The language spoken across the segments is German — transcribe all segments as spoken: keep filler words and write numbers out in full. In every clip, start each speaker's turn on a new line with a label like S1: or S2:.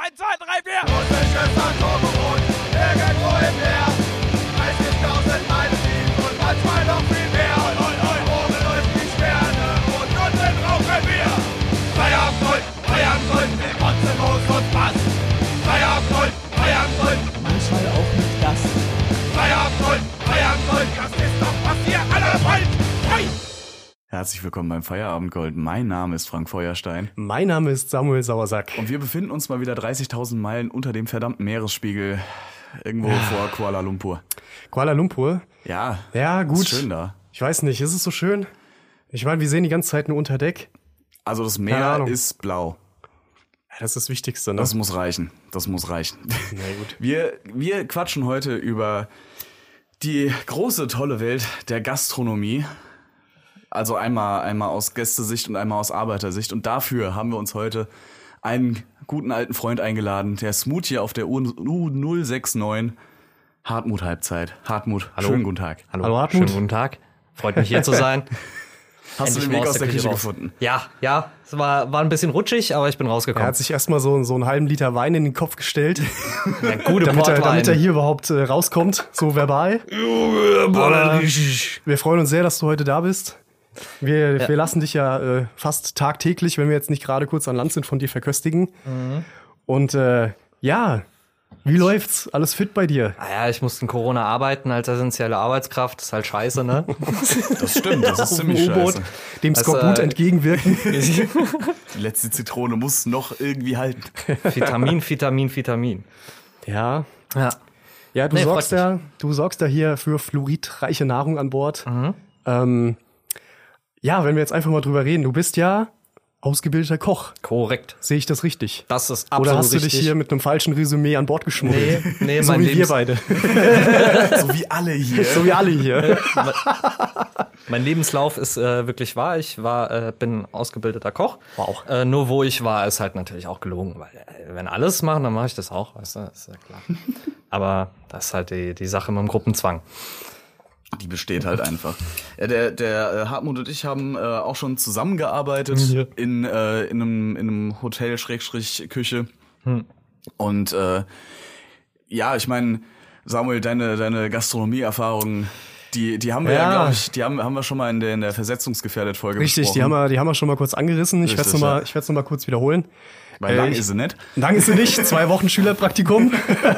S1: eins, zwei, drei, vier.
S2: Russisches Atomboot, irgendwo im Meer. dreißigtausend Meilen tief und manchmal noch viel mehr. Oben läuft die Sterne und unten rauchen wir. Feierabend Gold, Feierabend Gold, mit Kotzenlos und Spaß. Feierabend Gold, Feierabend Gold.
S3: Manchmal auch mit Gast.
S2: Feierabend Gold, Feierabend Gold, das ist doch, was ihr alle wollt. Hey!
S4: Herzlich willkommen beim Feierabendgold. Mein Name ist Frank Feuerstein.
S5: Mein Name ist Samuel Sauersack.
S4: Und wir befinden uns mal wieder dreißigtausend Meilen unter dem verdammten Meeresspiegel. Irgendwo vor Kuala Lumpur.
S5: Kuala Lumpur?
S4: Ja.
S5: Ja, gut.
S4: Ist schön da.
S5: Ich weiß nicht, ist es so schön? Ich meine, wir sehen die ganze Zeit nur unter Deck.
S4: Also das
S5: Keine
S4: Meer
S5: Ahnung.
S4: ist blau.
S5: Ja, das ist das Wichtigste, ne?
S4: Das muss reichen. Das muss reichen.
S5: Na gut.
S4: Wir, wir quatschen heute über die große, tolle Welt der Gastronomie. Also einmal, einmal aus Gästesicht und einmal aus Arbeitersicht. Und dafür haben wir uns heute einen guten alten Freund eingeladen, der Smoothie auf der U null sechs neun. Hartmut Halbzeit. Hartmut,
S6: Hallo.
S4: schönen guten Tag.
S6: Hallo,
S5: Hallo, Hartmut.
S6: schönen guten Tag. Freut mich hier zu sein.
S4: Hast du
S6: Endlich
S4: den
S6: mal
S4: Weg aus der Küche
S6: raus.
S4: gefunden?
S6: Ja, ja. Es war, war ein bisschen rutschig, aber ich bin
S5: Er
S6: rausgekommen.
S5: hat sich erstmal so, so einen halben Liter Wein in den Kopf gestellt,
S6: Ja, gute
S5: damit, er,
S6: Portwein.
S5: damit er hier überhaupt äh, rauskommt, so verbal. Aber wir freuen uns sehr, dass du heute da bist. Wir,
S6: Ja.
S5: wir lassen dich ja äh, fast tagtäglich, wenn wir jetzt nicht gerade kurz an Land sind, von dir verköstigen.
S6: Mhm.
S5: Und äh, ja, wie läuft's? Alles fit bei dir?
S6: Ah ja, ich musste in Corona arbeiten als essentielle Arbeitskraft. Das ist halt scheiße, ne?
S4: Das stimmt, das ist
S5: Auf dem
S4: ziemlich
S5: U-Boot,
S4: scheiße.
S5: dem
S6: Das,
S5: Skorbut
S6: äh,
S5: entgegenwirken.
S4: Die letzte Zitrone muss noch irgendwie halten.
S6: Vitamin, Vitamin, Vitamin.
S5: Ja.
S6: Ja.
S5: Ja, du
S6: Nee,
S5: sorgst
S6: freut
S5: ja, du sorgst ja hier für fluoridreiche Nahrung an Bord.
S6: Mhm.
S5: Ähm, ja, wenn wir jetzt einfach mal drüber reden, du bist ja ausgebildeter Koch.
S6: Korrekt.
S5: Sehe ich das richtig?
S6: Das ist absolut
S5: Oder hast du
S6: richtig.
S5: dich hier mit einem falschen Resümee an Bord geschmuggelt?
S6: Nee, nee,
S5: so
S6: mein
S5: wie
S6: Lebens
S5: wir beide.
S4: So wie alle hier.
S5: So wie alle hier.
S6: Mein Lebenslauf ist äh, wirklich wahr. Ich war, äh, bin ausgebildeter Koch.
S5: Wow.
S6: Äh, nur wo ich war, ist halt natürlich auch gelogen, weil äh, wenn alles machen, dann mache ich das auch, weißt du, ist ja klar. Aber das ist halt die, die Sache mit dem Gruppenzwang.
S4: Die besteht halt einfach. Ja, der der äh, Hartmut und ich haben äh, auch schon zusammengearbeitet
S5: Ja.
S4: in, äh, in einem in einem Hotel Schrägstrich Küche.
S6: Hm.
S4: Und äh, ja, ich meine, Samuel, deine deine Gastronomieerfahrungen, die die haben wir ja,
S5: Ja.
S4: glaube ich, die haben haben wir schon mal in der in der versetzungsgefährdet Folge
S5: Richtig,
S4: besprochen.
S5: die haben wir, die haben wir schon mal kurz angerissen. Ich werde es
S4: Richtig,
S5: nochmal,
S4: ja.
S5: ich werde es noch mal kurz wiederholen.
S4: Weil
S5: äh,
S4: lang
S5: ich-
S4: ist sie nicht.
S5: Lang ist sie nicht, zwei Wochen Schülerpraktikum.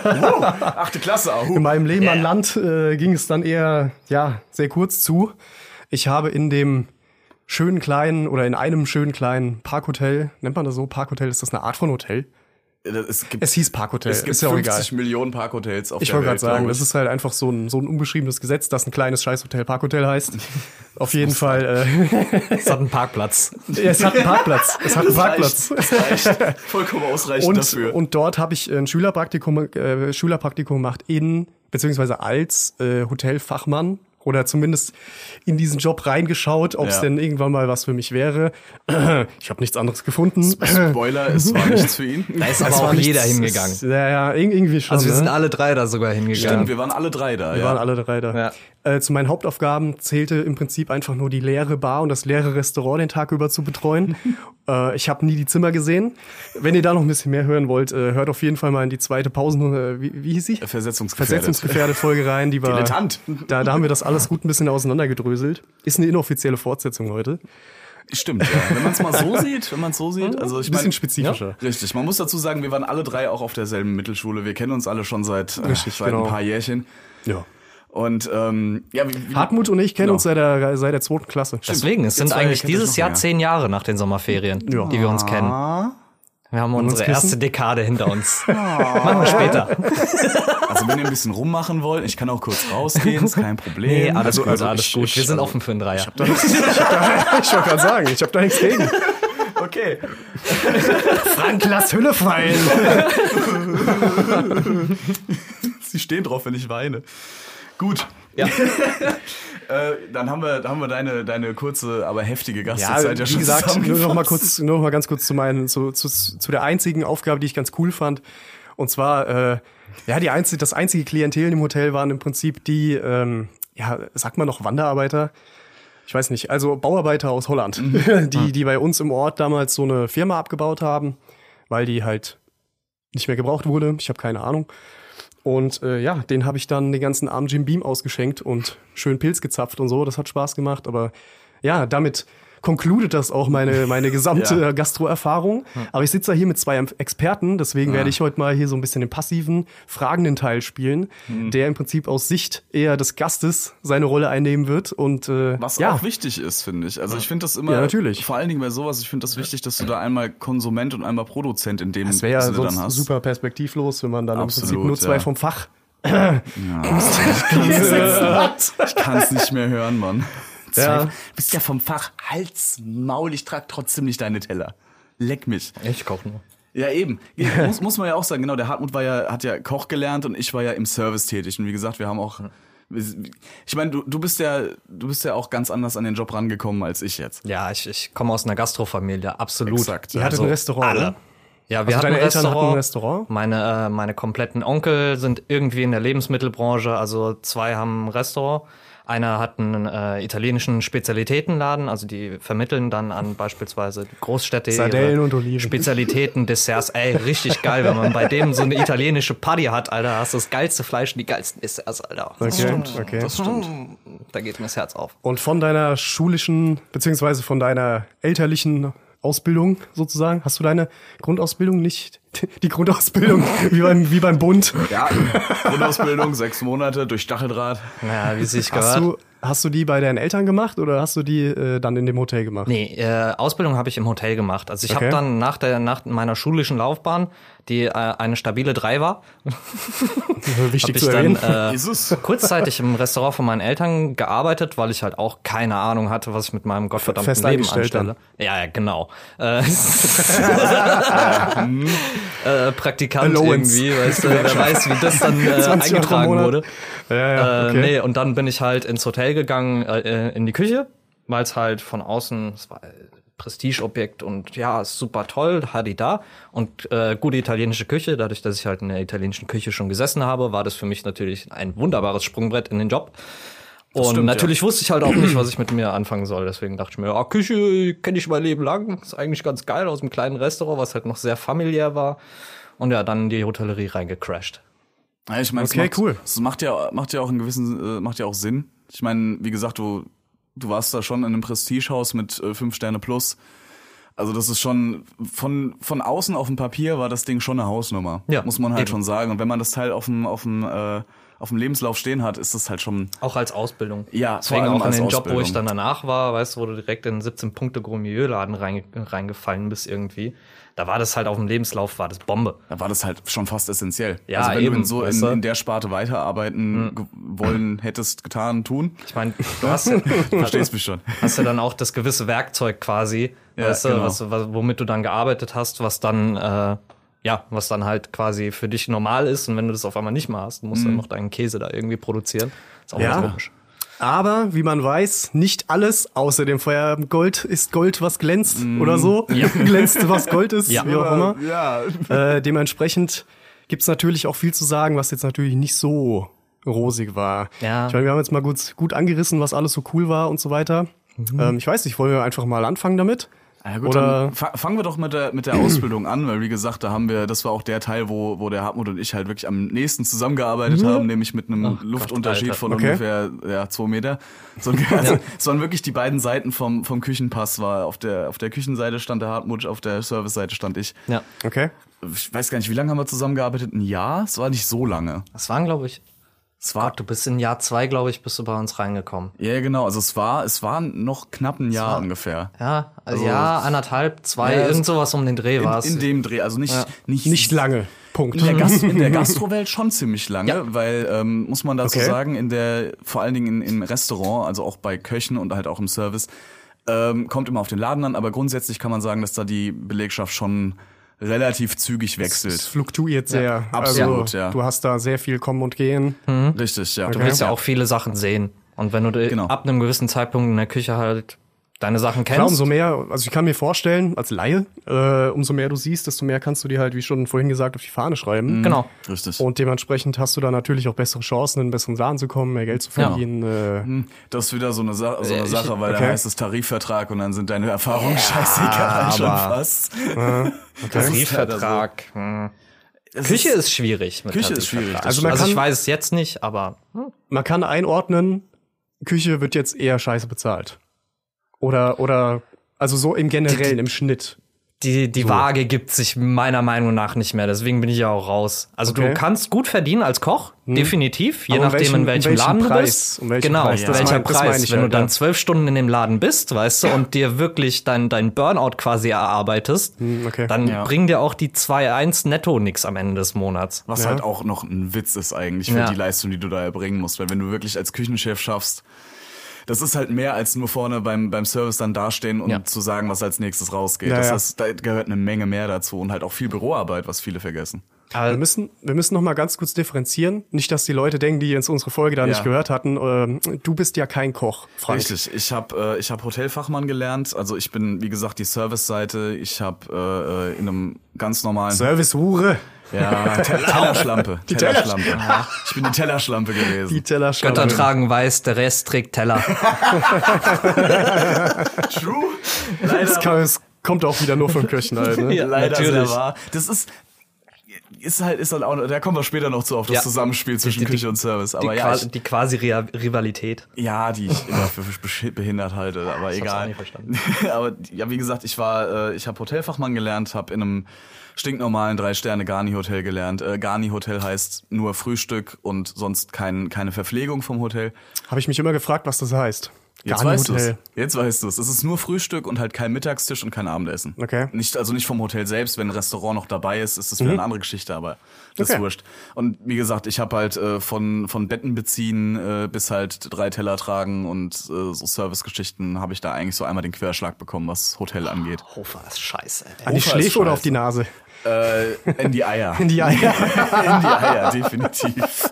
S4: Achte Klasse auch.
S5: In meinem Leben an Land äh, ging es dann eher, ja, sehr kurz zu. Ich habe in dem schönen kleinen oder in einem schönen kleinen Parkhotel, nennt man das so? Parkhotel, ist das eine Art von Hotel?
S4: Es gibt
S5: Es hieß Parkhotel,
S4: es gibt
S5: ist ja auch egal.
S4: fünfzig Millionen Parkhotels auf
S5: Ich
S4: der
S5: wollte
S4: Welt.
S5: gerade sagen,
S4: glaub ich.
S5: das ist halt einfach so ein, so ein unbeschriebenes Gesetz, dass ein kleines Scheißhotel Parkhotel heißt. Auf jeden Fall. Äh,
S6: Es hat einen Parkplatz.
S5: es hat einen Parkplatz. Es hat einen
S4: Das
S5: Parkplatz.
S4: reicht, das reicht. Vollkommen ausreichend
S5: Und,
S4: dafür.
S5: und dort habe ich ein Schülerpraktikum, äh, Schülerpraktikum gemacht in, beziehungsweise als äh, Hotelfachmann. Oder zumindest in diesen Job reingeschaut, ob es
S4: Ja.
S5: denn irgendwann mal was für mich wäre. Ich habe nichts anderes gefunden.
S4: Spoiler, es war nichts für ihn.
S6: Da ist aber
S5: Es
S6: auch
S5: war nichts-
S6: jeder
S5: es-
S6: hingegangen.
S5: Ja, ja, ir- irgendwie schon.
S6: Also wir
S5: ne?
S6: sind alle drei da sogar
S4: Stimmt,
S6: hingegangen.
S4: wir waren alle drei da.
S5: Wir
S4: ja.
S5: waren alle drei da.
S6: Ja.
S5: Äh, zu meinen Hauptaufgaben zählte im Prinzip einfach nur die leere Bar und das leere Restaurant den Tag über zu betreuen. äh, ich habe nie die Zimmer gesehen. Wenn ihr da noch ein bisschen mehr hören wollt, äh, hört auf jeden Fall mal in die zweite Pausen, äh, wie, wie hieß sie?
S4: Versetzungsgefährdet.
S5: Versetzungsgefährdet Folge rein. Die war,
S4: Dilettant.
S5: Da, da haben wir das alles gut ein bisschen auseinandergedröselt. Ist eine inoffizielle Fortsetzung heute.
S4: Stimmt, ja. Wenn man es mal so sieht, wenn man es so sieht, also ich
S5: Ein bisschen
S4: meine,
S5: spezifischer.
S4: richtig. Man muss dazu sagen, wir waren alle drei auch auf derselben Mittelschule. Wir kennen uns alle schon seit, äh,
S5: Richtig,
S4: seit
S5: genau.
S4: ein paar Jährchen.
S5: Ja.
S4: Und ähm, ja, wie, wie,
S5: Hartmut und ich kennen
S4: Genau.
S5: uns seit der, seit der zweiten Klasse.
S6: Deswegen, es
S4: Ihr
S6: sind
S4: zwei
S6: eigentlich
S4: kennt euch
S6: dieses
S4: noch
S6: Jahr
S4: mehr.
S6: zehn Jahre nach den Sommerferien,
S5: Ja.
S6: die wir uns kennen.
S4: Ah,
S6: Wir haben
S5: wir uns
S6: unsere
S5: küssen?
S6: erste Dekade hinter uns. Machen wir später.
S4: also wenn ihr ein bisschen rummachen wollt, ich kann auch kurz rausgehen, ist kein Problem.
S6: Nee, alles
S5: Also-
S6: gut,
S5: also
S6: alles
S5: ich-
S6: gut.
S5: ich-
S6: Wir sind
S5: also-
S6: offen für einen Dreier.
S5: Ich wollte gerade sagen, ich habe da nichts gegen.
S4: Okay.
S5: Frank, lass Hülle fallen.
S4: Sie stehen drauf, wenn ich weine. Gut.
S6: Ja.
S4: Äh, dann haben wir, dann haben wir deine, deine kurze, aber heftige Gastezeit ja,
S5: Ja,
S4: schon
S5: wie gesagt, nur
S4: zusammengefasst.
S5: noch mal kurz, nur noch mal ganz kurz zu meinen, zu, zu, zu der einzigen Aufgabe, die ich ganz cool fand. Und zwar, äh, ja, die einzige, das einzige Klientel im Hotel waren im Prinzip die, ähm, ja, sagt man noch Wanderarbeiter? Ich weiß nicht, also Bauarbeiter aus Holland, die, die bei uns im Ort damals so eine Firma abgebaut haben, weil die halt nicht mehr gebraucht wurde. Ich habe keine Ahnung. Und äh, ja, den habe ich dann den ganzen Abend Jim Beam ausgeschenkt und schön Pilz gezapft und so. Das hat Spaß gemacht. Aber ja, damit concludet das auch meine, meine gesamte
S4: Ja.
S5: Gastro-Erfahrung. Aber ich sitze da hier mit zwei Experten, deswegen
S4: Ja.
S5: werde ich heute mal hier so ein bisschen den passiven, fragenden Teil spielen,
S4: Mhm.
S5: der im Prinzip aus Sicht eher des Gastes seine Rolle einnehmen wird. Und äh,
S4: Was
S5: ja,
S4: auch wichtig ist, finde ich. Also ich finde das immer,
S5: Ja, natürlich.
S4: vor allen Dingen bei sowas, ich finde das wichtig, dass du da einmal Konsument und einmal Produzent in dem
S5: das wäre ja
S4: Sinne
S5: sonst
S4: dann hast.
S5: super perspektivlos, wenn man dann
S4: Absolut,
S5: im Prinzip nur zwei
S4: ja.
S5: vom Fach.
S4: Ich kann es nicht mehr hören, Mann.
S5: Ja.
S4: Du bist ja vom Fach Hals, Maul, ich trag trotzdem nicht deine Teller. Leck mich.
S6: Ich koche nur.
S4: Ja, eben. muss, muss man ja auch sagen, genau, der Hartmut war ja, hat ja Koch gelernt und ich war ja im Service tätig. Und wie gesagt, wir haben auch, ich meine, du, du bist ja, du bist ja auch ganz anders an den Job rangekommen als ich jetzt.
S6: Ja, ich, ich komme aus einer Gastrofamilie, absolut.
S4: Exakt.
S5: Ihr hattet
S6: Also
S5: ein Restaurant,
S6: alle.
S5: ne?
S6: Ja, wir
S5: Also
S6: hatten
S5: deine
S6: ein
S5: Eltern
S6: Restaurant.
S5: hatten ein Restaurant?
S6: Meine, äh, meine kompletten Onkel sind irgendwie in der Lebensmittelbranche. Also zwei haben ein Restaurant. Einer hat einen äh, italienischen Spezialitätenladen. Also die vermitteln dann an beispielsweise Großstädte
S5: Sardellen
S6: ihre
S5: und Oliven.
S6: Spezialitäten, Desserts. Ey, richtig geil, wenn man bei dem so eine italienische Party hat, Alter. Hast du das geilste Fleisch und die geilsten Desserts, Alter.
S5: Okay, okay.
S4: Das stimmt.
S6: Da geht mir das Herz auf.
S5: Und von deiner schulischen, beziehungsweise von deiner elterlichen Ausbildung sozusagen, hast du deine Grundausbildung nicht, die Grundausbildung wie beim, wie beim Bund?
S4: Ja, Grundausbildung, sechs Monate durch Stacheldraht.
S6: Ja, wie es sich
S5: Hast
S6: gehört.
S5: du, hast du die bei deinen Eltern gemacht oder hast du die äh, dann in dem Hotel gemacht?
S6: Nee, äh, Ausbildung habe ich im Hotel gemacht. Also ich
S5: Okay.
S6: habe dann nach der nach meiner schulischen Laufbahn, die äh, eine stabile drei war,
S5: Wichtig
S6: habe
S5: zu
S6: ich dann
S5: erwähnen.
S6: äh,
S4: Ist es?
S6: kurzzeitig im Restaurant von meinen Eltern gearbeitet, weil ich halt auch keine Ahnung hatte, was ich mit meinem gottverdammten
S5: Fest
S6: Leben
S5: eingestellt
S6: anstelle. Ja, ja, genau. Äh, äh, Praktikant
S5: Allowance.
S6: irgendwie, weißt du, wer weiß, wie das dann äh,
S5: zwanzig Euro im
S6: eingetragen
S5: Monat.
S6: wurde.
S5: Ja, ja,
S6: Äh,
S5: okay.
S6: nee, und dann bin ich halt ins Hotel gegangen, äh, in die Küche, weil es halt von außen, es war Prestigeobjekt und ja, ist super toll, hadi da. Und äh, gute italienische Küche, dadurch, dass ich halt in der italienischen Küche schon gesessen habe, war das für mich natürlich ein wunderbares Sprungbrett in den Job. Und
S4: stimmt,
S6: natürlich wusste ich halt auch nicht, was ich mit mir anfangen soll. Deswegen dachte ich mir, ah, Küche kenne ich mein Leben lang. Ist eigentlich ganz geil aus einem kleinen Restaurant, was halt noch sehr familiär war. Und ja, dann in die Hotellerie reingecrashed.
S4: Ja, ich meine,
S5: Okay,
S4: es macht,
S5: cool.
S4: Es macht ja, macht ja auch einen gewissen, äh, macht ja auch Sinn. Ich meine, wie gesagt, du, du warst da schon in einem Prestigehaus mit äh, fünf Sterne plus. Also das ist schon, von, von außen auf dem Papier war das Ding schon eine Hausnummer.
S6: Ja,
S4: muss man halt
S6: eben.
S4: schon sagen. Und wenn man das Teil auf dem, auf dem, äh, auf dem Lebenslauf stehen hat, ist das halt schon,
S6: Auch als Ausbildung.
S4: Ja,
S6: Deswegen
S4: vor allem
S6: auch in
S4: als
S6: den Job, wo ich
S4: Ausbildung.
S6: dann danach war, weißt du, wo du direkt in einen siebzehn-Punkte-Gourmet-Laden rein, reingefallen bist irgendwie. Da war das halt auf dem Lebenslauf, war das Bombe.
S4: da war das halt schon fast essentiell.
S6: Ja,
S4: also wenn
S6: eben,
S4: du in so
S6: weißt
S4: in,
S6: du?
S4: in der Sparte weiterarbeiten ge- wollen hättest, getan, tun,
S6: Ich meine, du hast ja,
S4: verstehst mich schon.
S6: hast ja dann auch das gewisse Werkzeug quasi,
S4: Ja,
S6: weißt du,
S4: genau.
S6: was, was, womit du dann gearbeitet hast, was dann, äh, ja, was dann halt quasi für dich normal ist. Und wenn du das auf einmal nicht mehr hast, musst du dann noch deinen Käse da irgendwie produzieren. Ist auch
S5: Ja.
S6: ganz komisch.
S5: Aber, wie man weiß, nicht alles außer dem Feuergold ist Gold, was glänzt oder so. Glänzt, was Gold ist,
S6: Ja.
S5: wie auch immer.
S4: Ja.
S5: Äh, dementsprechend gibt's natürlich auch viel zu sagen, was jetzt natürlich nicht so rosig war.
S6: Ja.
S5: Ich meine, wir haben jetzt mal gut, gut angerissen, was alles so cool war und so weiter. Ähm, ich weiß nicht, wollen wir einfach mal anfangen damit?
S4: Ja gut,
S5: Oder-
S4: dann fa- fangen wir doch mit der mit der Ausbildung an, weil wie gesagt, da haben wir, das war auch der Teil, wo wo der Hartmut und ich halt wirklich am nächsten zusammengearbeitet haben, nämlich mit einem Luftunterschied
S6: Alter.
S4: von
S5: Okay.
S4: ungefähr ja, zwei Meter. So, also, es waren wirklich die beiden Seiten vom vom Küchenpass. War auf der auf der Küchenseite stand der Hartmut, auf der Serviceseite stand ich.
S6: Ja.
S5: Okay.
S4: Ich weiß gar nicht, wie lange haben wir zusammengearbeitet? Ein Jahr? Es war nicht so lange.
S6: Das waren, glaube ich,
S4: Es war
S6: Gott, du bist in Jahr zwei, glaube ich, bist du bei uns reingekommen.
S4: ja genau, also es war es war noch knapp ein Jahr
S6: war-
S4: ungefähr.
S6: Ja, also
S4: Also-
S6: ja, anderthalb, zwei,
S4: Ja, es-
S6: irgend sowas um den Dreh war
S4: In,
S6: es.
S4: in dem Dreh, also nicht nicht
S5: Nicht lange. Punkt.
S4: In der, Gast, in der Gastrowelt schon ziemlich lange,
S6: Ja.
S4: weil, ähm, muss man dazu
S5: Okay.
S4: sagen, in der, vor allen Dingen in, im Restaurant, also auch bei Köchen und halt auch im Service, ähm, kommt immer auf den Laden an, aber grundsätzlich kann man sagen, dass da die Belegschaft schon relativ zügig
S5: Es
S4: wechselt.
S5: fluktuiert sehr.
S4: absolut,
S5: also,
S4: ja.
S5: Du hast da sehr viel Kommen und Gehen.
S4: Richtig, ja.
S6: Du willst ja auch viele Sachen sehen. Und wenn du di-
S4: Genau.
S6: ab einem gewissen Zeitpunkt in der Küche halt deine Sachen kennst.
S5: Klar, umso mehr, also ich kann mir vorstellen, als Laie, äh, umso mehr du siehst, desto mehr kannst du dir halt, wie schon vorhin gesagt, auf die Fahne schreiben.
S6: Genau.
S4: Richtig.
S5: Und dementsprechend hast du da natürlich auch bessere Chancen, in einen besseren Laden zu kommen, mehr Geld zu
S6: Ja.
S5: verdienen. Äh,
S4: Das ist wieder so eine, Sa so eine
S6: Äh, ich-
S4: Sache, weil
S5: okay.
S4: da heißt es Tarifvertrag und dann sind deine Erfahrungen scheißegal schon
S5: aber-
S4: fast.
S5: okay.
S6: Tarifvertrag. Hm. Küche ist, ist schwierig. Mit
S4: Küche ist schwierig.
S5: Also, man
S6: also
S5: kann,
S6: ich weiß es jetzt nicht, aber hm.
S5: man kann einordnen, Küche wird jetzt eher scheiße bezahlt. Oder, oder, also so im Generellen, im Schnitt.
S6: die, die
S5: So.
S6: Waage gibt sich meiner Meinung nach nicht mehr. Deswegen bin ich ja auch raus. Also
S5: Okay.
S6: du kannst gut verdienen als Koch, definitiv. Je
S5: Aber um
S6: nachdem,
S5: welchen-
S6: in welchem
S5: um welchen
S6: Laden du
S5: Preis?
S6: bist.
S5: Um welchen
S6: genau,
S5: Preis? Das
S6: welcher
S5: mein- das
S6: Preis.
S5: meine ich
S6: Wenn
S5: halt,
S6: du dann
S5: ja.
S6: zwölf Stunden in dem Laden bist, weißt du, und dir wirklich dein, dein Burnout quasi erarbeitest,
S5: okay.
S6: dann
S4: Ja.
S6: bringen dir auch die zwei Komma eins netto nix am Ende des Monats.
S4: Was
S5: Ja.
S4: halt auch noch ein Witz ist eigentlich für
S6: Ja.
S4: die Leistung, die du da erbringen musst. Weil wenn du wirklich als Küchenchef schaffst, das ist halt mehr als nur vorne beim, beim Service dann dastehen und
S6: Ja.
S4: zu sagen, was als nächstes rausgeht.
S5: Ja,
S4: das
S5: ja.
S4: heißt, da gehört eine Menge mehr dazu und halt auch viel Büroarbeit, was viele vergessen.
S6: Aber
S5: Wir müssen, wir müssen noch mal ganz kurz differenzieren. Nicht, dass die Leute denken, die jetzt unsere Folge da
S4: Ja.
S5: nicht gehört hatten. Ähm, du bist ja kein Koch, Frank.
S4: Richtig, ich habe äh, ich hab Hotelfachmann gelernt. Also ich bin, wie gesagt, die Service-Seite. Ich habe äh, in einem ganz normalen...
S5: Service-Hure.
S4: Ja, Te- Tellerschlampe.
S5: Die
S4: Tellerschlampe. Ich bin die Tellerschlampe gewesen.
S5: Die Tellerschlampe.
S6: Götter tragen weiß, der Rest trägt Teller.
S4: True. Leider,
S5: Das, kann, das kommt auch wieder nur von Köchen halt. Ne?
S6: Ja,
S4: leider
S6: natürlich.
S4: sehr wahr. Das ist... Ist halt, ist halt auch, da kommen wir später noch zu, auf das
S6: Ja.
S4: Zusammenspiel zwischen
S6: Die- die-
S4: Küche und Service.
S6: Die,
S4: Aber ja,
S6: quasi,
S4: ich,
S6: die quasi Ria- Rivalität.
S4: ja, die ich immer für besch- behindert halte, aber
S6: hab's auch
S4: egal.
S6: nie verstanden.
S4: Aber ja, wie gesagt, ich war, äh, ich habe Hotelfachmann gelernt, habe in einem stinknormalen Drei-Sterne-Garni-Hotel gelernt. Äh, Garni-Hotel heißt nur Frühstück und sonst kein, keine Verpflegung vom Hotel.
S5: Habe ich mich immer gefragt, was das heißt.
S4: Jetzt
S5: Garni
S4: weißt du es.
S5: Hotel.
S4: Jetzt weißt du es. Es ist nur Frühstück und halt kein Mittagstisch und kein Abendessen.
S5: Okay.
S4: Nicht, also nicht vom Hotel selbst. Wenn ein Restaurant noch dabei ist, ist das wieder eine andere Geschichte, aber das ist
S5: Okay.
S4: wurscht. Und wie gesagt, ich habe halt äh, von von Betten beziehen äh, bis halt drei Teller tragen und äh, so Servicegeschichten habe ich da eigentlich so einmal den Querschlag bekommen, was Hotel angeht.
S6: Hofer ist scheiße, ey.
S5: An die
S4: Hofer ist
S5: Schläfe oder
S4: scheiße.
S5: auf die Nase?
S4: Äh, in die Eier.
S5: In die Eier.
S4: In die Eier, definitiv.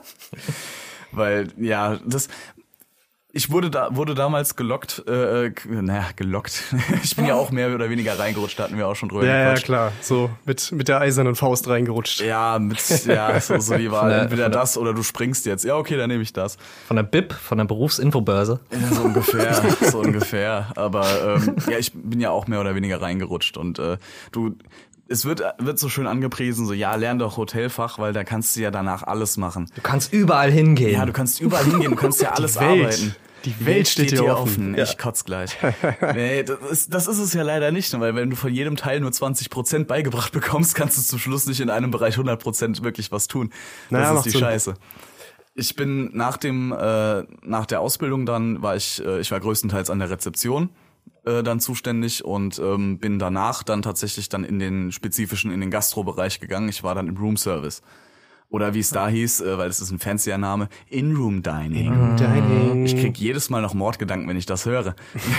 S4: Weil, ja, das. Ich wurde da wurde damals gelockt, äh, k- naja, gelockt. Ich bin ja auch mehr oder weniger reingerutscht, da hatten wir auch schon drüber
S5: Ja, ja,
S4: gequatscht.
S5: klar. So mit, mit der eisernen Faust reingerutscht.
S4: Ja, mit, ja, so, so die Wahl.
S6: der-
S4: Entweder
S6: von der-
S4: das oder du springst jetzt. Ja, okay, dann nehme ich das.
S6: Von der B I P, von der Berufsinfobörse.
S4: Ja, so ungefähr, so ungefähr. Aber ähm, ja, ich bin ja auch mehr oder weniger reingerutscht und äh, du. Es wird, wird so schön angepriesen, so, ja, lern doch Hotelfach, weil da kannst du ja danach alles machen.
S6: Du kannst überall hingehen.
S4: Ja, du kannst überall hingehen, du kannst ja alles
S5: Welt.
S4: arbeiten.
S5: Die Welt steht dir offen.
S4: Ich kotz gleich. Nee, das ist, das ist es ja leider nicht, weil wenn du von jedem Teil nur zwanzig Prozent beigebracht bekommst, kannst du zum Schluss nicht in einem Bereich hundert Prozent wirklich was tun. Das
S5: Naja,
S4: ist
S5: macht
S4: die
S5: Sinn.
S4: Scheiße. Ich bin nach dem, äh, nach der Ausbildung dann, war ich, äh, ich war größtenteils an der Rezeption äh, dann zuständig und ähm, bin danach dann tatsächlich dann in den spezifischen, in den Gastrobereich gegangen. Ich war dann im Room Service. Oder wie es da hieß, äh, weil es ist ein fancier Name, In-Room Dining.
S5: Dining.
S4: Ich krieg jedes Mal noch Mordgedanken, wenn ich das höre.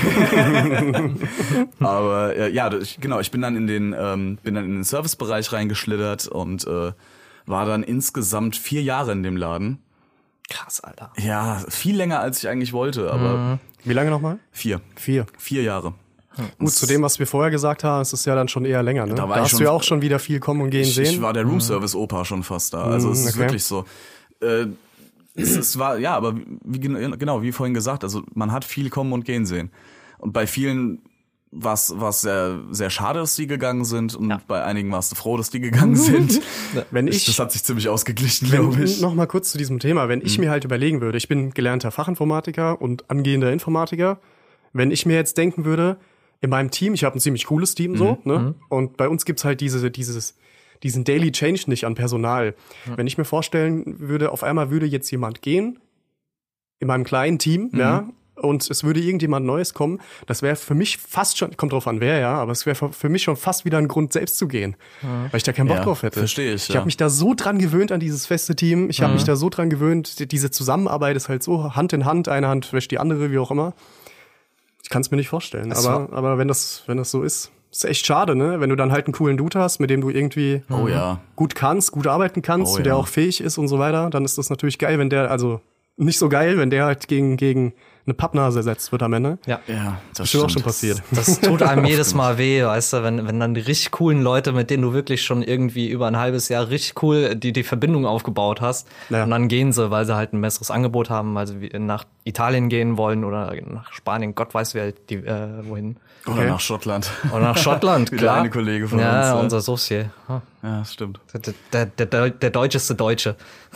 S4: Aber äh, ja, ich, genau, ich bin dann in den ähm, bin dann in den Servicebereich reingeschlittert und äh, war dann insgesamt vier Jahre in dem Laden.
S6: Krass, Alter.
S4: Ja, viel länger als ich eigentlich wollte, aber
S5: Wie lange nochmal?
S4: vier,
S5: Vier.
S4: vier Jahre.
S5: Gut, zu dem, was wir vorher gesagt haben, ist es ja dann schon eher länger. Ne?
S4: Da
S5: Da,
S4: war ich
S5: hast
S4: schon-
S5: du ja auch schon wieder viel kommen und gehen
S4: Ich,
S5: sehen.
S4: ich war der Room-Service-Opa schon fast da. Also es ist
S5: okay.
S4: wirklich so. Äh, es, es war, ja, aber wie, genau, wie vorhin gesagt, also man hat viel kommen und gehen sehen. Und bei vielen was was sehr sehr schade, dass die gegangen sind und
S6: Ja.
S4: bei einigen warst du froh, dass die gegangen sind.
S5: Wenn
S4: Ich,
S5: ich,
S4: das hat sich ziemlich ausgeglichen, glaube ich.
S5: noch mal kurz zu diesem Thema. Wenn ich mir halt überlegen würde, ich bin gelernter Fachinformatiker und angehender Informatiker, wenn ich mir jetzt denken würde, in meinem Team, ich habe ein ziemlich cooles Team so, ne? Und bei uns gibt's halt diese dieses diesen Daily Change nicht an Personal. Wenn ich mir vorstellen würde, auf einmal würde jetzt jemand gehen in meinem kleinen Team, ja, und es würde irgendjemand Neues kommen, das wäre für mich fast schon, kommt drauf an wer, ja, aber es wäre für mich schon fast wieder ein Grund, selbst zu gehen, weil ich da keinen Bock
S4: Ja,
S5: drauf hätte.
S4: verstehe ich,
S5: Ich
S4: ja.
S5: habe mich da so dran gewöhnt an dieses feste Team, ich habe mich da so dran gewöhnt, die- diese Zusammenarbeit ist halt so Hand in Hand, eine Hand wäscht die andere, wie auch immer. Ich kann es mir nicht vorstellen,
S6: Es
S5: aber, aber wenn das, wenn das so ist, ist echt schade, ne? Wenn du dann halt einen coolen Dude hast, mit dem du irgendwie
S4: Oh ja.
S5: gut kannst, gut arbeiten kannst,
S4: Oh
S5: und der
S4: ja.
S5: auch fähig ist und so weiter, dann ist das natürlich geil, wenn der, also nicht so geil, wenn der halt gegen, gegen eine Pappnase ersetzt wird am Ende.
S6: Ja.
S4: Ja, das
S5: Ist schon auch schon passiert.
S6: Das tut einem jedes Mal weh, weißt du, wenn, wenn dann die richtig coolen Leute, mit denen du wirklich schon irgendwie über ein halbes Jahr richtig cool die, die Verbindung aufgebaut hast,
S5: Ja.
S6: und dann gehen sie, weil sie halt ein besseres Angebot haben, weil sie wie- nach Italien gehen wollen oder nach Spanien, Gott weiß wer, die, äh, wohin.
S4: Oder
S5: Okay.
S4: nach Schottland.
S6: Oder nach Schottland,
S4: Wie der
S6: klar.
S4: eine Kollege von
S6: ja,
S4: uns, ja.
S6: unser Socie.
S4: Ja, das stimmt.
S6: Der, der, der, der, der deutscheste Deutsche.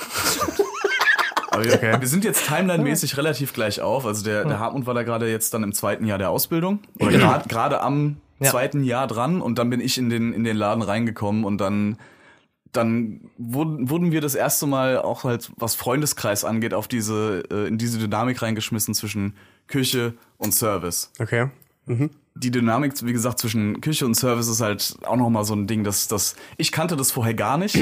S4: Aber wir, wir sind jetzt timeline-mäßig relativ gleich auf. Also der, der Hartmut war da gerade jetzt dann im zweiten Jahr der Ausbildung. Oder gerade gerade am
S6: Ja.
S4: zweiten Jahr dran. Und dann bin ich in den, in den Laden reingekommen und dann, dann wurden, wurden wir das erste Mal auch halt, was Freundeskreis angeht, auf diese, äh, in diese Dynamik reingeschmissen zwischen Küche und Service.
S5: Okay.
S4: Die Dynamik, wie gesagt, zwischen Küche und Service ist halt auch nochmal so ein Ding, dass das ich kannte das vorher gar nicht.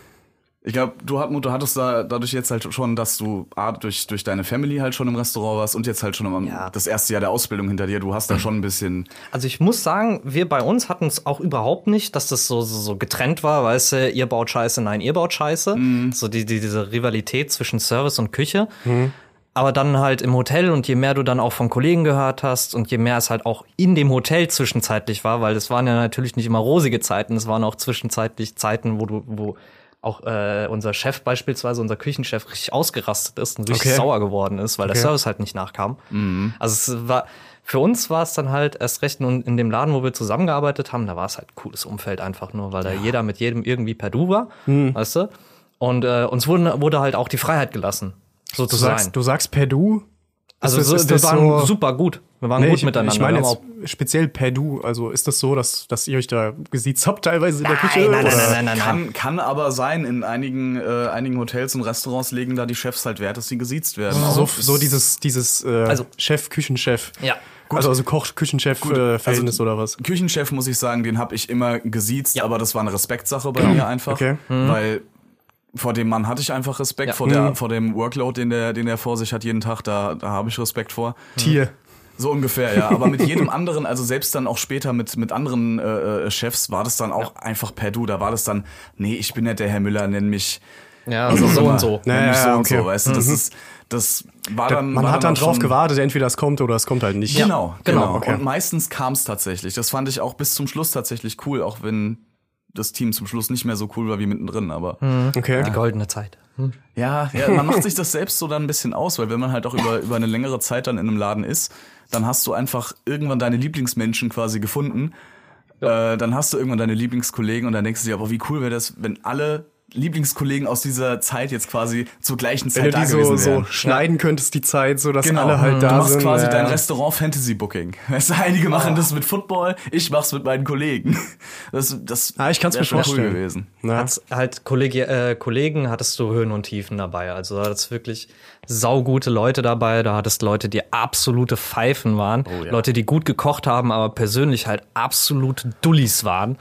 S4: Ich glaube, du, Hartmut, du hattest da dadurch jetzt halt schon, dass du A, durch, durch deine Family halt schon im Restaurant warst und jetzt halt schon im,
S6: Ja.
S4: das erste Jahr der Ausbildung hinter dir. Du hast da schon ein bisschen.
S6: Also ich muss sagen, wir bei uns hatten es auch überhaupt nicht, dass das so, so, so getrennt war, weißt du, ihr baut Scheiße, nein, ihr baut Scheiße. So die, die, diese Rivalität zwischen Service und Küche. Aber dann halt im Hotel und je mehr du dann auch von Kollegen gehört hast und je mehr es halt auch in dem Hotel zwischenzeitlich war, weil es waren ja natürlich nicht immer rosige Zeiten, es waren auch zwischenzeitlich Zeiten, wo du, wo auch äh, unser Chef beispielsweise, unser Küchenchef richtig ausgerastet ist und richtig
S5: Okay.
S6: sauer geworden ist, weil der
S5: Okay.
S6: Service halt nicht nachkam. Also es war, für uns war es dann halt erst recht nun in dem Laden, wo wir zusammengearbeitet haben, da war es halt ein cooles Umfeld einfach nur, weil da jeder mit jedem irgendwie per Du war, weißt du? Und äh, uns wurde, wurde halt auch die Freiheit gelassen, so
S5: Du
S6: zu sein.
S5: sagst, du sagst per Du?
S6: Also
S5: Ist das-
S6: so,
S5: ist
S6: wir
S5: das
S6: waren
S5: so-
S6: super gut. Wir waren
S5: Nee,
S6: gut
S5: ich,
S6: miteinander.
S5: ich meine
S6: Wir haben
S5: jetzt speziell per Du. Also ist das so, dass, dass ihr euch da gesiezt habt teilweise in der Küche?
S6: nein, nein,
S5: oder?
S6: nein, nein, nein, nein.
S4: Kann, kann aber sein, in einigen, äh, einigen Hotels und Restaurants legen da die Chefs halt Wert, dass sie gesiezt werden.
S5: So,
S4: Auch
S5: so dieses, dieses äh,
S6: Also-
S5: Chef, Küchenchef.
S6: Ja.
S5: Also, also Koch-Küchenchef-Verhältnis
S4: Also,
S5: oder was?
S4: Küchenchef, muss ich sagen, den habe ich immer gesiezt,
S6: Ja.
S4: aber das war eine Respektsache bei mir einfach.
S5: Okay.
S4: Weil vor dem Mann hatte ich einfach Respekt,
S6: Ja.
S4: vor, der, vor dem Workload, den der, den der vor sich hat jeden Tag, da, da habe ich Respekt vor.
S5: Tier.
S4: So ungefähr, ja. Aber mit jedem anderen, also selbst dann auch später mit, mit anderen äh, Chefs, war das dann auch einfach per Du. Da war das dann, nee, ich bin nicht der Herr Müller, nenn mich
S6: Ja, also so und so.
S4: Nenn
S5: Ja,
S4: mich
S5: ja,
S4: so und
S5: okay.
S4: so, weißt du, das ist, das war
S5: Da,
S4: dann.
S5: man
S4: war
S5: hat dann
S4: auch
S5: drauf
S4: schon-
S5: gewartet, entweder es kommt oder es kommt halt nicht.
S4: Genau,
S6: genau,
S4: genau.
S5: okay.
S4: Und meistens kam es tatsächlich. Das fand ich auch bis zum Schluss tatsächlich cool, auch wenn das Team zum Schluss nicht mehr so cool war wie mittendrin, aber
S5: Okay.
S6: Die goldene Zeit.
S4: ja, ja, man macht sich das selbst so dann ein bisschen aus, weil wenn man halt auch über, über eine längere Zeit dann in einem Laden ist, dann hast du einfach irgendwann deine Lieblingsmenschen quasi gefunden. Äh, dann hast du irgendwann deine Lieblingskollegen und dann denkst du dir, aber wie cool wäre das, wenn alle Lieblingskollegen aus dieser Zeit jetzt quasi zur gleichen
S5: Wenn
S4: Zeit
S5: du
S4: da
S5: die
S4: gewesen
S5: so,
S4: wären.
S5: so schneiden könntest, die Zeit, so dass
S4: Genau,
S5: alle halt
S4: du
S5: da
S4: machst
S5: sind.
S4: quasi
S5: ja.
S4: dein Restaurant Fantasy Booking. Weißt du, einige machen das mit Football, ich mach's mit meinen Kollegen. Das, das
S5: Ah, ich kann's
S4: wär
S5: mir
S4: schon cool
S5: vorstellen.
S4: gewesen.
S5: Ja.
S6: Hat's halt Kollegi äh, Kollegen hattest du Höhen und Tiefen dabei. Also da hattest wirklich saugute Leute dabei. Da hattest Leute, die absolute Pfeifen waren.
S4: Oh, ja.
S6: Leute, die gut gekocht haben, aber persönlich halt absolute Dullis waren.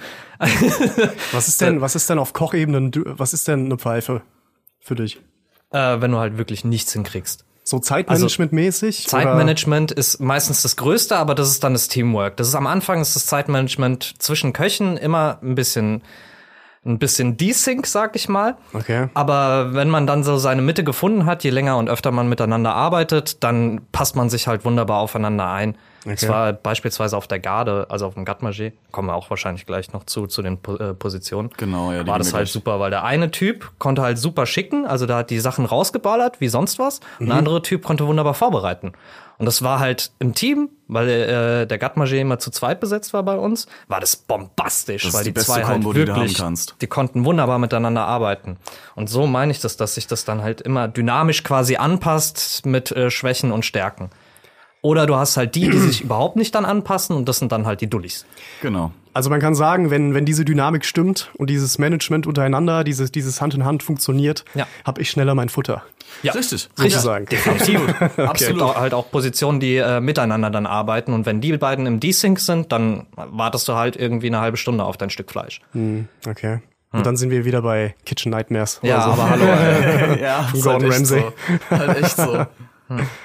S5: Was ist denn, was ist denn auf Kochebene, du- was ist denn eine Pfeife für dich?
S6: Äh, wenn du halt wirklich nichts hinkriegst.
S5: So Zeitmanagement-mäßig? oder?
S6: Zeitmanagement ist meistens das Größte, aber das ist dann das Teamwork. Das ist am Anfang ist das Zeitmanagement zwischen Köchen immer ein bisschen ein bisschen desync, sag ich mal.
S5: Okay.
S6: Aber wenn man dann so seine Mitte gefunden hat, je länger und öfter man miteinander arbeitet, dann passt man sich halt wunderbar aufeinander ein. Das war beispielsweise auf der Garde, also auf dem Garde-Manger, kommen wir auch wahrscheinlich gleich noch zu, zu den po äh, Positionen.
S4: Genau, ja, die
S6: War
S4: gehen
S6: das
S4: wir
S6: halt
S4: gleich.
S6: super, weil der eine Typ konnte halt super schicken, also da hat die Sachen rausgeballert, wie sonst was. Und der andere Typ konnte wunderbar vorbereiten. Und das war halt im Team, weil äh, der Garde-Manger immer zu zweit besetzt war bei uns, war das bombastisch,
S4: Das ist
S6: weil
S4: die
S6: die,
S4: beste
S6: zwei halt
S4: Kombo, die du haben
S6: wirklich,
S4: kannst.
S6: die konnten wunderbar miteinander arbeiten. Und so meine ich das, dass sich das dann halt immer dynamisch quasi anpasst mit äh, Schwächen und Stärken. Oder du hast halt die, die sich überhaupt nicht dann anpassen und das sind dann halt die Dullis.
S4: Genau.
S5: Also man kann sagen, wenn, wenn diese Dynamik stimmt und dieses Management untereinander, dieses, dieses Hand in Hand funktioniert,
S6: Ja.
S5: habe ich schneller mein Futter.
S6: Ja,
S4: Richtig.
S5: Sozusagen.
S4: Absolut.
S6: Es gibt
S4: Absolut.
S6: auch, halt auch Positionen, die äh, miteinander dann arbeiten und wenn die beiden im Desync sind, dann wartest du halt irgendwie eine halbe Stunde auf dein Stück Fleisch.
S5: Okay. Und dann sind wir wieder bei Kitchen Nightmares.
S6: Ja,
S5: Also,
S6: aber hallo. Äh,
S4: ja, ist
S5: Gordon
S4: halt echt
S5: Ramsay.
S4: So. Halt echt so.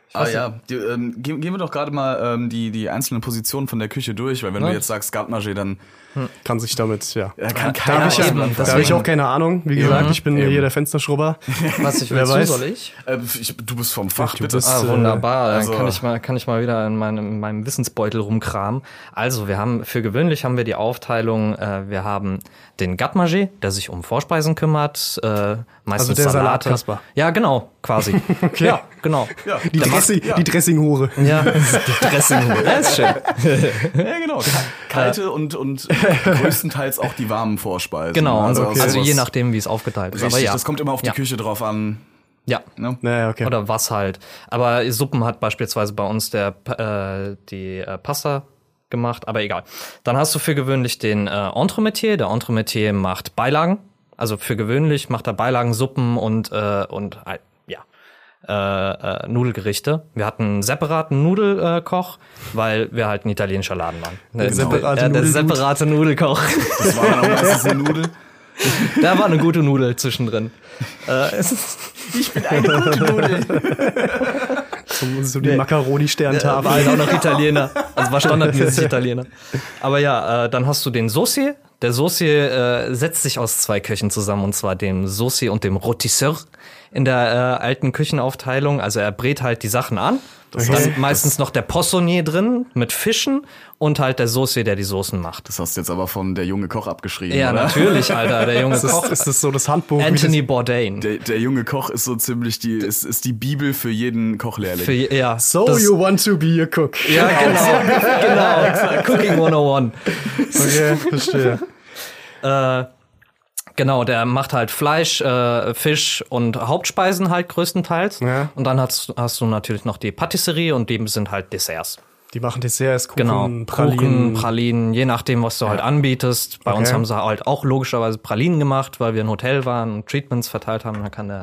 S4: Ah ja, die, ähm, gehen, gehen wir doch gerade mal ähm, die, die einzelnen Positionen von der Küche durch, weil wenn
S6: Ja.
S4: du jetzt sagst Garde-Manger, dann
S5: Kann sich damit, ja.
S4: ja, kann
S5: Da
S4: keiner
S5: habe ich,
S4: was
S5: ja,
S6: eben,
S4: mit
S5: da
S4: anfangen.
S5: hab ich auch keine Ahnung. Wie gesagt, ich bin
S4: Eben.
S5: hier der Fensterschrubber.
S6: Was ich
S5: Wer
S6: willst
S5: weiß.
S6: du, soll ich?
S4: Äh, ich, du bist vom Fach,
S5: Du
S4: bitte.
S5: bist-
S6: Ah,
S5: äh,
S6: wunderbar. Dann
S4: also-
S6: kann ich mal, kann ich mal wieder in meinem, in meinem Wissensbeutel rumkramen. Also, wir haben, für gewöhnlich haben wir die Aufteilung, äh, wir haben den Garde-Manger, der sich um Vorspeisen kümmert, äh, meistens
S5: Also der
S6: Salate.
S5: Salatkasper.
S6: Ja, genau, quasi. Okay. Ja, genau.
S4: Ja,
S5: Die,
S6: Der macht-
S5: Dressing,
S4: ja.
S5: die Dressinghure.
S6: Ja, die Dressinghure. Ja, ist schön.
S4: ja, genau. Ka- Kalte und, und größtenteils auch die warmen Vorspeisen.
S6: Genau, also,
S5: okay.
S6: also
S4: sowas-
S6: je nachdem, wie es aufgeteilt ist.
S4: Richtig,
S6: Aber ja.
S4: das kommt immer auf die
S6: Ja.
S4: Küche drauf an.
S6: Ja.
S4: Ne?
S5: Naja, okay.
S6: Oder was halt. Aber Suppen hat beispielsweise bei uns der äh, die äh, Pasta gemacht, aber egal. Dann hast du für gewöhnlich den äh, Entremetier. Der Entremetier macht Beilagen. Also für gewöhnlich macht er Beilagen, Suppen und äh, und äh, ja äh, äh, Nudelgerichte. Wir hatten einen separaten Nudelkoch, weil wir halt ein italienischer Laden waren. Der,
S5: separate
S6: äh, der
S5: Nudeldude.
S6: separate Nudelkoch.
S4: Das war dann auch meistens eine Nudel.
S6: Da war eine gute Nudel zwischendrin. Äh, es ist
S4: Ich bin eine gute Nudel.
S5: So, so die
S6: Nee.
S5: Macaroni-Sterntafel.
S6: war halt auch noch Italiener. Also war standardmäßig Italiener. Aber ja, äh, dann hast du den Saucier. Der Saucier äh, setzt sich aus zwei Köchen zusammen, und zwar dem Saucier und dem Rôtisseur in der äh, alten Küchenaufteilung. Also er brät halt die Sachen an.
S5: Okay.
S6: Dann meistens noch der Poissonnier drin mit Fischen und halt der Saucier, der die Soßen macht.
S4: Das hast du jetzt aber von der junge Koch abgeschrieben,
S6: Ja,
S4: oder?
S6: natürlich, Alter, der junge
S5: Ist das,
S6: Koch.
S5: ist das so das Handbuch? wie
S6: Anthony Bourdain.
S4: Der, der junge Koch ist so ziemlich die, ist, ist die Bibel für jeden Kochlehrling.
S6: Für, ja,
S5: das, so
S6: das,
S5: you want to be a cook.
S6: ja, genau, genau. Cooking hundertundeins.
S5: Okay, verstehe.
S6: Äh, genau, der macht halt Fleisch, äh, Fisch und Hauptspeisen halt größtenteils.
S5: Ja.
S6: Und dann hast, hast du natürlich noch die Patisserie und die sind halt Desserts.
S5: Die machen Desserts, Kuchen,
S6: Genau,
S5: Pralinen.
S6: Kuchen, Pralinen, je nachdem, was du halt anbietest. Bei uns
S5: Okay.
S6: haben sie halt auch logischerweise Pralinen gemacht, weil wir ein Hotel waren und Treatments verteilt haben. Da kann der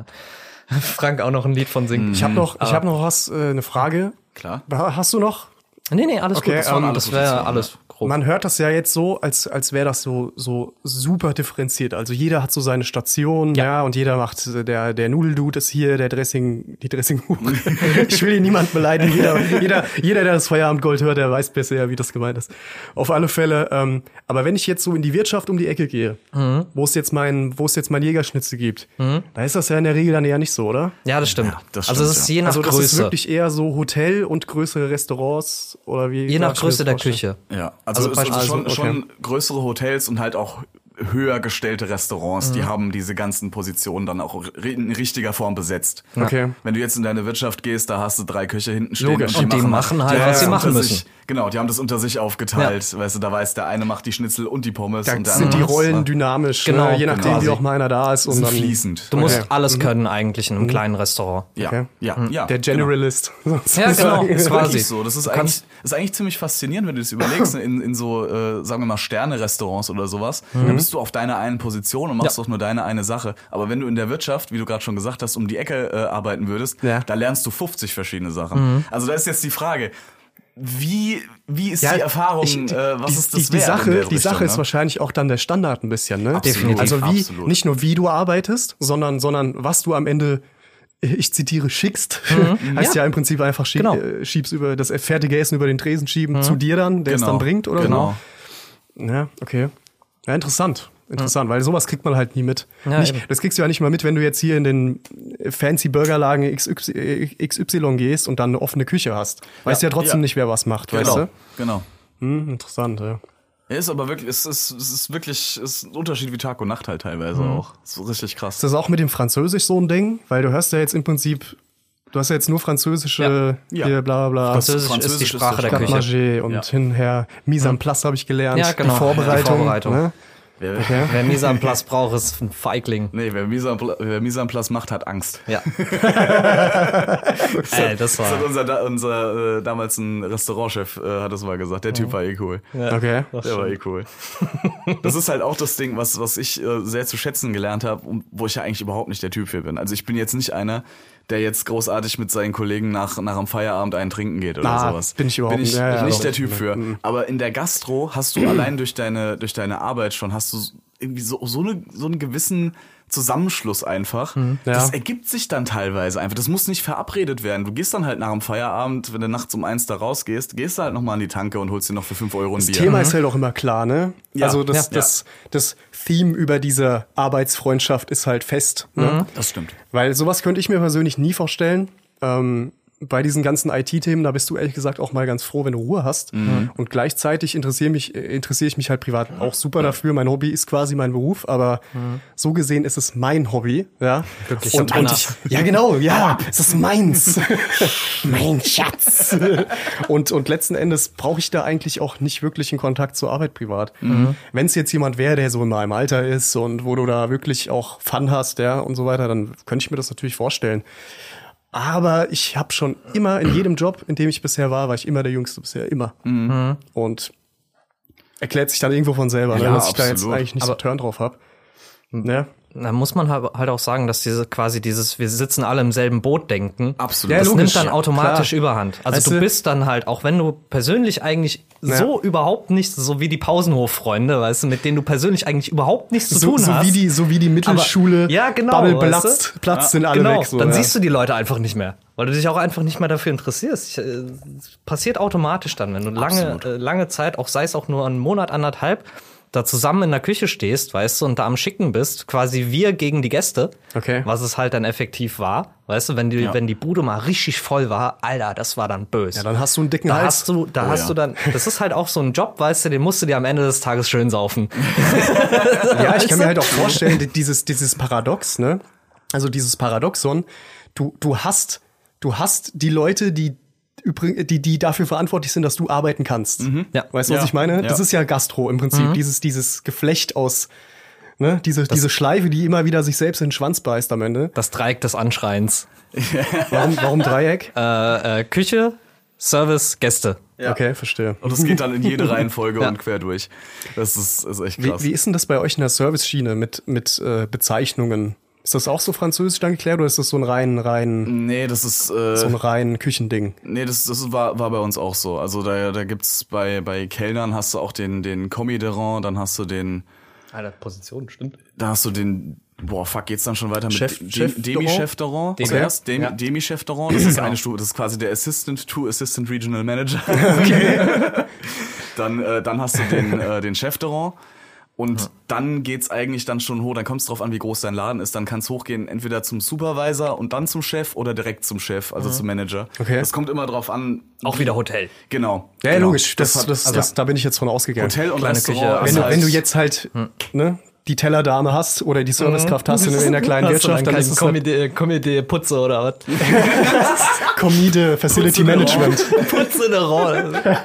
S6: Frank auch noch ein Lied von singen.
S5: Ich habe noch, ich hab noch was, äh, eine Frage.
S4: Klar.
S5: Hast du noch?
S6: Nee, nee, alles
S5: Okay,
S6: gut. Das,
S5: ähm,
S6: war, das wäre alles grob.
S5: Man hört das ja jetzt so, als, als wäre das so, so super differenziert. Also jeder hat so seine Station, ja,
S6: Ja.
S5: und jeder macht, äh, der, der Nudeldude ist hier, der Dressing, die Dressinghure. Ich will hier niemand beleidigen. Jeder, jeder, jeder, der das Feierabendgold hört, der weiß besser, wie das gemeint ist. Auf alle Fälle, ähm, aber wenn ich jetzt so in die Wirtschaft um die Ecke gehe,
S6: Mhm.
S5: wo es jetzt mein, wo es jetzt mein Jägerschnitzel gibt, da ist das ja in der Regel dann eher nicht so, oder?
S6: Ja, das stimmt.
S4: das
S6: also es
S4: stimmt,
S6: ist
S4: ja.
S6: je nach
S5: Also das
S6: Größe.
S5: ist wirklich eher so Hotel und größere Restaurants oder wie?
S6: je nach
S5: darf ich mir
S6: Größe
S5: das
S6: der
S5: vorstellen?
S6: Küche.
S4: Ja, also,
S6: Also
S4: es
S6: beispielsweise-
S4: ist schon,
S5: okay.
S4: schon größere Hotels und halt auch höher gestellte Restaurants,
S6: Mhm.
S4: die haben diese ganzen Positionen dann auch ri- in richtiger Form besetzt.
S5: Okay.
S4: Wenn du jetzt in deine Wirtschaft gehst, da hast du drei Köche hinten stehen.
S5: Logisch.
S6: Und die machen halt, was
S4: das
S6: sie machen
S4: unter
S6: müssen.
S4: Sich, genau, die haben das unter sich aufgeteilt. Weißt du, da weiß der eine macht die Schnitzel und die Pommes.
S5: Da
S4: und der
S5: sind die
S4: andere macht's,
S5: Rollen
S4: ne?
S5: dynamisch,
S6: Genau,
S5: ne? Je nachdem,
S6: quasi.
S5: wie auch mal einer da ist. Und
S4: sind
S5: dann
S4: fließend.
S6: Du musst
S5: Okay.
S6: alles können eigentlich in einem kleinen Restaurant.
S4: Ja,
S5: Okay.
S4: ja, ja.
S5: der Generalist.
S6: Ja,
S5: sozusagen.
S6: genau.
S4: Das ist
S6: Quasi.
S4: wirklich so. Das ist eigentlich, das ist eigentlich ziemlich faszinierend, wenn du das überlegst, in, in so, äh, sagen wir mal, Sterne-Restaurants oder sowas. Da bist du auf deiner einen Position und machst
S6: Ja.
S4: doch nur deine eine Sache. Aber wenn du in der Wirtschaft, wie du gerade schon gesagt hast, um die Ecke äh, arbeiten würdest,
S5: Ja.
S4: da lernst du fünfzig verschiedene Sachen. Also da ist jetzt die Frage, wie, wie ist die Erfahrung,
S5: ich- die,
S4: äh, was
S5: die,
S4: ist das
S5: die, die
S4: wert in
S5: Sache,
S4: der
S5: die
S4: Richtung,
S5: Sache ist
S4: ne?
S5: wahrscheinlich auch dann der Standard ein bisschen, ne?
S6: Definitiv,
S5: Also wie,
S4: absolut.
S5: nicht nur wie du arbeitest, sondern, sondern was du am Ende, ich zitiere, schickst. heißt ja.
S6: Ja.
S5: im Prinzip einfach schieb,
S6: Genau.
S5: äh, schiebst über das fertige Essen über den Tresen schieben zu dir dann, der es
S4: Genau.
S5: dann bringt oder
S4: Genau.
S5: so. Ja, okay. Ja, interessant. Interessant, weil sowas kriegt man halt nie mit.
S6: Ja,
S5: nicht,
S6: eben.
S5: das kriegst du ja nicht mal mit, wenn du jetzt hier in den fancy Burgerlagen X Y gehst und dann eine offene Küche hast. Weißt ja, ja trotzdem
S4: ja.
S5: nicht, wer was macht, weißt
S4: Genau,
S5: du?
S4: genau.
S5: Hm, interessant, ja.
S4: Ja, ist aber wirklich, es ist, es ist wirklich, es ist ein Unterschied wie Tag und Nacht halt teilweise
S5: Mhm.
S4: auch. So richtig krass.
S5: Ist das auch mit dem Französisch so ein Ding? Weil du hörst ja jetzt im Prinzip, du hast ja jetzt nur französische,
S4: Ja.
S5: hier bla bla bla.
S6: Französisch,
S4: Französisch
S6: ist die
S4: ist
S6: Sprache
S4: das
S6: der
S5: Garde
S6: Küche.
S5: Manger und
S4: Ja.
S5: hinher Mise en place habe ich gelernt.
S6: Ja, genau.
S5: Die Vorbereitung.
S6: Die Vorbereitung.
S5: Ne?
S4: Wer,
S6: Wer Mise en place braucht, ist ein Feigling.
S4: Nee, wer Mise en Pla- wer Mise en place macht, hat Angst.
S6: Ja. Ey, das
S4: Das hat
S6: war.
S4: unser, da- unser äh, damals ein Restaurantchef äh, hat das mal gesagt. Der Typ war eh cool.
S5: Okay.
S4: Der war eh cool. Das ist halt auch das Ding, was, was ich äh, sehr zu schätzen gelernt habe und wo ich ja eigentlich überhaupt nicht der Typ für bin. Also ich bin jetzt nicht einer, der jetzt großartig mit seinen Kollegen nach, nach am Feierabend einen trinken geht oder
S5: Ah,
S4: sowas.
S5: bin ich überhaupt
S4: bin ich
S5: nicht. Ja, ja,
S4: nicht
S5: doch.
S4: der Typ für. Aber in der Gastro hast du allein durch deine, durch deine Arbeit schon, hast du irgendwie so, so, eine, so einen gewissen Zusammenschluss einfach.
S5: ja.
S4: Das ergibt sich dann teilweise einfach. Das muss nicht verabredet werden. Du gehst dann halt nach dem Feierabend, wenn du nachts um eins da rausgehst, gehst du halt nochmal an die Tanke und holst dir noch für fünf Euro ein
S5: Das
S4: Bier.
S5: Thema ist halt auch immer klar, ne?
S4: Ja.
S5: Also das,
S6: Ja.
S5: das, das Theme über diese Arbeitsfreundschaft ist halt fest. Ne?
S4: Das stimmt.
S5: Weil sowas könnte ich mir persönlich nie vorstellen. Ähm, bei diesen ganzen I T-Themen, da bist du ehrlich gesagt auch mal ganz froh, wenn du Ruhe hast.
S4: Mhm.
S5: Und gleichzeitig interessiere mich, äh, interessiere ich mich halt privat auch super dafür. Mein Hobby ist quasi mein Beruf, aber
S4: Mhm.
S5: so gesehen ist es mein Hobby. Ja,
S6: Glücklicher
S5: und, und
S6: Penner.
S5: ich, ja genau, ja, es ist meins, mein Schatz. Und und letzten Endes brauche ich da eigentlich auch nicht wirklich einen Kontakt zur Arbeit privat.
S4: Mhm.
S5: Wenn es jetzt jemand wäre, der so in meinem Alter ist und wo du da wirklich auch Fun hast, ja und so weiter, dann könnte ich mir das natürlich vorstellen. Aber ich habe schon immer in jedem Job, in dem ich bisher war, war ich immer der Jüngste bisher, immer.
S4: Mhm.
S5: Und erklärt sich dann irgendwo von selber, ne,
S4: Ja,
S5: dass ich da jetzt
S4: absolut.
S5: eigentlich nicht
S6: Aber-
S5: so Turn drauf habe. Ne?
S6: Da muss man halt halt auch sagen, dass diese quasi dieses, wir sitzen alle im selben Boot denken.
S4: Absolut.
S5: Ja,
S6: Das
S5: logisch,
S6: nimmt dann
S5: ja,
S6: automatisch
S5: klar.
S6: Überhand. Also
S5: Weißt
S6: du
S5: du-
S6: bist dann halt, auch wenn du persönlich eigentlich so überhaupt nichts, so wie die Pausenhof-Freunde, weißt du, mit denen du persönlich eigentlich überhaupt nichts zu
S5: So,
S6: tun
S5: so
S6: hast.
S5: wie die, so wie die Mittelschule,
S6: Aber- ja, genau,
S5: Bubble
S6: weißt du?
S5: platzt, platzt sind alle
S6: genau,
S5: weg. So,
S6: dann
S5: ja.
S6: siehst du die Leute einfach nicht mehr, weil du dich auch einfach nicht mehr dafür interessierst. Ich, äh, es passiert automatisch dann, wenn du lange,
S4: Absolut.
S6: äh, lange Zeit, auch sei es auch nur einen Monat, anderthalb, da zusammen in der Küche stehst, weißt du, und da am Schicken bist, quasi wir gegen die Gäste,
S5: Okay.
S6: was es halt dann effektiv war, weißt du, wenn die,
S4: Ja.
S6: wenn die Bude mal richtig voll war, Alter, das war dann böse.
S5: Ja, dann hast du einen dicken
S6: da
S5: Hals.
S6: hast du, da
S4: Oh
S6: hast
S4: ja.
S6: du dann, das ist halt auch so ein Job, weißt du, den musst du dir am Ende des Tages schön saufen.
S5: Ja, ich kann mir halt auch vorstellen, die- dieses, dieses Paradox, ne? Also dieses Paradoxon, du, du hast, du hast die Leute, die übrig, die, die dafür verantwortlich sind, dass du arbeiten kannst.
S6: Ja.
S5: Weißt du, was
S4: Ja.
S5: ich meine?
S4: Ja.
S5: Das ist ja Gastro im Prinzip, dieses, dieses Geflecht aus, ne, diese, diese Schleife, die immer wieder sich selbst in den Schwanz beißt am Ende.
S6: Das Dreieck des Anschreiens.
S5: Warum, warum Dreieck?
S6: Äh, äh, Küche, Service, Gäste.
S4: Ja.
S5: Okay, verstehe.
S4: Und es geht dann in jede Reihenfolge
S6: Ja.
S4: und quer durch. Das ist, ist echt
S5: Wie,
S4: krass.
S5: wie ist denn das bei euch in der Service-Schiene mit, mit äh, Bezeichnungen? Ist das auch so französisch dann geklärt oder ist das so ein rein, rein,
S4: Nee, das ist äh,
S5: so ein rein Küchending?
S4: nee, das das war war bei uns auch so. Also da da gibt's bei bei Kellnern hast du auch den den Commis de Rang, dann hast du den
S6: Alter, Position, stimmt.
S4: da hast du den boah, fuck, geht's dann schon weiter mit
S5: Chef-
S4: De-
S5: Chef
S4: Demi-Chef de Rang
S6: Demi.
S4: zuerst, Demi,
S6: Ja.
S4: Demi-Chef de Rang, das ist eine Stufe, das ist quasi der Assistant to Assistant Regional Manager. dann äh, dann hast du den äh, den Chef de Rang. Und dann geht's eigentlich dann schon hoch, dann kommt es drauf an, wie groß dein Laden ist. Dann kann es hochgehen, entweder zum Supervisor und dann zum Chef oder direkt zum Chef, also zum Manager.
S5: Okay.
S4: Das kommt immer drauf an.
S6: Auch wieder Hotel.
S4: Genau.
S5: Ja,
S4: genau.
S5: logisch. Das, das,
S4: hat-
S5: das,
S4: also
S5: da bin ich jetzt von ausgegangen.
S4: Hotel und
S6: kleine
S4: Restaurant.
S6: Küche,
S4: ist
S5: wenn, du,
S4: halt-
S5: wenn du jetzt halt ne, die Tellerdame hast oder die Servicekraft hast in, in der kleinen Wirtschaft, dann ist es halt
S6: Komitee Putze oder was?
S5: Comide Facility
S4: Putze
S5: Management.
S6: Putze eine Rolle.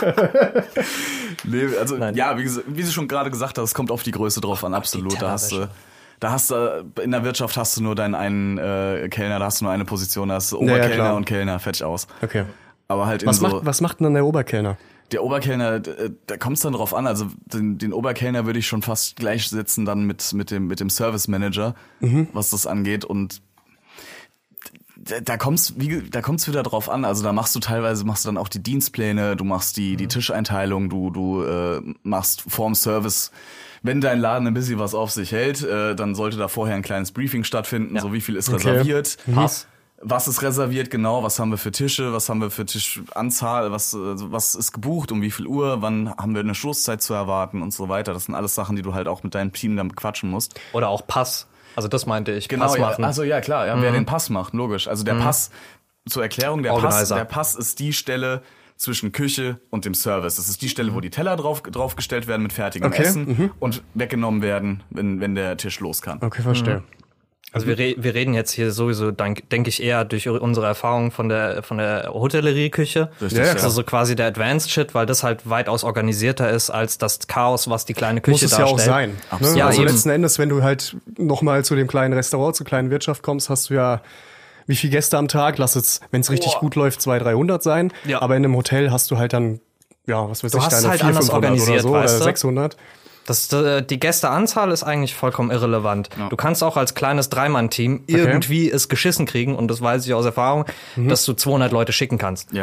S4: Nee, also
S6: Nein.
S4: ja, wie, ges- wie sie schon gerade gesagt hat, es kommt auf die Größe drauf an, absolut. Da hast du, da hast du, in der Wirtschaft hast du nur deinen einen äh, Kellner, da hast du nur eine Position, da hast du
S5: Ja, ja,
S4: Oberkellner
S5: klar.
S4: und Kellner, fertig aus.
S5: Okay.
S4: Aber halt in
S5: Was
S4: so,
S5: macht, was macht denn dann der Oberkellner?
S4: der Oberkellner, d- äh, da kommt es dann drauf an, also den, den Oberkellner würde ich schon fast gleichsetzen dann mit, mit dem, mit dem Service Manager, was das angeht und da, da kommt's wie ge- da kommt's wieder drauf an, also da machst du teilweise machst du dann auch die Dienstpläne, du machst die die Tischeinteilung, du du äh, machst vorm Service, wenn dein Laden ein bisschen was auf sich hält, äh, dann sollte da vorher ein kleines Briefing stattfinden, so wie viel ist
S5: Okay.
S4: reserviert,
S6: Pass.
S4: was ist reserviert genau, was haben wir für Tische, was haben wir für Tischanzahl, was also was ist gebucht, um wie viel Uhr, wann haben wir eine Schlusszeit zu erwarten und so weiter. Das sind alles Sachen, die du halt auch mit deinem Team dann quatschen musst.
S6: Oder auch Pass. Also das meinte ich.
S4: Genau,
S6: Pass
S4: ja.
S6: machen.
S4: Also ja, klar, ja, wer den Pass macht, logisch. Also der Pass, zur Erklärung, der Pass,
S6: Organizer.
S4: der Pass ist die Stelle zwischen Küche und dem Service. Das ist die Stelle, wo die Teller drauf draufgestellt werden mit fertigem
S5: Okay,
S4: Essen und weggenommen werden, wenn wenn der Tisch los kann.
S5: Okay, verstehe.
S6: Also wir, re wir reden jetzt hier sowieso, denke denk ich, eher durch unsere Erfahrung von der von der Hotellerieküche.
S4: Richtig,
S5: Ja, ja,
S6: Also so quasi der Advanced Shit, weil das halt weitaus organisierter ist als das Chaos, was die kleine Küche
S5: Muss es ja
S6: darstellt.
S5: auch sein. Ne?
S4: Absolut.
S6: Ja,
S5: also
S6: eben.
S5: letzten Endes, wenn du halt nochmal zu dem kleinen Restaurant, zur kleinen Wirtschaft kommst, hast du ja wie viele Gäste am Tag? Lass es, wenn es richtig
S6: Boah.
S5: gut läuft, zweihundert, dreihundert sein.
S6: Ja.
S5: Aber in einem Hotel hast du halt dann, ja, was weiß
S6: Du
S5: ich,
S6: hast
S5: deine
S6: halt
S5: vierhundert,
S6: anders
S5: fünfhundert oder
S6: organisiert,
S5: so,
S6: weißt
S5: oder
S6: du?
S5: sechshundert.
S6: Das, äh, die Gästeanzahl ist eigentlich vollkommen irrelevant. Du kannst auch als kleines Dreimann-Team irgendwie es geschissen kriegen, und das weiß ich aus Erfahrung, dass du zweihundert Leute schicken kannst.
S4: Ja.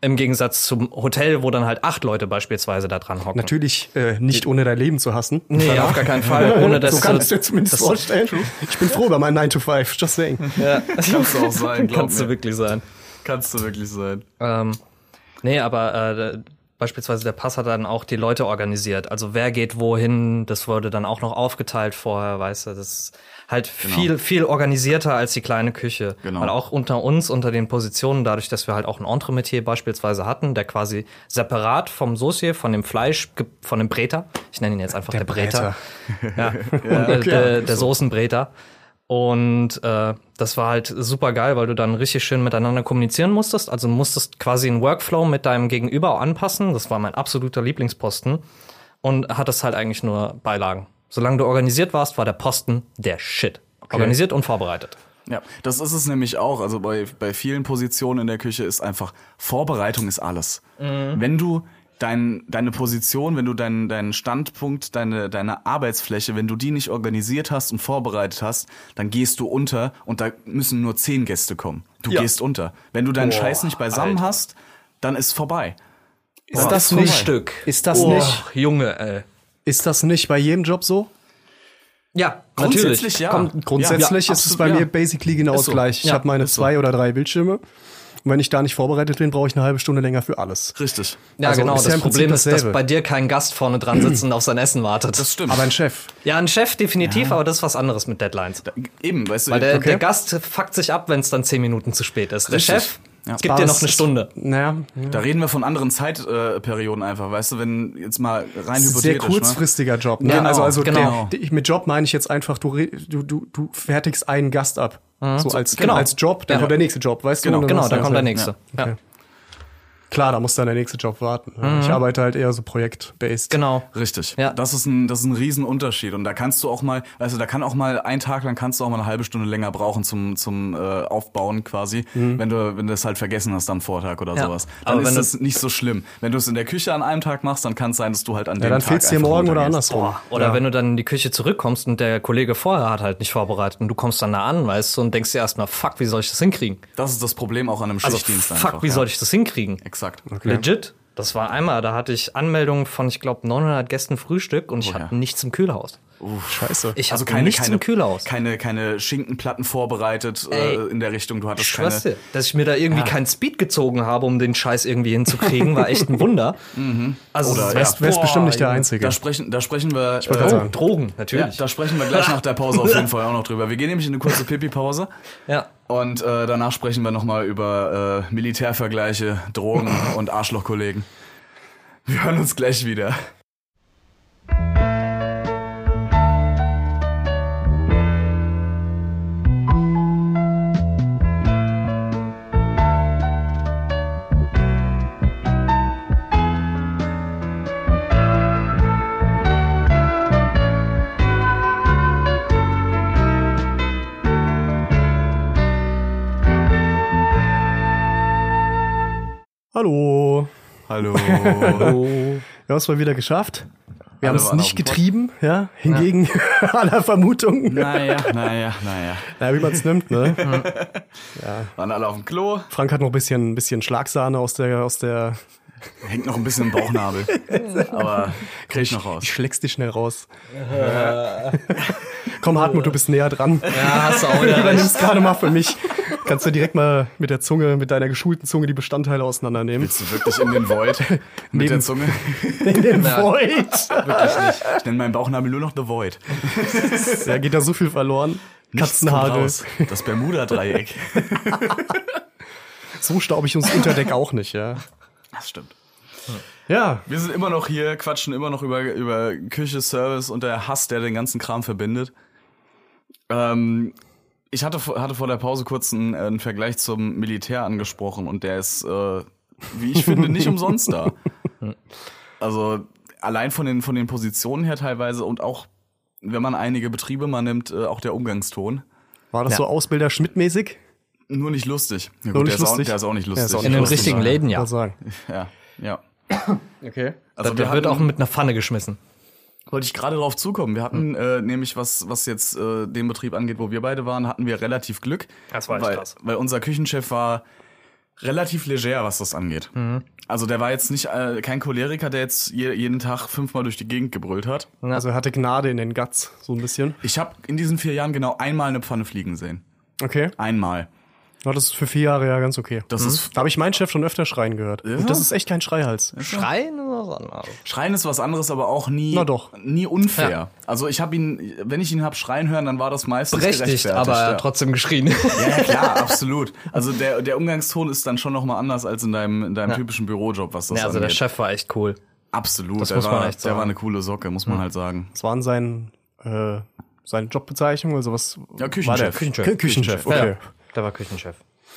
S6: Im Gegensatz zum Hotel, wo dann halt acht Leute beispielsweise da dran hocken.
S5: Natürlich äh, nicht ohne dein Leben zu hassen.
S6: Nee, auf gar keinen Fall. Ohne dass
S5: so kann ich
S6: du-
S5: dir zumindest
S6: das-
S5: vorstellen. Ich bin froh über meinen nine to five, just saying.
S6: Ja.
S4: Kannst du auch sein, glaub
S6: Kannst du
S4: mir.
S6: wirklich sein.
S4: Kannst du wirklich sein.
S6: Ähm, nee, aber äh, beispielsweise der Pass hat dann auch die Leute organisiert. Also wer geht wohin, das wurde dann auch noch aufgeteilt vorher, weißt du. Das ist halt viel, viel organisierter als die kleine Küche.
S4: Genau.
S6: Weil auch unter uns, unter den Positionen, dadurch, dass wir halt auch einen Entremetier beispielsweise hatten, der quasi separat vom Saucier, von dem Fleisch, ge- von dem Bräter, ich nenne ihn jetzt einfach der, Bräter. Ja, und, äh, der, der Soßenbräter. Und äh, das war halt super geil, weil du dann richtig schön miteinander kommunizieren musstest. Also musstest quasi einen Workflow mit deinem Gegenüber anpassen. Das war mein absoluter Lieblingsposten. Und hattest halt eigentlich nur Beilagen. Solange du organisiert warst, war der Posten der Shit. Organisiert und vorbereitet.
S4: Ja, das ist es nämlich auch. Also bei, bei vielen Positionen in der Küche ist einfach, Vorbereitung ist alles. Wenn du dein, deine Position, wenn du deinen deinen Standpunkt, deine, deine Arbeitsfläche, wenn du die nicht organisiert hast und vorbereitet hast, dann gehst du unter und da müssen nur zehn Gäste kommen. Du
S6: Ja.
S4: gehst unter. Wenn du deinen
S6: Boah,
S4: Scheiß nicht beisammen
S6: Alter.
S4: hast, dann ist vorbei.
S5: Ist das nicht,
S6: Frühstück.
S5: ist das
S6: Oh,
S5: nicht,
S6: Junge, ey.
S5: ist das nicht bei jedem Job so?
S6: Ja,
S4: Grundsätzlich
S6: natürlich.
S4: ja.
S5: Kommt, grundsätzlich
S4: Ja,
S5: ist es
S4: absolut,
S5: bei
S4: ja.
S5: mir basically genau
S4: Ist
S5: das
S4: so.
S5: gleiche. Ich
S6: Ja,
S5: habe meine
S4: ist so.
S5: zwei oder drei Bildschirme. Und wenn ich da nicht vorbereitet bin, brauche ich eine halbe Stunde länger für alles.
S4: Richtig.
S6: Ja,
S5: Also
S6: genau.
S5: ist ja
S6: Das
S5: im Prinzip
S6: Problem ist, dass
S5: dasselbe.
S6: bei dir kein Gast vorne dran sitzt und auf sein Essen wartet.
S4: Das stimmt.
S5: Aber ein Chef.
S6: Ja, ein Chef definitiv, aber das ist was anderes mit Deadlines.
S4: Eben, weißt du,
S6: Weil der,
S5: Okay.
S6: der Gast fuckt sich ab, wenn es dann zehn Minuten zu spät ist. Der
S4: Richtig.
S6: Chef
S4: Ja.
S6: gibt dir noch eine
S5: Spaß.
S6: Stunde.
S5: Naja,
S4: da reden wir von anderen Zeitperioden einfach, weißt du, wenn jetzt mal rein
S5: das ist ein
S4: hypothetisch,
S5: sehr
S4: ne?
S5: kurzfristiger Job. Ne?
S6: Genau,
S5: also also
S6: genau.
S5: der, der, mit Job meine ich jetzt einfach, du, re- du, du, du fertigst einen Gast ab. So als,
S6: genau.
S5: als Job, dann
S6: Ja.
S5: kommt der nächste Job, weißt
S4: Genau,
S5: du? Und
S6: Genau,
S5: hast
S6: da
S5: du
S6: kommt der
S5: also-
S6: nächste. Ja.
S5: Okay. Klar, da muss dann der nächste Job warten.
S6: Mhm.
S5: Ich arbeite halt eher so projektbased.
S6: Genau.
S4: Richtig.
S6: Ja.
S4: Das ist ein, das ist ein Riesenunterschied. Und da kannst du auch mal, also da kann auch mal ein Tag lang kannst du auch mal eine halbe Stunde länger brauchen zum, zum äh, Aufbauen quasi, wenn du, wenn du es halt vergessen hast am Vortag oder
S6: Mhm. Ja.
S4: sowas. Dann
S6: Aber
S4: ist
S6: wenn
S4: das nicht so schlimm. Wenn du es in der Küche an einem Tag machst, dann kann es sein, dass du halt an
S5: Ja,
S4: dem
S5: dann
S4: Tag
S5: fehlt's dir
S4: einfach
S5: morgen oder
S4: runtergehst.
S5: andersrum.
S6: Oder
S5: ja.
S6: wenn du dann in die Küche zurückkommst und der Kollege vorher hat halt nicht vorbereitet und du kommst dann da an, weißt du, und denkst dir erstmal, fuck, wie soll ich das hinkriegen?
S4: Das ist das Problem auch an einem
S6: Also,
S4: Schichtdienst
S6: fuck,
S4: einfach.
S6: wie
S4: ja.
S6: soll ich das hinkriegen?
S4: Exakt.
S6: Legit. Das war einmal, da hatte ich Anmeldungen von, ich glaube, neunhundert Gästen Frühstück und ich
S4: Oh ja.
S6: hatte nichts im Kühlhaus.
S5: Scheiße.
S6: Ich
S4: Also
S6: hatte
S4: keine,
S6: nichts
S4: keine,
S6: im Kühlhaus.
S4: keine, keine Schinkenplatten vorbereitet äh,
S6: Ey.
S4: in der Richtung. Du hattest
S6: Ich
S4: keine.
S6: schwör's dir, dass ich mir da irgendwie keinen Speed gezogen habe, um den Scheiß irgendwie hinzukriegen, war echt ein Wunder. Also,
S4: Oder,
S6: das
S4: ja.
S5: Wärst, wärst
S6: Boah,
S5: bestimmt nicht der
S6: Junge.
S5: Einzige.
S4: Da sprechen, da sprechen wir.
S5: wollte gerade
S4: äh,
S5: sagen.
S6: Drogen,
S4: ja,
S6: natürlich.
S4: da sprechen wir gleich nach der Pause auf jeden Fall auch noch drüber. Wir gehen nämlich in eine kurze Pipi-Pause.
S6: Ja.
S4: Und äh, danach sprechen wir nochmal über äh, Militärvergleiche, Drogen und Arschlochkollegen. Wir hören uns gleich wieder.
S5: Hallo.
S4: Hallo.
S5: Wir haben es mal wieder geschafft. Wir haben
S4: Alle
S5: es
S4: waren
S5: nicht
S4: auf dem Pott.
S5: getrieben, ja, hingegen aller Vermutungen.
S4: naja, naja, naja.
S5: Ja, wie man es nimmt, ne?
S4: Waren alle auf dem Klo,
S5: Frank hat noch ein bisschen, bisschen Schlagsahne aus der, aus der,
S4: hängt noch ein bisschen im Bauchnabel. Aber krieg ich noch raus.
S5: ich schlägst dich schnell raus. Komm, Hartmut, du bist näher dran.
S6: Ja, hast du auch
S5: Du
S6: wieder recht.
S5: übernimmst gerade mal für mich. Kannst du direkt mal mit der Zunge, mit deiner geschulten Zunge die Bestandteile auseinandernehmen.
S4: Willst du wirklich in den Void mit
S5: Neben-
S4: der Zunge?
S5: In den Void.
S4: Wirklich nicht. Ich nenne meinen Bauchnabel nur noch The Void.
S5: Da geht da so viel verloren.
S4: Nichts kommt
S5: Katzenhaare.
S4: raus. Das Bermuda-Dreieck.
S5: So staub ich uns Unterdeck auch nicht, ja.
S4: Das stimmt.
S5: Ja,
S4: Wir sind immer noch hier, quatschen immer noch über, über Küche, Service und der Hass, der den ganzen Kram verbindet. Ähm, ich hatte, vor- hatte vor der Pause kurz einen, einen Vergleich zum Militär angesprochen und der ist, äh, wie ich finde, nicht umsonst da. Also allein von den, von den Positionen her teilweise und auch, wenn man einige Betriebe mal nimmt, äh, auch der Umgangston.
S5: war das
S6: Ja.
S5: so Ausbilder Schmidt-mäßig?
S4: Nur nicht lustig. Ja,
S5: Nur
S4: gut,
S5: nicht
S4: der, ist auch,
S5: lustig?
S4: der ist auch nicht
S5: Ja,
S4: lustig.
S5: ist auch
S6: In
S5: nicht
S6: den
S5: lustig.
S6: richtigen Läden, ja.
S5: Mal sagen.
S4: Ja, ja.
S5: Okay.
S4: Also
S6: da
S4: wir
S6: wird auch
S4: hatten-
S6: mit einer Pfanne geschmissen.
S4: Wollte ich gerade drauf zukommen. Wir hatten äh, nämlich, was was jetzt äh, den Betrieb angeht, wo wir beide waren, hatten wir relativ Glück.
S6: Das war echt
S4: weil,
S6: krass.
S4: Weil unser Küchenchef war relativ leger, was das angeht.
S6: Mhm.
S4: Also der war jetzt nicht äh, kein Choleriker, der jetzt je, jeden Tag fünfmal durch die Gegend gebrüllt hat.
S5: Also er hatte Gnade in den Guts, so ein bisschen.
S4: Ich habe in diesen vier Jahren genau einmal eine Pfanne fliegen sehen.
S5: Okay.
S4: Einmal.
S5: Ja, das ist für vier Jahre ja ganz okay.
S4: Das ist
S5: Da habe ich meinen Chef schon öfter schreien gehört.
S4: Ja?
S5: Und das ist echt kein Schreihals.
S6: Schreien oder was anderes?
S4: Schreien ist was anderes, aber auch nie,
S5: Na doch.
S4: nie unfair.
S6: Ja.
S4: Also ich habe ihn, wenn ich ihn hab schreien hören, dann war das meistens
S6: Berechtigt,
S4: gerechtfertigt,
S6: aber
S4: ja.
S6: trotzdem geschrien.
S4: Ja, ja, klar, absolut. Also der, der Umgangston ist dann schon nochmal anders als in deinem, in deinem
S6: Ja.
S4: typischen Bürojob, was das
S6: Ja, also der
S4: angeht.
S6: Chef war echt cool.
S4: Absolut,
S6: Das
S4: der,
S6: muss man
S4: war,
S6: echt
S4: der
S6: sagen.
S4: war eine coole Socke, muss man halt sagen.
S5: Das waren sein, äh, seine Jobbezeichnung, also was
S4: Ja, Küchenchef.
S5: war der?
S6: Küchenchef.
S5: Kü- Küchenchef, okay.
S6: Ja, der war Küchenchef.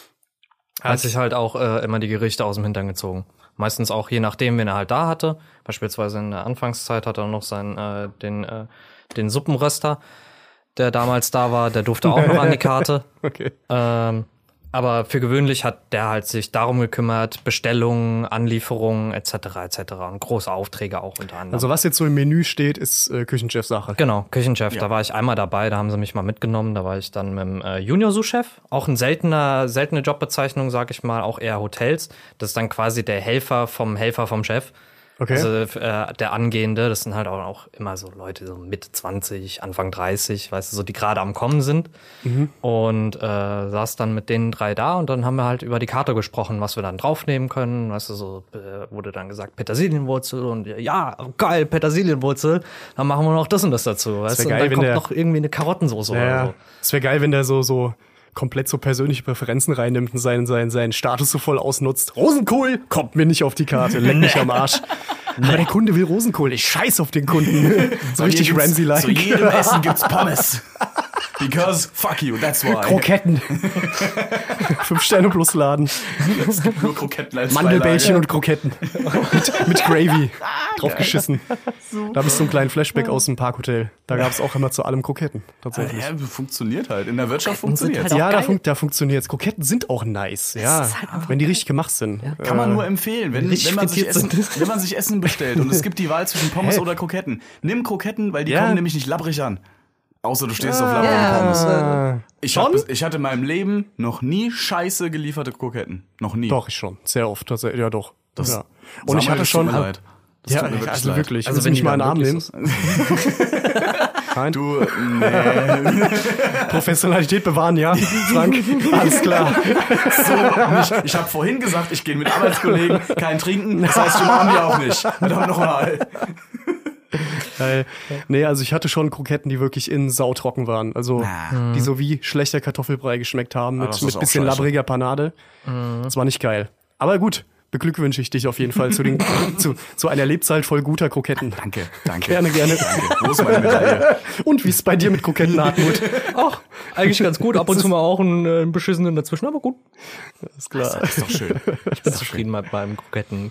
S6: Er hat sich halt auch äh, immer die Gerichte aus dem Hintern gezogen. Meistens auch je nachdem, wen er halt da hatte. Beispielsweise in der Anfangszeit hat er noch seinen, äh, den, äh, den Suppenröster, der damals da war, der durfte auch noch an die Karte.
S5: Okay.
S6: Ähm, aber für gewöhnlich hat der halt sich darum gekümmert, Bestellungen, Anlieferungen et cetera et cetera und große Aufträge auch unter anderem.
S5: Also was jetzt so im Menü steht, ist äh, Küchenchef-Sache.
S6: Genau, Küchenchef,
S4: Ja.
S6: da war ich einmal dabei, da haben sie mich mal mitgenommen, da war ich dann mit dem äh, Junior-Sous-Chef, auch ein seltener, seltene Jobbezeichnung, sag ich mal, auch eher Hotels. Das ist dann quasi der Helfer vom Helfer vom Chef.
S5: Okay.
S6: Also äh, der Angehende, das sind halt auch, auch immer so Leute, so Mitte zwanzig, Anfang dreißig, weißt du, so die gerade am Kommen sind.
S5: Mhm.
S6: Und äh, saß dann mit den drei da und dann haben wir halt über die Karte gesprochen, was wir dann draufnehmen können. Weißt du, so äh, wurde dann gesagt Petersilienwurzel und ja, geil, Petersilienwurzel, dann machen wir noch das und das dazu. Weißt
S5: wär
S6: du, und
S5: geil,
S6: dann
S5: wenn
S6: kommt
S5: der-
S6: noch irgendwie eine Karottensoße
S5: Ja,
S6: oder so.
S5: es wäre geil, wenn der so, so komplett so persönliche Präferenzen reinnimmt und seinen, seinen, seinen Status so voll ausnutzt. Rosenkohl kommt mir nicht auf die Karte, leck mich am Arsch. Aber der Kunde will Rosenkohl, ich scheiß auf den Kunden. So richtig
S4: Hier gibt's-
S5: Ramsey-like.
S4: Zu jedem Essen gibt's Pommes. Because fuck you, that's why.
S5: Kroketten. Fünf Sterne plus Laden.
S4: Es gibt nur Kroketten als
S5: Mandelbällchen
S4: Beilage.
S5: und Kroketten. mit, mit Gravy. Draufgeschissen. Da bist du ein kleinen Flashback aus dem Parkhotel. Da gab es auch immer zu allem Kroketten. Tatsächlich.
S4: Ja, funktioniert halt. In der Wirtschaft
S6: Kroketten sind
S4: funktioniert
S6: halt
S5: Ja,
S6: auch
S5: da,
S6: geil.
S5: fun da funktioniert's. Kroketten sind auch nice, ja.
S6: ist halt einfach
S5: Wenn die richtig gemacht sind.
S4: Kann man
S5: Äh,
S4: nur empfehlen, wenn,
S6: richtig
S4: wenn, man sich
S6: frittiert
S4: Essen,
S6: sind.
S4: wenn man sich Essen bestellt und es gibt die Wahl zwischen Pommes
S5: Hä?
S4: oder Kroketten. Nimm Kroketten, weil die
S5: Ja.
S4: kommen nämlich nicht labbrig an. Außer du stehst auf labbrige Pommes.
S5: Ah,
S4: Ich, hab, ich hatte in meinem Leben noch nie scheiße gelieferte Kroketten. Noch nie.
S5: doch, ich schon. Sehr oft. tatsächlich. Ja, doch.
S4: Das-
S5: ja. Und ich
S4: Samuel,
S5: hatte
S4: es
S5: schon.
S4: tut mir leid. Das
S5: Ja,
S4: tut mir wirklich
S5: also
S4: leid.
S5: wirklich.
S6: Also
S5: Willst du
S6: wenn
S5: mich
S6: die
S5: mal in den
S6: dann
S5: Arm nehmen?
S6: wirklich
S5: Nein.
S4: Du, nee.
S5: Professionalität bewahren, ja. Frank, alles klar.
S4: So, ich, ich habe vorhin gesagt, ich gehe mit Arbeitskollegen, kein Trinken. Das heißt, ich umarme die auch nicht. Verdammt nochmal.
S5: Geil. Nee, also ich hatte schon Kroketten, die wirklich innen sautrocken waren. Also
S4: Ah.
S5: die so wie schlechter Kartoffelbrei geschmeckt haben
S4: Ah,
S5: mit,
S4: das
S5: mit
S4: ist auch
S5: bisschen
S4: scheiße.
S5: labbriger Panade. Das war nicht geil. Aber gut, beglückwünsche ich dich auf jeden Fall zu, den, zu, zu einer Lebzeit voll guter Kroketten.
S4: Danke, danke.
S5: Gerne, gerne.
S4: Danke. Wo ist meine Medaille?
S5: Und wie ist bei dir mit Kroketten, Hartmut?
S6: Ach, eigentlich ganz gut. Ab und zu mal auch einen, äh, einen beschissenen dazwischen, aber gut.
S5: Ist klar.
S4: Ist doch schön.
S6: Ich bin zufrieden mit meinem Kroketten.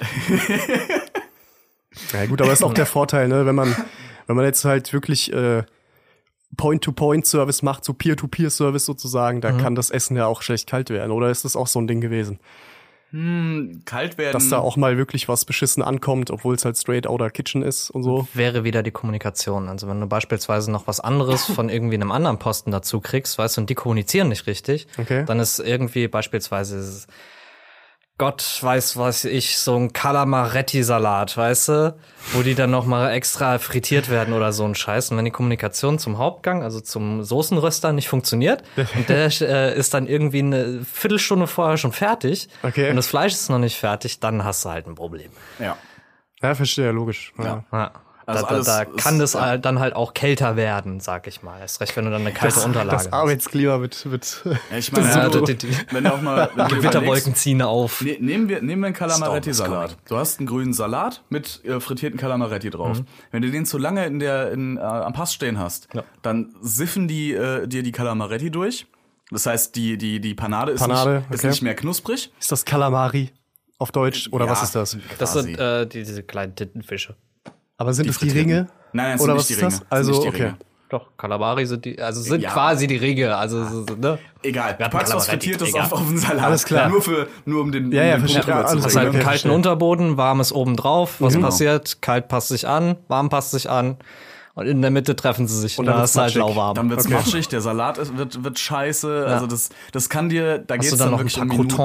S5: Ja gut, aber ist auch der Vorteil, ne, wenn man, wenn man jetzt halt wirklich äh, Point-to-Point-Service macht, so Peer-to-Peer-Service sozusagen, da kann das Essen ja auch schlecht kalt werden. Oder ist das auch so ein Ding gewesen?
S4: Kalt werden.
S5: Dass da auch mal wirklich was beschissen ankommt, obwohl es halt straight outer Kitchen ist und so.
S6: Wäre wieder die Kommunikation. Also wenn du beispielsweise noch was anderes von irgendwie einem anderen Posten dazu kriegst, weißt du, und die kommunizieren nicht richtig,
S5: Okay.
S6: dann ist irgendwie beispielsweise Gott weiß was ich, so ein Calamaretti-Salat, weißt du, wo die dann noch mal extra frittiert werden oder so ein Scheiß. Und wenn die Kommunikation zum Hauptgang, also zum Soßenröster nicht funktioniert und der äh, ist dann irgendwie eine Viertelstunde vorher schon fertig
S5: Okay.
S6: und das Fleisch ist noch nicht fertig, dann hast du halt ein Problem.
S4: Ja.
S5: Ja, verstehe, logisch. Ja.
S6: Ja.
S4: Also
S6: da da,
S4: alles
S6: da
S4: ist-
S6: kann das
S4: ja.
S6: halt dann halt auch kälter werden, sag ich mal. Erst recht, wenn du dann eine kalte Unterlage
S5: Das Arbeitsklima wird, wird
S4: Ja, ich meine,
S6: hast. Ja,
S4: du,
S6: die, die,
S4: wenn du auch mal wenn du
S6: Gewitterwolken ziehen auf.
S4: überlegst, ne, nehmen wir nehmen wir einen
S6: Storm is
S4: Calamaretti-Salat. Du hast einen grünen Salat mit äh, frittierten Calamaretti drauf. Wenn du den zu lange in der in, äh, am Pass stehen hast,
S6: Ja.
S4: dann siffen die äh, dir die Calamaretti durch. Das heißt, die die die Panade ist,
S5: Panade,
S4: nicht, ist
S5: okay.
S4: nicht mehr knusprig.
S5: ist das Kalamari auf Deutsch oder
S4: Ja.
S5: was ist das?
S6: Das
S4: quasi.
S6: sind äh, die, diese kleinen Tintenfische.
S5: Aber sind
S4: Die
S5: es die
S4: frittierten.
S5: Ringe?
S4: Nein, nein, es
S5: Oder
S4: sind
S5: was
S4: nicht die
S5: ist
S4: Ringe.
S5: das? Also,
S4: Es sind nicht die
S5: okay.
S4: Ringe.
S6: Doch, Kalabari sind die, also sind
S4: Ja.
S6: quasi die Ringe, also so, so, ne?
S4: Egal, du
S6: hatten
S4: packst was
S6: Calamaretti,
S4: Frittiertes
S6: egal.
S4: auf, auf den Salat.
S5: Alles klar.
S4: Nur für nur um den,
S5: Ja,
S4: um
S5: ja,
S4: den
S5: verstehe.
S4: Punkt
S5: Ja, alles
S6: Hast
S4: rüberzubringen.
S6: halt
S5: okay,
S6: einen kalten
S5: verstehe.
S6: Unterboden, warmes oben drauf. Was
S4: Genau.
S6: passiert? Kalt passt sich an, warm passt sich an. Und in der Mitte treffen sie sich. Und
S5: dann
S6: dann
S5: wird's
S6: hast du halt
S5: matschig.
S6: lauwarm.
S4: Dann wird's
S5: Okay.
S4: matschig, der Salat ist, wird, wird scheiße. Also das, das kann dir, da
S6: Hast
S4: geht's
S6: du
S4: dann
S6: dann noch ein
S4: wirklich
S6: paar
S4: um Minuten.
S6: Croutons?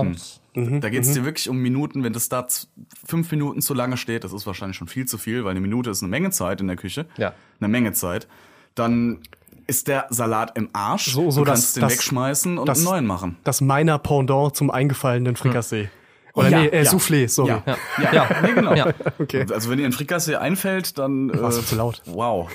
S4: Mhm, da geht es dir wirklich um Minuten, wenn das da z- fünf Minuten zu lange steht, das ist wahrscheinlich schon viel zu viel, weil eine Minute ist eine Menge Zeit in der Küche.
S6: Ja.
S4: Eine Menge Zeit. Dann ist der Salat im Arsch.
S5: So- so
S4: du kannst
S5: das-
S4: den
S5: das-
S4: wegschmeißen und
S5: das-
S4: einen neuen machen.
S5: Das meiner Pendant zum eingefallenen Frikassee. Oder nee, äh, Soufflé, sorry.
S4: Ja, ja. ja. Nee, genau.
S6: Ja.
S5: Okay.
S4: Also wenn ihr ein Frikassee einfällt, dann äh,
S5: War's zu laut.
S4: Wow.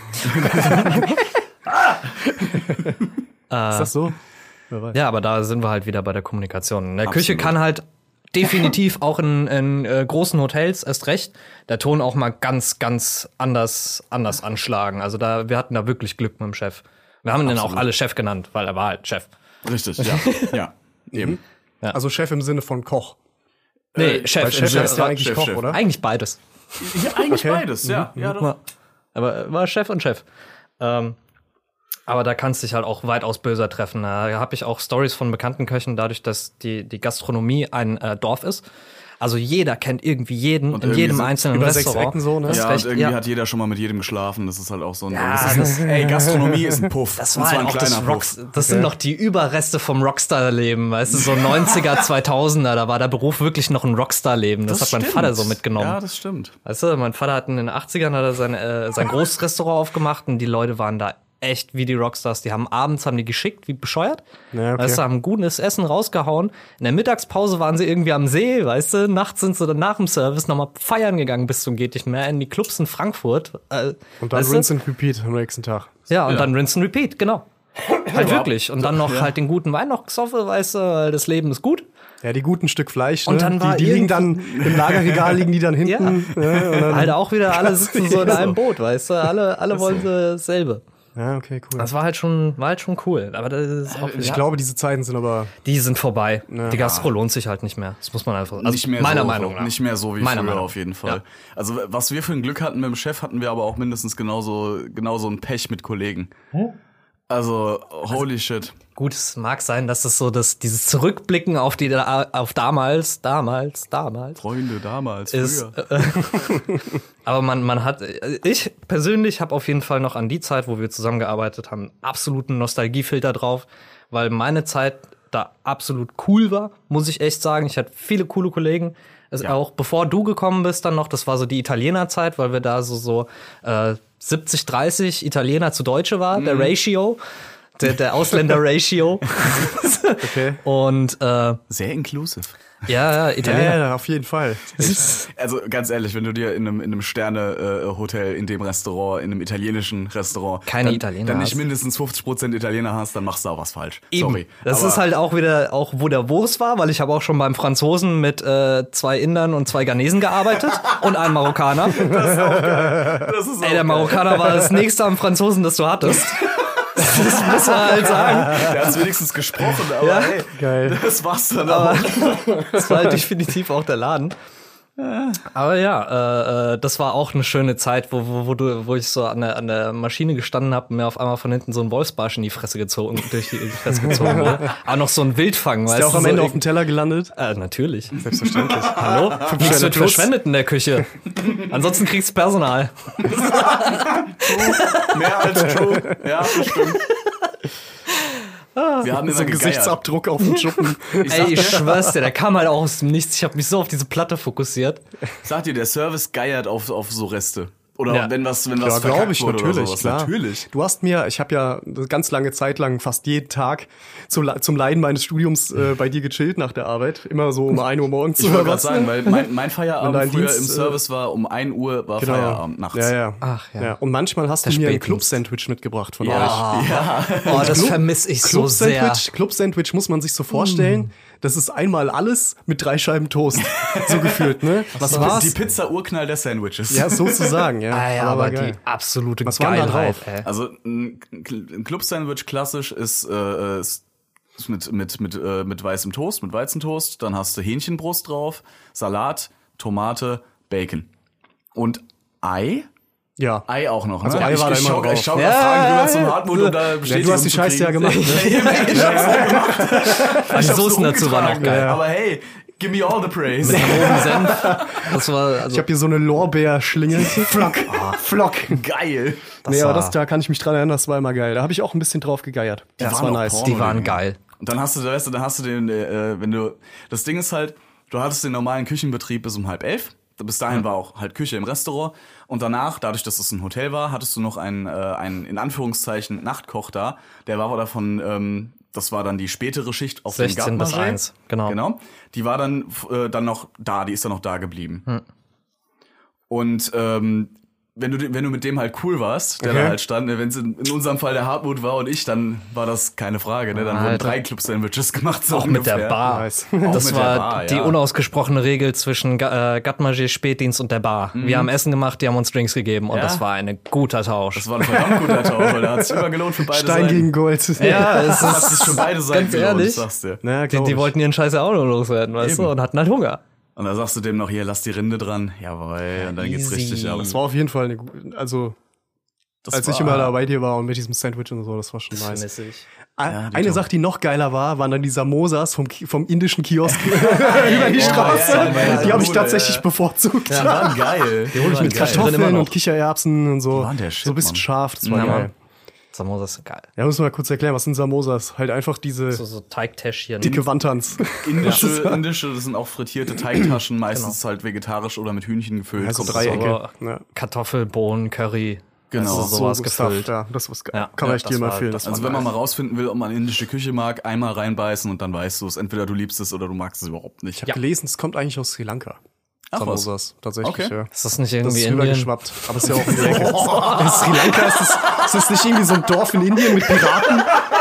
S5: Ist das so? Wer weiß.
S6: Ja, aber da sind wir halt wieder bei der Kommunikation. In der
S4: Absolut.
S6: Küche kann halt definitiv auch in, in äh, großen Hotels erst recht der Ton auch mal ganz, ganz anders, anders anschlagen. Also da, wir hatten da wirklich Glück mit dem Chef. Wir haben ihn auch alle Chef genannt, weil er war halt Chef.
S4: Richtig, ja. Ja, eben.
S5: Also Chef im Sinne von Koch.
S6: Nee,
S4: Äh,
S6: Chef,
S5: Weil Chef
S6: Chef,
S5: heißt ja eigentlich
S4: Chef,
S5: Koch,
S4: Chef.
S5: oder?
S6: eigentlich beides.
S4: Ja, eigentlich
S5: Okay.
S4: beides, ja. Ja, doch.
S6: Ja. Aber war Chef und Chef. Ähm, aber da kannst du dich halt auch weitaus böser treffen. Da habe ich auch Stories von bekannten Köchen, dadurch, dass die, die Gastronomie ein äh, Dorf ist. Also jeder kennt irgendwie jeden
S4: Und
S6: in
S4: irgendwie
S6: jedem
S4: sind
S6: einzelnen
S5: über sechs
S6: Restaurant.
S5: Ecken so, ne?
S6: Das ist
S4: Ja,
S6: recht,
S4: und irgendwie
S6: ja.
S4: hat jeder schon mal mit jedem geschlafen. Das ist halt auch so ein.
S6: Ja,
S4: das ist,
S6: das-
S4: ey, Gastronomie ist ein Puff.
S6: Das
S4: Und
S6: war
S4: zwar
S6: halt
S4: ein
S6: auch das
S4: kleiner
S6: Rocks,
S4: Puff.
S6: das sind noch die Überreste vom Rockstar-Leben, weißt du, so neunziger, zweitausender, da war der Beruf wirklich noch ein Rockstar-Leben. Das, hat mein
S4: stimmt.
S6: Vater so mitgenommen.
S4: Ja, das stimmt.
S6: Weißt du, mein Vater hat in den achtzigern hat er sein, äh, sein großes Restaurant aufgemacht und die Leute waren da echt wie die Rockstars. Die haben abends haben die geschickt, wie bescheuert.
S5: Ja, okay.
S6: Weißt du, haben gutes Essen rausgehauen. In der Mittagspause waren sie irgendwie am See, weißt du. Nachts sind sie dann nach dem Service nochmal feiern gegangen bis zum geht nicht mehr in die Clubs in Frankfurt. Äh,
S5: Und dann
S6: weißt du?
S5: rinse and repeat am nächsten Tag.
S6: Ja, und
S4: Ja.
S6: dann rinse and repeat, genau. Halt wirklich. Und dann noch
S4: ja.
S6: halt den guten Wein noch gesoffen, weißt du, weil das Leben ist gut.
S5: Ja, die guten Stück Fleisch,
S6: Und
S5: ne?
S6: dann war
S5: die, die liegen dann im Lagerregal, liegen die dann hinten. Ja, ja, und dann,
S6: Halt auch wieder, alle sitzen so in einem Boot, weißt du, alle, alle wollen dasselbe.
S5: ja, okay, cool.
S6: Das war halt schon, war halt schon cool. Aber das ist auch,
S5: ich
S6: ja,
S5: glaube, diese Zeiten sind aber
S6: die sind vorbei. Die Gastro lohnt sich halt nicht mehr. Das muss man einfach, also
S4: nicht mehr
S6: meiner
S4: so,
S6: Meinung nach.
S4: Nicht mehr so wie
S6: Meiner
S4: früher
S6: Meinung.
S4: auf jeden Fall.
S6: Ja.
S4: Also was wir für ein Glück hatten mit dem Chef, hatten wir aber auch mindestens genauso, genauso ein Pech mit Kollegen. Also, holy shit.
S6: Gut, es mag sein, dass es so das, dieses Zurückblicken auf die, auf damals, damals, damals.
S4: Freunde damals,
S6: ist,
S4: früher.
S6: äh, aber man, man hat, ich persönlich habe auf jeden Fall noch an die Zeit, wo wir zusammengearbeitet haben, absoluten Nostalgiefilter drauf, weil meine Zeit da absolut cool war, muss ich echt sagen. Ich hatte viele coole Kollegen. Es
S4: Ja.
S6: auch bevor du gekommen bist, dann noch, das war so die Italienerzeit, weil wir da so, so äh, siebzig dreißig Italiener zu Deutsche war, der Ratio, der, der Ausländer-Ratio.
S5: okay.
S6: Und äh,
S4: Sehr inclusive.
S6: ja, ja,
S5: Ja,
S6: Italiener.
S5: ja, auf jeden Fall.
S4: Also ganz ehrlich, wenn du dir in einem, in einem Sterne-Hotel, in dem Restaurant, in einem italienischen Restaurant
S6: Keine
S4: dann,
S6: Italiener
S4: dann nicht
S6: hast.
S4: mindestens fünfzig Prozent Italiener hast, dann machst du auch was falsch.
S6: Eben.
S4: Sorry.
S6: Das
S4: Aber
S6: ist halt auch wieder, auch wo der Wurst war, weil ich habe auch schon beim Franzosen mit äh, zwei Indern und zwei Ghanesen gearbeitet und einem Marokkaner.
S4: das ist
S6: Ey, der Marokkaner war das nächste am Franzosen, das du hattest. Das muss man halt sagen.
S4: Der hat wenigstens gesprochen, aber
S6: Ja.
S4: hey,
S5: Geil.
S4: das war's dann auch.
S6: Das war halt definitiv auch der Laden. Aber ja, äh, äh, das war auch eine schöne Zeit, wo, wo, wo, du, wo ich so an der, an der Maschine gestanden habe und mir auf einmal von hinten so ein Wolfsbarsch in die Fresse gezogen, durch die, in die Fresse gezogen wurde. Aber noch so ein Wildfang,
S5: Ist
S6: weißt
S5: der auch
S6: du?
S5: am
S6: so
S5: Ende
S6: irg-
S5: auf dem Teller gelandet?
S6: Äh, natürlich.
S5: Selbstverständlich.
S6: Hallo? Nichts
S5: Sterne
S6: wird
S5: plus.
S6: verschwendet in der Küche. Ansonsten kriegst du Personal.
S4: Mehr als true. Ja, das stimmt. Wir haben
S5: So
S4: immer
S5: ein
S4: gegeiert.
S5: Gesichtsabdruck auf dem Schuppen.
S6: Ey, ich schwör's dir, der kam halt auch aus dem Nichts. Ich habe mich so auf diese Platte fokussiert.
S4: Sag dir, der Service geiert auf, auf so Reste. Oder
S6: Ja.
S4: wenn was, wenn
S5: Ja,
S4: was
S5: glaube
S4: verkackt
S5: ich,
S4: wurde
S5: natürlich,
S4: oder sowas.
S5: klar.
S4: Natürlich.
S5: Du hast mir, ich habe ja eine ganz lange Zeit lang fast jeden Tag zum, zum Leiden meines Studiums äh, bei dir gechillt nach der Arbeit. Immer so um ein Uhr morgens
S4: Ich
S5: zu
S4: wollte gerade
S5: was.
S4: sagen, weil mein, mein
S5: Wenn
S4: Feierabend
S5: dein
S4: früher
S5: Dienst,
S4: im
S5: äh,
S4: Service war, um ein Uhr war Feierabend nachts.
S5: Ja, ja.
S6: Ach, ja.
S5: Und manchmal hast
S6: Der
S5: du mir ein
S6: Spätdienst.
S5: Club-Sandwich mitgebracht von euch.
S6: Ja. Oh, das
S5: Club-
S6: vermisse ich so sehr.
S5: Club-Sandwich, Club-Sandwich muss man sich so vorstellen. Das ist einmal alles mit drei Scheiben Toast. So gefühlt, ne? Was
S4: Die
S5: war's?
S4: Pizza-Urknall der Sandwiches.
S5: Ja, sozusagen, ja.
S6: Ah, ja,
S5: war
S6: aber
S5: geil.
S6: die absolute
S5: Was war denn da
S6: Geilheit,
S5: drauf?
S6: ey.
S4: Also ein, ein Club-Sandwich klassisch ist, äh, ist ist mit, mit, mit, äh, mit weißem Toast, mit Weizentoast. Dann hast du Hähnchenbrust drauf, Salat, Tomate, Bacon. Und Ei?
S5: Ja.
S4: Ei auch noch. Also
S5: Ei
S4: ich,
S5: war da
S4: ich
S5: immer
S4: schau,
S5: drauf.
S4: ich schau
S6: Ja,
S4: grad Fragen
S6: ja,
S4: rüber zum
S6: ja.
S4: Hartmut, um da
S5: Ja,
S4: Bestätigung
S5: du hast die
S4: zu
S5: Scheiße ja
S4: kriegen.
S5: gemacht. Ne?
S4: Ich hab's ja gemacht.
S6: Die
S4: hab's
S6: Soßen dazu waren auch
S4: umgetragen.
S6: geil.
S4: Aber hey, give me all the praise.
S6: Mit rotem Senf. Das war, also,
S5: Ich habe hier so eine Lorbeerschlinge. Flock. Flock.
S4: Geil.
S5: Nee, aber
S6: war-
S5: das, da kann ich mich dran erinnern, das war immer geil. Da habe ich auch ein bisschen drauf gegeiert. Das
S4: waren
S5: war
S4: auch
S5: nice.
S4: Porno.
S6: die waren geil.
S4: Und dann hast du, weißt du, dann hast du den, äh, wenn du, das Ding ist halt, du hattest den normalen Küchenbetrieb bis um halb elf. Bis dahin mhm. war auch halt Küche im Restaurant. Und danach, dadurch, dass es ein Hotel war, hattest du noch einen, äh, einen in Anführungszeichen, Nachtkoch da. Der war davon, ähm, das war dann die spätere Schicht auf dem
S6: sechzehn bis eins, genau.
S4: Genau. Die war dann, äh, dann noch da, die ist dann noch da geblieben.
S6: Hm.
S4: Und ähm, wenn du wenn du mit dem halt cool warst, der
S5: Okay.
S4: da halt stand, wenn es in, in unserem Fall der Hartmut war und ich, dann war das keine Frage, ne? Dann wurden
S6: Alter.
S4: drei Club-Sandwiches gemacht, so
S6: Auch mit
S4: ungefähr.
S6: der Bar.
S5: Nice.
S4: Auch
S6: Das
S4: mit der
S6: war
S4: Bar,
S6: die
S4: ja.
S6: unausgesprochene Regel zwischen Ga- äh, Gatmagier, Spätdienst und der Bar. Wir haben Essen gemacht, die haben uns Drinks gegeben und
S4: Ja?
S6: das war ein guter Tausch.
S4: Das war ein verdammt guter Tausch, weil der hat sich immer gelohnt für beide
S5: Stein
S4: Seiten.
S5: gegen Gold.
S6: ja, es
S4: Das hat
S6: ist
S4: sich für beide Seiten
S6: ganz
S4: gelohnt,
S6: ehrlich.
S4: ich sag's dir.
S5: Na,
S6: Die,
S5: glaub
S6: die
S5: ich.
S6: wollten ihren Scheiß ja auch noch loswerden, weißt
S4: Eben.
S6: du, und hatten halt Hunger.
S4: Und dann sagst du dem noch, hier, lass die Rinde dran. Jawohl, und dann geht's
S6: Easy.
S4: richtig ab.
S5: Das war auf jeden Fall eine gute, also
S4: Das
S5: als
S4: war-
S5: ich immer da bei dir war und mit diesem Sandwich und so, das war schon nice.
S6: Mäßig.
S5: Ah,
S4: Ja, die
S5: Eine
S4: Top.
S5: Sache, die noch geiler war, waren dann die Samosas vom, Ki- vom indischen Kiosk über die Straße.
S4: ja, ja,
S5: die habe ich
S4: Bruder,
S5: tatsächlich
S4: ja.
S5: bevorzugt.
S4: Die waren geil. Die
S6: hol ich
S4: waren
S6: mit
S4: geil.
S6: Kartoffeln. drin immer
S5: Kartoffeln
S6: noch.
S5: und Kichererbsen und so.
S4: Die waren der Shit,
S5: so ein bisschen
S4: Mann.
S5: scharf, das war
S4: Ja,
S5: geil.
S4: Mann.
S6: Samosas sind geil.
S5: Ja, muss man mal kurz erklären, was sind Samosas? Halt einfach diese
S6: So, so Teigtäschchen.
S5: dicke Wantans.
S4: Indische, indische, das sind auch frittierte Teigtaschen, meistens halt vegetarisch oder mit Hühnchen gefüllt.
S5: Also
S4: Kommt
S5: Dreiecke.
S6: so-
S5: Ja.
S6: Kartoffel, Bohnen, Curry.
S4: Genau.
S6: Also sowas
S5: so
S6: gefüllt.
S5: Stuff, ja, das was geil.
S6: Ja,
S5: Kann man
S6: ja,
S5: echt
S6: das
S5: jedem
S6: war-
S5: empfehlen.
S6: das
S4: Also wenn man mal rausfinden will, ob man indische Küche mag, einmal reinbeißen und dann weißt du es. Entweder du liebst es oder du magst es überhaupt nicht.
S5: Ich habe gelesen, es kommt eigentlich aus Sri Lanka.
S4: Ach, was?
S5: Samosas, tatsächlich,
S4: Okay.
S5: ja.
S6: Ist das nicht
S5: Das
S6: irgendwie
S5: ist
S6: Indien?
S5: rübergeschwappt. Aber ist ja auch in der Ecke. In Sri Lanka ist das, ist das nicht irgendwie so ein Dorf in Indien mit Piraten?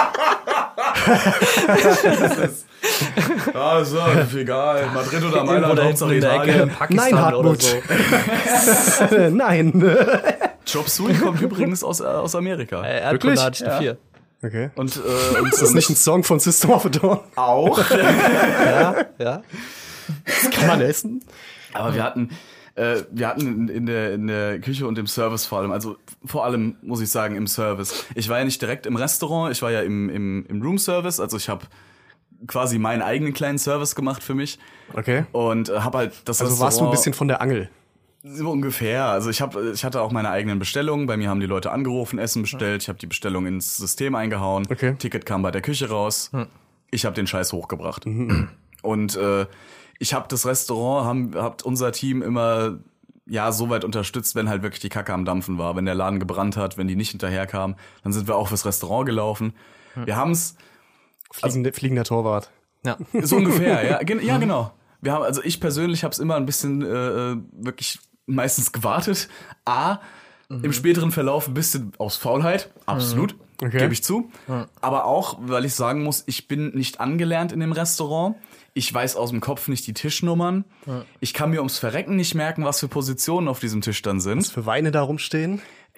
S4: Ah, so, egal. Madrid oder
S6: Irgendwo
S4: Mailand,
S6: da hinten
S4: Hauptsache
S6: in der Ecke in
S4: Italien.
S6: Pakistan
S5: Nein, Hartmut.
S6: oder so.
S5: Nein.
S4: Chop Suey kommt übrigens aus, äh, aus Amerika.
S6: Äh,
S5: Wirklich?
S6: Erdkunde hatte ich
S4: Ja.
S6: vier.
S5: Okay.
S4: Und, äh, und
S5: Ist das nicht ein Song von System of a Down?
S4: auch?
S6: Ja.
S5: Das kann man essen?
S4: Aber wir hatten, äh, wir hatten in, in, der, in der Küche und im Service vor allem, also vor allem muss ich sagen im Service. Ich war ja nicht direkt im Restaurant, ich war ja im, im, im Room Service, also ich habe quasi meinen eigenen kleinen Service gemacht für mich
S5: Okay.
S4: und äh, habe halt das
S5: Also
S4: Restaurant
S5: warst du ein bisschen von der Angel.
S4: so ungefähr. Also ich habe, ich hatte auch meine eigenen Bestellungen. Bei mir haben die Leute angerufen, Essen bestellt. Ich habe die Bestellung ins System eingehauen.
S5: Okay.
S4: Ticket kam bei der Küche raus. Ich habe den Scheiß hochgebracht.
S5: Mhm.
S4: Und äh, ich habe das Restaurant, haben, habt unser Team immer ja so weit unterstützt, wenn halt wirklich die Kacke am Dampfen war, wenn der Laden gebrannt hat, wenn die nicht hinterherkamen, dann sind wir auch fürs Restaurant gelaufen. Wir haben's
S5: Fliegende, fliegender Torwart.
S6: Ja.
S4: so ungefähr, ja, gen ja genau. Wir haben, also ich persönlich habe es immer ein bisschen äh, wirklich meistens gewartet. A, im späteren Verlauf ein bisschen aus Faulheit, absolut,
S5: Okay.
S4: gebe ich zu. Aber auch, weil ich sagen muss, ich bin nicht angelernt in dem Restaurant. Ich weiß aus dem Kopf nicht die Tischnummern. Ich kann mir ums Verrecken nicht merken, was für Positionen auf diesem Tisch dann sind.
S5: Für Weine da rumstehen.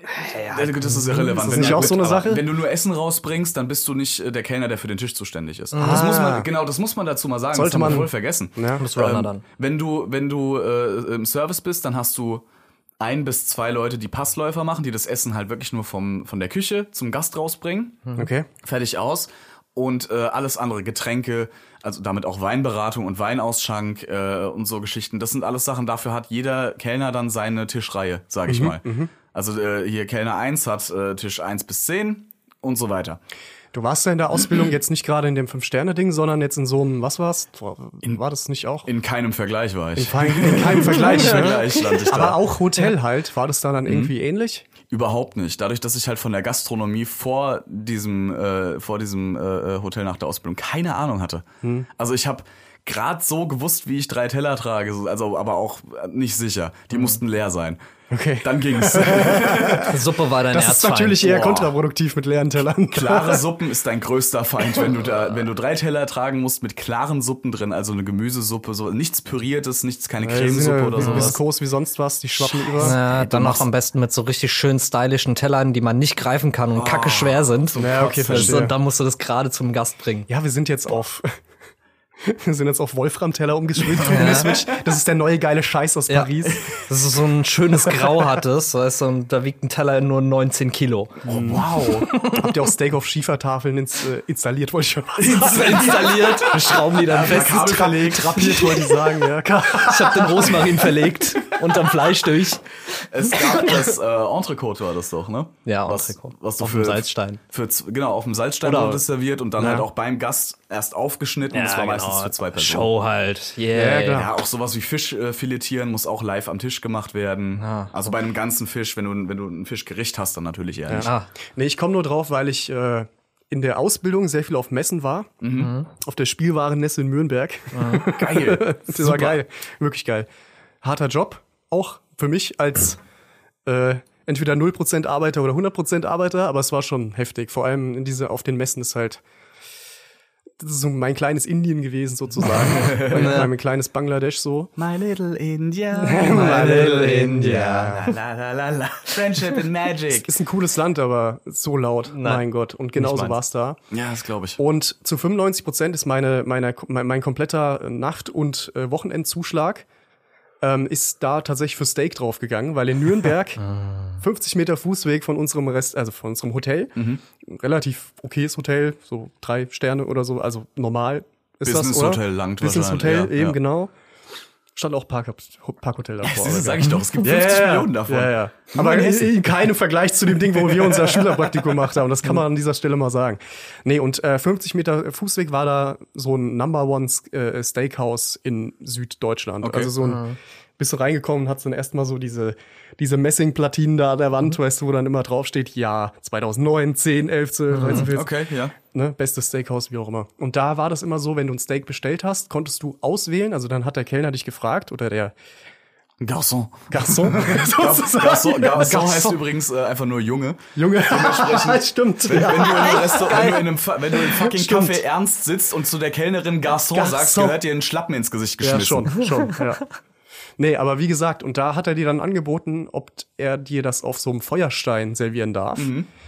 S4: Ja, gut, das ist irrelevant.
S5: Ist das
S4: Wenn
S5: nicht
S4: du-
S5: auch so eine
S4: aber
S5: Sache?
S4: Wenn du nur Essen rausbringst, dann bist du nicht äh, der Kellner, der für den Tisch zuständig ist. Das muss man, genau, das muss man dazu mal sagen.
S5: Sollte
S4: das haben wir
S5: man-
S4: voll vergessen.
S5: Ja.
S6: Das Runner dann.
S4: Wenn du, wenn du äh, im Service bist, dann hast du ein bis zwei Leute, die Passläufer machen, die das Essen halt wirklich nur vom, von der Küche zum Gast rausbringen.
S5: Okay.
S4: Fertig aus. Und äh, alles andere, Getränke, also damit auch Weinberatung und Weinausschank äh, und so Geschichten. Das sind alles Sachen, dafür hat jeder Kellner dann seine Tischreihe, sage ich mal. Also äh, hier Kellner eins hat äh, Tisch eins bis zehn und so weiter.
S5: Du warst ja in der Ausbildung jetzt nicht gerade in dem Fünf-Sterne-Ding, sondern jetzt in so einem, was war's? War das nicht auch?
S4: In keinem Vergleich war ich.
S5: In, in keinem Vergleich.
S4: In
S5: ne?
S4: Vergleich stand ich da.
S5: Aber auch Hotel halt. War das da dann irgendwie ähnlich?
S4: Überhaupt nicht. Dadurch, dass ich halt von der Gastronomie vor diesem äh, vor diesem äh, Hotel nach der Ausbildung keine Ahnung hatte. Also ich habe gerade so gewusst, wie ich drei Teller trage, also aber auch nicht sicher. Die mussten leer sein.
S5: Okay.
S4: Dann ging's.
S6: Suppe war dein
S5: Das ist
S6: Erzfeind.
S5: natürlich eher
S4: Boah.
S5: kontraproduktiv mit leeren Tellern.
S4: Klare Suppen ist dein größter Feind, wenn du da, wenn du drei Teller tragen musst mit klaren Suppen drin, also eine Gemüsesuppe, so nichts Püriertes, nichts, keine
S5: Die sind
S4: Cremesuppe
S5: ja
S4: oder sowas.
S5: viskos wie sonst was, die schwappen über.
S6: Ja, dann noch
S4: machst-
S6: am besten mit so richtig schön stylischen Tellern, die man nicht greifen kann und kacke schwer sind.
S5: Ja, okay,
S6: Das-
S5: verstehe.
S6: Und dann musst du das gerade zum Gast bringen.
S5: Ja, wir sind jetzt auf wir sind jetzt auf Wolfram-Teller umgeschwitzt. umgeswitcht. Das ist der neue geile Scheiß aus
S6: Ja.
S5: Paris.
S6: Das ist so ein schönes Grau hat es, weißt du, und da wiegt ein Teller nur neunzehn Kilo.
S5: Oh, wow. Habt ihr auch Steak auf Schiefertafeln ins, äh, installiert, wollte ich schon mal sagen.
S6: Installiert, wir schrauben die dann fest.
S5: Kabel verlegt, trapiert, wollte ich sagen. Ja.
S6: Ich habe den Rosmarin verlegt unterm Fleisch durch.
S4: Es gab das äh, Entrecote war das doch, ne?
S6: Ja,
S4: was,
S6: Entrecote.
S4: was du
S6: Auf
S4: für
S6: dem Salzstein.
S4: Für, z- genau, auf dem Salzstein
S6: Oder-
S4: wurde es serviert und dann
S5: Ja.
S4: halt auch beim Gast erst aufgeschnitten.
S6: Ja,
S4: das war
S6: genau.
S4: meistens für zwei Personen.
S6: Show halt. Yeah.
S5: Ja, klar.
S4: Ja, auch sowas wie Fisch äh, filetieren muss auch live am Tisch gemacht werden.
S6: Ah.
S4: Also bei einem ganzen Fisch, wenn du, wenn du ein Fischgericht hast, dann natürlich eher nicht.
S6: Ah.
S5: Nee, ich komme nur drauf, weil ich äh, in der Ausbildung sehr viel auf Messen war. Mhm. Auf der Spielwarenmesse in Nürnberg.
S4: Geil.
S5: Das war geil. Wirklich geil. Harter Job. Auch für mich als äh, entweder null Prozent Arbeiter oder hundert Prozent Arbeiter, aber es war schon heftig. Vor allem in diese, auf den Messen ist halt das ist so mein kleines Indien gewesen sozusagen. mein, mein kleines Bangladesch so.
S4: My little India.
S5: My little India.
S4: La, la, la, la. Friendship and Magic.
S5: Ist ein cooles Land, aber so laut.
S6: Nein.
S5: Mein Gott. Und genauso
S6: meins.
S5: war's da.
S4: Ja, das glaube ich.
S5: Und zu fünfundneunzig Prozent ist meine, meine, mein, mein kompletter Nacht- und äh, Wochenendzuschlag ähm, ist da tatsächlich für Steak draufgegangen, weil in Nürnberg fünfzig Meter Fußweg von unserem Rest, also von unserem Hotel,
S4: Mhm.
S5: ein relativ okayes Hotel, so drei Sterne oder so, also normal ist
S4: Business
S5: das, oder?
S4: Hotel langt
S5: Business
S4: wahrscheinlich,
S5: Hotel,
S4: ja,
S5: eben
S4: ja.
S5: genau. Stand auch Park, Parkhotel davor.
S4: Das
S5: aber
S4: sag
S5: geil.
S4: ich doch, es gibt
S5: Ja,
S4: fünfzig
S5: ja, ja.
S4: Millionen davon.
S5: Ja, ja.
S4: Nur
S5: Aber
S4: in
S5: in,
S4: Hessen.
S5: in keinem Vergleich zu dem Ding, wo wir unser Schülerpraktikum gemacht haben. Das kann man an dieser Stelle mal sagen. Nee, und äh, fünfzig Meter Fußweg war da so ein Number One äh, Steakhouse in Süddeutschland.
S4: Okay.
S5: Also so ein, bist du reingekommen, hast dann erstmal so diese diese Messingplatinen da an der Wand, weißt du, wo dann immer draufsteht, ja, zweitausendneun, zehn, elf, zwölf, dreizehn, vierzehn.
S4: Okay, ja.
S5: Ne, bestes Steakhouse, wie auch immer. Und da war das immer so, wenn du ein Steak bestellt hast, konntest du auswählen, also dann hat der Kellner dich gefragt oder der
S4: Garçon.
S5: Garçon, sozusagen.
S4: Garçon, Garçon heißt übrigens äh, einfach nur Junge.
S5: Junge, stimmt.
S4: Wenn,
S5: ja.
S4: wenn, du in einem Restaurant, wenn, du in einem, Fa- wenn du im fucking
S5: Stimmt.
S4: Café ernst sitzt und zu der Kellnerin Garçon,
S5: Garçon.
S4: sagst, gehört dir ein Schlappen ins Gesicht
S5: Ja,
S4: geschmissen.
S5: schon, schon, ja. Nee, aber wie gesagt, und da hat er dir dann angeboten, ob er dir das auf so einem Feuerstein servieren darf,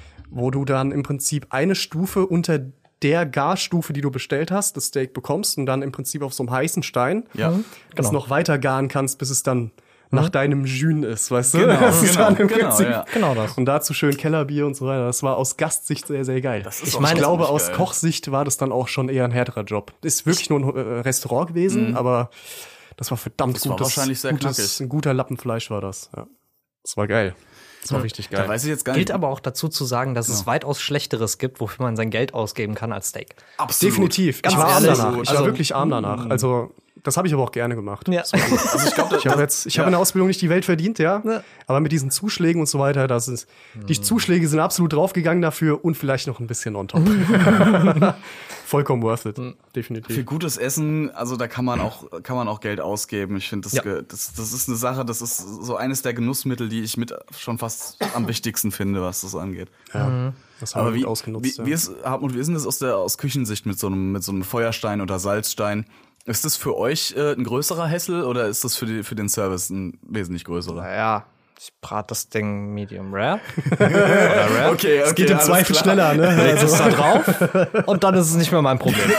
S5: wo du dann im Prinzip eine Stufe unter der Garstufe, die du bestellt hast, das Steak bekommst und dann im Prinzip auf so einem heißen Stein
S4: Ja.
S5: das noch weiter garen kannst, bis es dann nach deinem Jus ist, weißt du?
S4: Genau,
S5: das ist
S4: genau,
S5: dann im
S4: genau,
S5: Prinzip.
S4: ja.
S6: Genau das.
S5: Und dazu schön Kellerbier und so weiter. Das war aus Gastsicht sehr, sehr geil.
S4: Das ist
S5: ich
S4: auch
S5: meine,
S4: ziemlich
S5: glaube, aus
S4: geil.
S5: Kochsicht war das dann auch schon eher ein härterer Job. Ist wirklich nur ein äh, Restaurant gewesen, aber das war verdammt
S4: Das war
S5: gutes,
S4: wahrscheinlich sehr
S5: gutes,
S4: knackig.
S5: ein guter Lappenfleisch war das. Ja. Das war geil. Das war richtig
S4: Da
S5: geil.
S4: weiß ich jetzt gar
S6: Gilt
S4: nicht.
S6: aber auch dazu zu sagen, dass es weitaus Schlechteres gibt, wofür man sein Geld ausgeben kann als Steak.
S4: Absolut.
S5: Definitiv.
S6: Ganz
S5: ich war arm
S6: ehrlich.
S5: danach. Ich
S6: Also-
S5: war wirklich arm danach. Also, das habe ich aber auch gerne gemacht.
S6: Ja.
S4: Also ich glaube,
S5: Ich habe jetzt, ich habe in der Ausbildung nicht die Welt verdient, ja.
S6: Ja.
S5: Aber mit diesen Zuschlägen und so weiter, das ist, die Zuschläge sind absolut draufgegangen dafür und vielleicht noch ein bisschen on top. Vollkommen worth it.
S4: für
S5: Definitiv.
S4: gutes Essen, also da kann man auch, kann man auch Geld ausgeben. Ich finde, das,
S6: Ja.
S4: ge- das, das ist eine Sache, das ist so eines der Genussmittel, die ich mit schon fast am wichtigsten finde, was das angeht.
S5: Ja. Das haben
S4: Aber
S5: wir
S4: wie,
S5: gut ausgenutzt.
S4: wie,
S5: ja.
S4: wie ist, Hartmut, wie ist denn das aus der aus Küchensicht mit so einem mit so einem Feuerstein oder Salzstein? Ist das für euch äh, ein größerer Hassel oder ist das für die für den Service ein wesentlich größerer?
S6: Naja, ich brate das Ding medium rare. Oder rare.
S4: Okay, okay,
S5: Geht im
S4: alles
S5: Zweifel
S4: klar.
S5: schneller, ne?
S6: Leg
S5: Also,
S6: es da drauf und dann ist es nicht mehr mein Problem.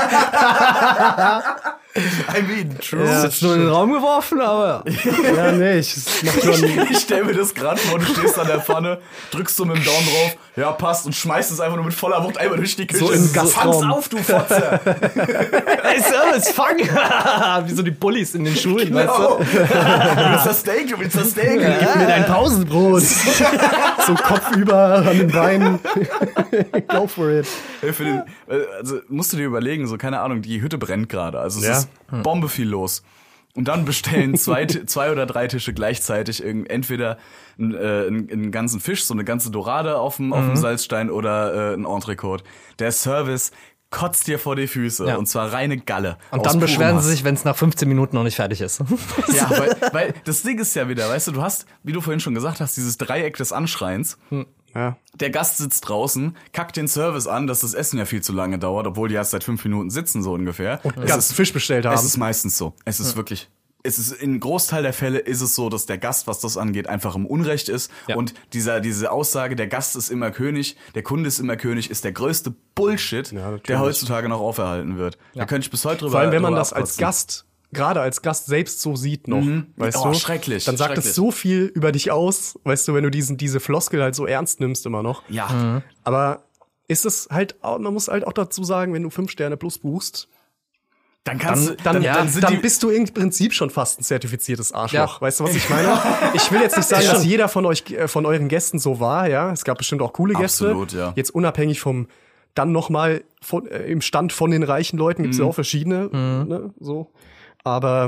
S4: I mean, true.
S6: Das ist jetzt nur in den Raum geworfen, aber
S5: ja, nee, ich es macht schon.
S4: Ich stell mir das gerade vor, du stehst an der Pfanne, drückst so mit dem Daumen drauf, ja, passt, und schmeißt es einfach nur mit voller Wucht einmal durch die Küche.
S5: So im Gastraum.
S4: Fang's auf, du Fotze!
S6: hey, Service, fang! Wie so die Bullies in den Schulen,
S4: Genau.
S6: weißt
S4: Du willst das Steak, du willst das Steak.
S5: Gib mir dein Pausenbrot. So Kopf über an den Beinen. Go for it.
S4: Hey, für den, also musst du dir überlegen, so keine Ahnung, die Hütte brennt gerade, also es
S5: Ja.
S4: ist Bombe viel los. Und dann bestellen zwei, zwei oder drei Tische gleichzeitig irgend- entweder einen, äh, einen, einen ganzen Fisch, so eine ganze Dorade auf dem, auf dem Salzstein oder äh, ein Entrecote. Der Service kotzt dir vor die Füße,
S6: Ja.
S4: und zwar reine Galle.
S6: Und
S4: Aus
S6: dann
S4: purem
S6: beschweren
S4: Hass.
S6: sie sich, wenn es nach fünfzehn Minuten noch nicht fertig ist.
S4: Ja, weil, weil das Ding ist ja wieder, weißt du, du hast, wie du vorhin schon gesagt hast, dieses Dreieck des Anschreins.
S5: Ja.
S4: Der Gast sitzt draußen, kackt den Service an, dass das Essen ja viel zu lange dauert, obwohl die erst seit fünf Minuten sitzen, so ungefähr.
S5: Und
S4: Es
S5: ganz
S4: ist-
S5: Fisch bestellt haben.
S4: Es ist meistens so. Es ist wirklich, es ist in Großteil der Fälle ist es so, dass der Gast, was das angeht, einfach im Unrecht ist.
S6: Ja.
S4: Und dieser, diese Aussage, der Gast ist immer König, der Kunde ist immer König, ist der größte Bullshit,
S5: Ja, natürlich.
S4: der heutzutage noch auferhalten wird. Da könnte ich bis heute drüber
S5: Vor allem, wenn man
S4: drüber
S5: das als
S4: abkotzen.
S5: Gast, gerade als Gast selbst so sieht noch, weißt
S4: Oh,
S5: du?
S4: schrecklich,
S5: Dann sagt
S4: schrecklich.
S5: es so viel über dich aus, weißt du, wenn du diesen, diese Floskel halt so ernst nimmst immer noch.
S4: Ja.
S5: Aber ist es halt, auch, man muss halt auch dazu sagen, wenn du fünf Sterne plus buchst,
S4: Dann kannst du,
S5: dann,
S6: ja,
S5: dann,
S4: sind
S5: dann
S4: die,
S5: bist du im Prinzip schon fast ein zertifiziertes Arschloch.
S6: Ja.
S5: Weißt du, was ich meine? Ich will jetzt nicht sagen, dass jeder von euch, äh, von euren Gästen so war, ja. Es gab bestimmt auch coole Gäste.
S4: Absolut, ja.
S5: Jetzt unabhängig vom dann noch mal von, äh, im Stand von den reichen Leuten gibt's ja auch verschiedene,
S6: Mhm.
S5: ne, so. Aber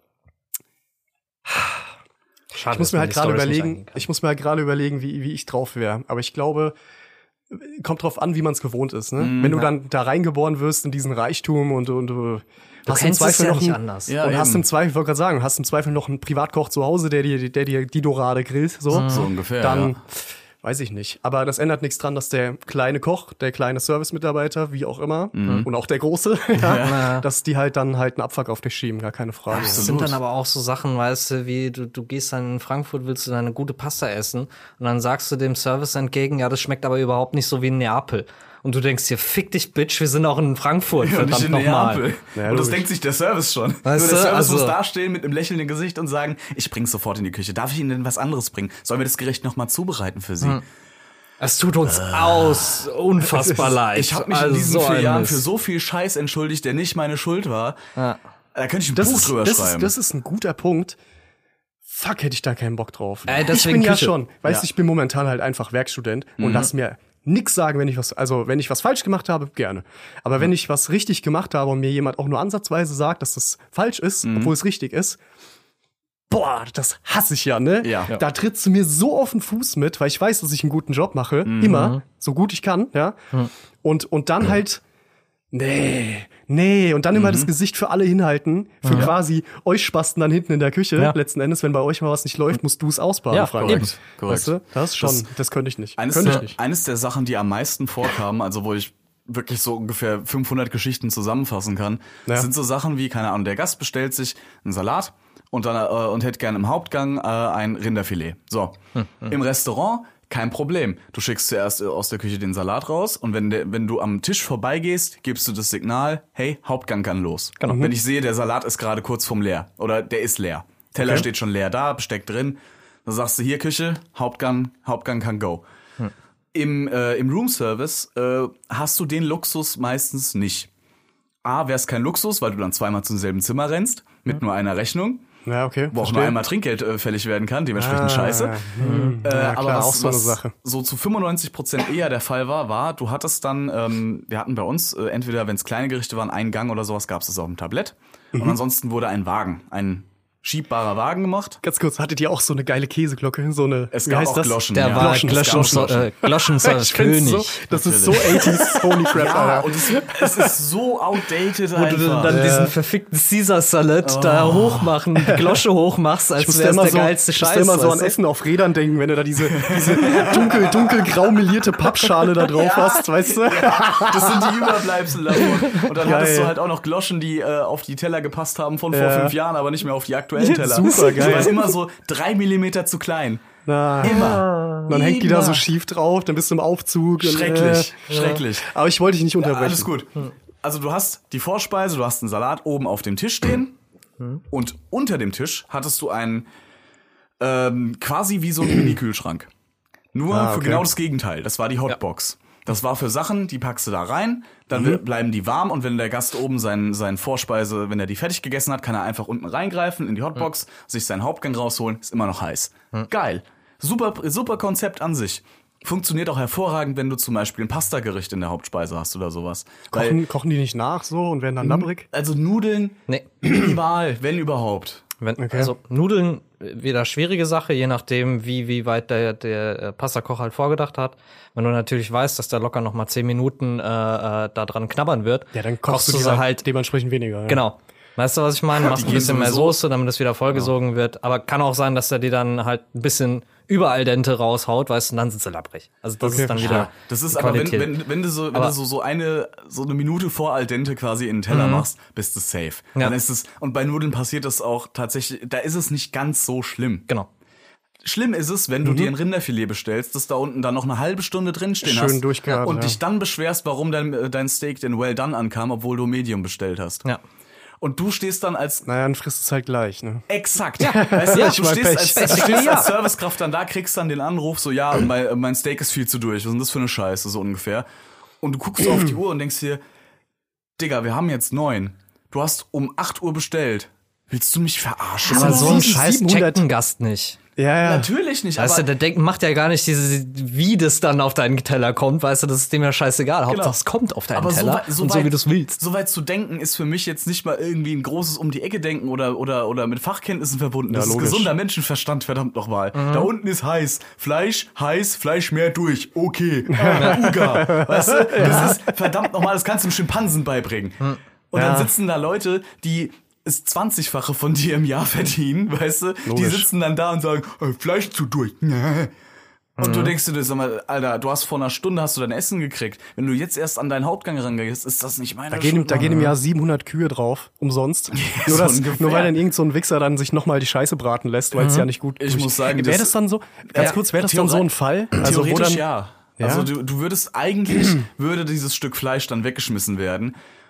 S6: Schade,
S5: ich muss
S6: dass
S5: mir
S6: man
S5: halt
S6: die
S5: gerade
S6: Storys nicht
S5: überlegen,
S6: eingehen kann.
S5: ich muss mir halt gerade überlegen, wie, wie ich drauf wäre. Aber ich glaube, kommt drauf an, wie man es gewohnt ist. Ne? Wenn du dann da reingeboren wirst in diesen Reichtum und, und du hast im
S6: kennst es
S5: Zweifel
S6: ja
S5: noch
S6: nicht
S5: einen,
S6: anders.
S4: Ja,
S5: und hast
S4: eben.
S5: im Zweifel, ich wollte gerade sagen, hast im Zweifel noch einen Privatkoch zu Hause, der dir, der dir die Dorade grillt, so,
S4: So ungefähr,
S5: dann
S4: ja.
S5: weiß ich nicht. Aber das ändert nichts dran, dass der kleine Koch, der kleine Service-Mitarbeiter, wie auch immer, und auch der große, ja, dass die halt dann halt einen Abfuck auf dich schieben, gar keine Frage.
S6: Das sind dann aber auch so Sachen, weißt du, wie du, du gehst dann in Frankfurt, willst du dann eine gute Pasta essen und dann sagst du dem Service entgegen, ja, das schmeckt aber überhaupt nicht so wie in Neapel. Und du denkst dir, fick dich, Bitch, wir sind auch in Frankfurt,
S4: Ja, und nicht
S6: verdammt
S4: in
S6: nochmal.
S4: Neapel.
S5: Ja,
S4: und das
S5: logisch.
S4: denkt sich der Service schon.
S6: Weißt
S4: Nur der
S6: du,
S4: Service
S6: also-
S4: muss dastehen mit einem lächelnden Gesicht und sagen, ich bring's sofort in die Küche. Darf ich Ihnen denn was anderes bringen? Sollen wir das Gericht noch mal zubereiten für Sie?
S6: Es tut uns aus, unfassbar leid.
S4: Ich habe mich
S6: Also
S4: in diesen
S6: so
S4: vier
S6: ein
S4: Jahren
S6: Mist.
S4: für so viel Scheiß entschuldigt, der nicht meine Schuld war.
S6: Ja.
S4: Da könnte ich ein
S5: Das
S4: Buch
S5: ist,
S4: drüber
S5: das,
S4: schreiben.
S5: ist, das ist ein guter Punkt. Fuck, hätte ich da keinen Bock drauf.
S6: Ey,
S5: ich
S6: deswegen
S5: bin ja
S6: Küche.
S5: schon, weißt
S4: Ja.
S5: du, ich bin momentan halt einfach Werkstudent und lass mir nix sagen, wenn ich was, also wenn ich was falsch gemacht habe, gerne. Aber wenn ich was richtig gemacht habe und mir jemand auch nur ansatzweise sagt, dass das falsch ist, obwohl es richtig ist, boah, das hasse ich ja, ne?
S4: Ja.
S5: Da trittst du mir so auf den Fuß mit, weil ich weiß, dass ich einen guten Job mache, immer, so gut ich kann, ja. Und, und dann halt, nee, nee, und dann immer das Gesicht für alle hinhalten, für quasi euch Spasten dann hinten in der Küche.
S6: Ja.
S5: Letzten Endes, wenn bei euch mal was nicht läuft, musst du es ausbaden,
S6: Ja,
S5: Frank.
S6: eben.
S4: Korrekt.
S5: Weißt du? Das ist schon, das,
S4: Das-
S5: könnte ich nicht.
S4: Eines
S5: könnte ich
S4: der,
S5: nicht.
S4: eines der Sachen, die am meisten vorkamen, also wo ich wirklich so ungefähr fünfhundert Geschichten zusammenfassen kann,
S5: Ja.
S4: sind so Sachen wie, keine Ahnung, der Gast bestellt sich einen Salat und dann äh, und hätte gerne im Hauptgang äh, ein Rinderfilet. So, im Restaurant kein Problem. Du schickst zuerst äh, aus der Küche den Salat raus und wenn der, wenn du am Tisch vorbeigehst, gibst du das Signal, hey, Hauptgang kann los.
S6: Genau.
S4: Wenn ich sehe, der Salat ist gerade kurz vorm leer oder der ist leer. Teller
S5: Okay.
S4: steht schon leer da, Besteck drin. Dann sagst du hier Küche, Hauptgang, Hauptgang kann go. Im, äh, im Roomservice äh, hast du den Luxus meistens nicht. A, wäre es kein Luxus, weil du dann zweimal zum selben Zimmer rennst, mit nur einer Rechnung,
S5: Ja, okay.
S4: wo auch nur
S5: verstehe.
S4: einmal Trinkgeld äh, fällig werden kann, dementsprechend
S5: Ah,
S4: scheiße.
S5: hm.
S4: Äh,
S5: Ja,
S4: aber
S5: klar,
S4: was,
S5: auch so eine
S4: was
S5: Sache.
S4: so zu fünfundneunzig Prozent eher der Fall war, war, du hattest dann, ähm, wir hatten bei uns, äh, entweder wenn es kleine Gerichte waren, einen Gang oder sowas, gab es das auf dem Tablett.
S5: Mhm.
S4: Und ansonsten wurde ein Wagen, ein schiebbarer Wagen gemacht.
S5: Ganz kurz, hattet ihr auch so eine geile Käseglocke? So eine,
S4: Es
S5: wie
S4: gab
S5: heißt
S4: auch
S5: das?
S4: Gloschen.
S6: Der
S4: ja.
S6: war
S5: Gloschen,
S6: Gloschen,
S4: es gab
S6: äh, Gloschenservice
S5: Ich find's
S6: König.
S5: so, das ist so eighties Holy Crap,
S4: Ja,
S5: Alter.
S4: und es, es ist so outdated
S6: Wo du
S4: einfach.
S6: dann diesen verfickten Caesar-Salat da hochmachen, die Glosche hochmachst, als
S5: Ich musste
S6: wäre
S5: immer
S6: der
S5: so,
S6: geilste
S5: ich
S6: Scheiß.
S5: musste immer so an
S6: weißt du?
S5: Essen auf Rädern denken, wenn du da diese, diese dunkel, dunkelgrau melierte Pappschale da drauf
S4: Ja.
S5: hast, weißt du?
S4: Das sind die Überbleibsel davon. Und dann
S5: Geil.
S4: hattest du halt auch noch Gloschen, die äh, auf die Teller gepasst haben von vor
S5: Ja.
S4: fünf Jahren, aber nicht mehr auf die aktuellen Teller.
S5: Super geil.
S4: Die waren immer so drei Millimeter zu klein.
S5: Na,
S4: Immer.
S5: und dann hängt die da so
S4: Immer.
S5: schief drauf, dann bist du im Aufzug. und,
S4: Schrecklich,
S5: äh,
S4: schrecklich.
S5: Aber ich wollte dich nicht
S4: Ja,
S5: unterbrechen.
S4: alles gut. Also du hast die Vorspeise, du hast einen Salat oben auf dem Tisch stehen und unter dem Tisch hattest du einen ähm, quasi wie so einen Mini-Kühlschrank. Nur
S5: Ah,
S4: für
S5: okay.
S4: genau das Gegenteil. Das war die Hotbox. Das war für Sachen, die packst du da rein, dann
S5: Mhm.
S4: bleiben die warm und wenn der Gast oben seinen, seinen Vorspeise, wenn er die fertig gegessen hat, kann er einfach unten reingreifen in die Hotbox, sich seinen Hauptgang rausholen, ist immer noch heiß. Geil. Super, super Konzept an sich. Funktioniert auch hervorragend, wenn du zum Beispiel ein Pastagericht in der Hauptspeise hast oder sowas. Weil,
S5: Kochen, kochen die nicht nach so und werden dann labbrig?
S4: also Nudeln,
S6: Nee.
S4: minimal, wenn überhaupt.
S6: Wenn,
S5: Okay.
S6: Also Nudeln, äh, wieder schwierige Sache, je nachdem, wie wie weit der der äh, Pastakoch halt vorgedacht hat. Wenn du natürlich weißt, dass der locker noch mal zehn Minuten äh, äh, da dran knabbern wird,
S5: Ja, dann kochst, du
S6: sie
S5: die halt dementsprechend weniger. Ja.
S6: Genau. Weißt du, was ich meine? Machst ein
S4: gehen
S6: bisschen mehr
S4: sowieso-
S6: Soße, damit es wieder vollgesogen wird. Aber kann auch sein, dass er die dann halt ein bisschen über al dente raushaut, weißt du, und dann sind sie labbrig. Also das
S5: Okay,
S6: ist dann
S5: verstehe.
S6: wieder
S4: Das ist
S6: die
S4: aber, wenn,
S6: Qualität.
S4: wenn, wenn du so, wenn
S6: Aber-
S4: du so, so eine, so eine Minute vor al dente quasi in den Teller machst, bist du safe.
S6: Ja.
S4: Dann ist es, und bei Nudeln passiert das auch tatsächlich, da ist es nicht ganz so schlimm.
S6: Genau.
S4: Schlimm ist es, wenn du dir ein Rinderfilet bestellst, das da unten dann noch eine halbe Stunde drinstehen
S5: Schön
S4: hast.
S5: durchgart,
S4: und
S5: ja.
S4: dich dann beschwerst, warum dein, äh, dein Steak denn well done ankam, obwohl du Medium bestellt hast.
S6: Ja.
S4: Und du stehst dann als
S5: Naja, dann frisst es halt gleich, ne?
S4: Exakt. Weißt du,
S5: Ja,
S4: du
S5: ich mein
S4: stehst,
S5: Pech.
S4: als, du stehst als Servicekraft dann da, kriegst dann den Anruf, so, ja, mein, mein Steak ist viel zu durch. Was ist denn das für eine Scheiße, so ungefähr? Und du guckst so auf die Uhr und denkst dir, Digga, wir haben jetzt neun. Du hast um acht Uhr bestellt. Willst du mich verarschen?
S6: Aber so ein
S5: sieben-
S6: Scheiß
S5: siebenhundert
S6: checkt ein Gast nicht.
S5: Ja, ja.
S4: Natürlich nicht,
S6: Weißt du,
S4: aber
S6: der denkt, macht ja gar nicht diese, wie das dann auf deinen Teller kommt, weißt du, das ist dem ja scheißegal. Hauptsache, es kommt auf deinen
S4: aber so
S6: Teller
S4: weit- so
S6: und so
S4: weit-
S6: wie du es willst.
S4: So weit zu denken ist für mich jetzt nicht mal irgendwie ein großes um die Ecke denken oder oder oder mit Fachkenntnissen verbunden. Das ist
S5: logisch.
S4: gesunder Menschenverstand, verdammt nochmal. Da unten ist heiß, Fleisch heiß, Fleisch mehr durch. Okay, ah, Uga, weißt du? Das ist verdammt nochmal, das kannst du einem Schimpansen beibringen. Und
S5: Ja.
S4: dann sitzen da Leute, die das zwanzigfache von dir im Jahr verdienen, weißt du? Die
S5: Logisch.
S4: sitzen dann da und sagen, äh, Fleisch zu durch. Und du denkst dir, sag mal, Alter, du hast vor einer Stunde hast du dein Essen gekriegt. Wenn du jetzt erst an deinen Hauptgang rangehst, ist das nicht meine
S5: Da gehen,
S4: Schuld.
S5: da gehen im Jahr siebenhundert Kühe drauf, umsonst. nur,
S4: so
S5: das,
S4: ungefähr.
S5: nur weil dann irgend so ein Wichser dann sich nochmal die Scheiße braten lässt, weil es ja nicht gut
S4: Ich
S5: durch-
S4: muss sagen,
S5: wäre
S4: das-
S5: das dann so, ganz
S4: Ja,
S5: kurz, wäre das dann so ein Fall? Also, wo
S4: Theoretisch
S5: dann,
S4: ja.
S5: Ja?
S4: Also du, du würdest eigentlich, würde dieses Stück Fleisch dann weggeschmissen werden.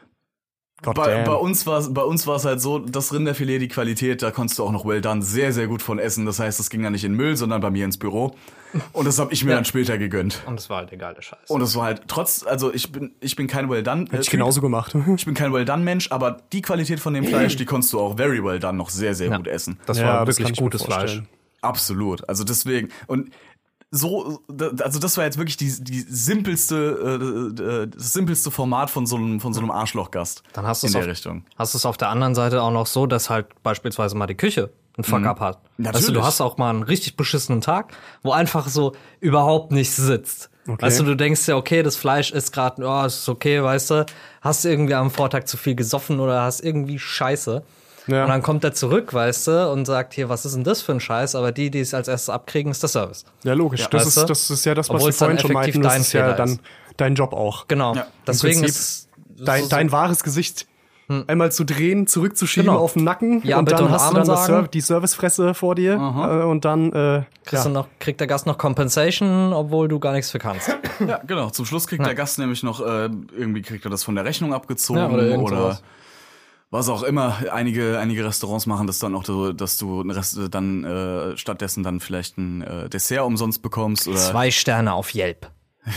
S5: God
S4: Bei,
S5: damn.
S4: bei uns war bei uns war es halt so, das Rinderfilet, die Qualität, da konntest du auch noch well done sehr, sehr gut von essen. Das heißt, das ging dann nicht in den Müll, sondern bei mir ins Büro. Und das habe ich mir dann später gegönnt.
S6: Und das war halt egal, der Scheiß.
S4: Und es war halt trotz, also ich bin ich bin kein well done.
S5: Hätte ich genauso gemacht.
S4: Ich bin kein well done Mensch, aber die Qualität von dem Fleisch, die konntest du auch very well done noch sehr, sehr gut essen.
S6: Das
S5: Ja,
S6: war
S5: das kann
S6: wirklich
S5: ich mir
S6: gutes Fleisch.
S5: vorstellen.
S4: Absolut. Also deswegen und so, also das war jetzt wirklich die die simpelste äh, äh, das simpelste Format von so einem von so einem Arschlochgast.
S6: Dann hast du
S4: in
S6: es
S4: der
S6: auf,
S4: Richtung.
S6: hast du es auf der anderen Seite auch noch so, dass halt beispielsweise mal die Küche einen Fuck-up hat. Weißt du,
S4: Natürlich.
S6: du hast auch mal einen richtig beschissenen Tag, wo einfach so überhaupt nichts sitzt. Weißt du, du denkst ja, okay, das Fleisch ist gerade, oh, ist okay, weißt du, hast irgendwie am Vortag zu viel gesoffen oder hast irgendwie Scheiße.
S5: Ja.
S6: Und dann kommt er zurück, weißt du, und sagt, hier, was ist denn das für ein Scheiß? Aber die, die es als erstes abkriegen, ist der Service.
S5: Ja, logisch.
S6: Ja,
S5: das,
S6: weißt du?
S5: ist, das ist ja das, was
S6: Obwohl
S5: wir
S6: es dann
S5: vorhin schon
S6: effektiv
S5: meinten. Das
S6: dein
S5: ist ja
S6: Fehler
S5: dann
S6: ist.
S5: dein Job auch.
S6: Genau.
S4: Ja, im
S6: Deswegen
S5: Prinzip
S6: ist
S5: Dein, dein wahres Gesicht einmal zu drehen, zurückzuschieben
S6: Genau.
S5: auf den Nacken
S6: Ja,
S5: und
S6: bitte
S5: dann
S6: und
S5: hast du
S6: Amen
S5: dann das
S6: sagen.
S5: Serv- die Servicefresse vor dir äh, und dann äh,
S6: kriegst
S5: ja.
S6: du noch, kriegt der Gast noch Compensation, obwohl du gar nichts für kannst.
S4: Ja, genau. Zum Schluss kriegt der Gast nämlich noch äh, irgendwie kriegt er das von der Rechnung abgezogen
S6: Ja, oder
S4: oder,
S6: irgend sowas.
S4: was auch immer. Einige einige Restaurants machen das dann auch so, dass du ein Rest, dann äh, stattdessen dann vielleicht ein äh, Dessert umsonst bekommst oder
S6: Zwei Sterne auf Yelp.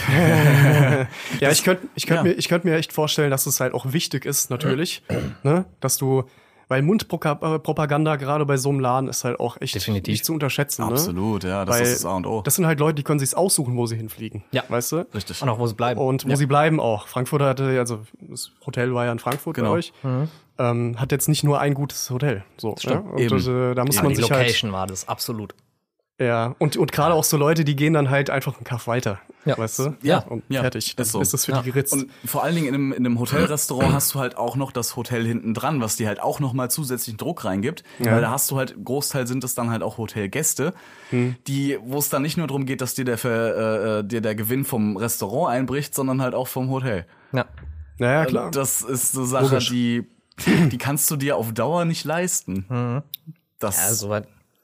S5: Ja, ich könnte ich könnt
S4: ja.
S5: mir, ich könnt mir echt vorstellen, dass es halt auch wichtig ist, natürlich, ne, dass du, weil Mundpropaganda gerade bei so einem Laden ist halt auch echt
S6: Definitiv.
S5: nicht zu unterschätzen.
S4: absolut, ja,
S5: Ne?
S4: das
S5: Weil
S4: ist das A und O.
S5: das sind halt Leute, die können sich's aussuchen, wo sie hinfliegen.
S6: Ja.
S5: Weißt du?
S4: Richtig.
S6: Und auch wo sie bleiben.
S5: Und wo sie bleiben auch. Frankfurt hatte, also das Hotel war ja in Frankfurt
S4: Genau.
S5: bei euch, ähm, hat jetzt nicht nur ein gutes Hotel. So, ja? Und
S4: Eben.
S5: das, äh, da muss
S6: ja,
S5: man
S6: die
S5: sich
S6: Location war das, absolut.
S5: halt, ja, und, und gerade auch so Leute, die gehen dann halt einfach einen Kaff weiter.
S6: Ja.
S5: Weißt du?
S6: Ja.
S5: Und
S4: Ja,
S5: fertig. Dann
S4: ist so.
S5: ist das für
S6: Ja.
S5: die geritzt.
S4: Und vor allen Dingen in einem, in einem Hotelrestaurant hast du halt auch noch das Hotel hinten dran, was dir halt auch noch mal zusätzlichen Druck reingibt.
S5: Ja.
S4: Weil da hast du halt, Großteil sind es dann halt auch Hotelgäste, die, wo es dann nicht nur darum geht, dass dir der, Ver, äh, dir der Gewinn vom Restaurant einbricht, sondern halt auch vom Hotel.
S6: Ja.
S5: naja, klar.
S4: Das ist so Sache,
S5: Logisch.
S4: die, die kannst du dir auf Dauer nicht leisten. Das,
S6: Ja, soweit.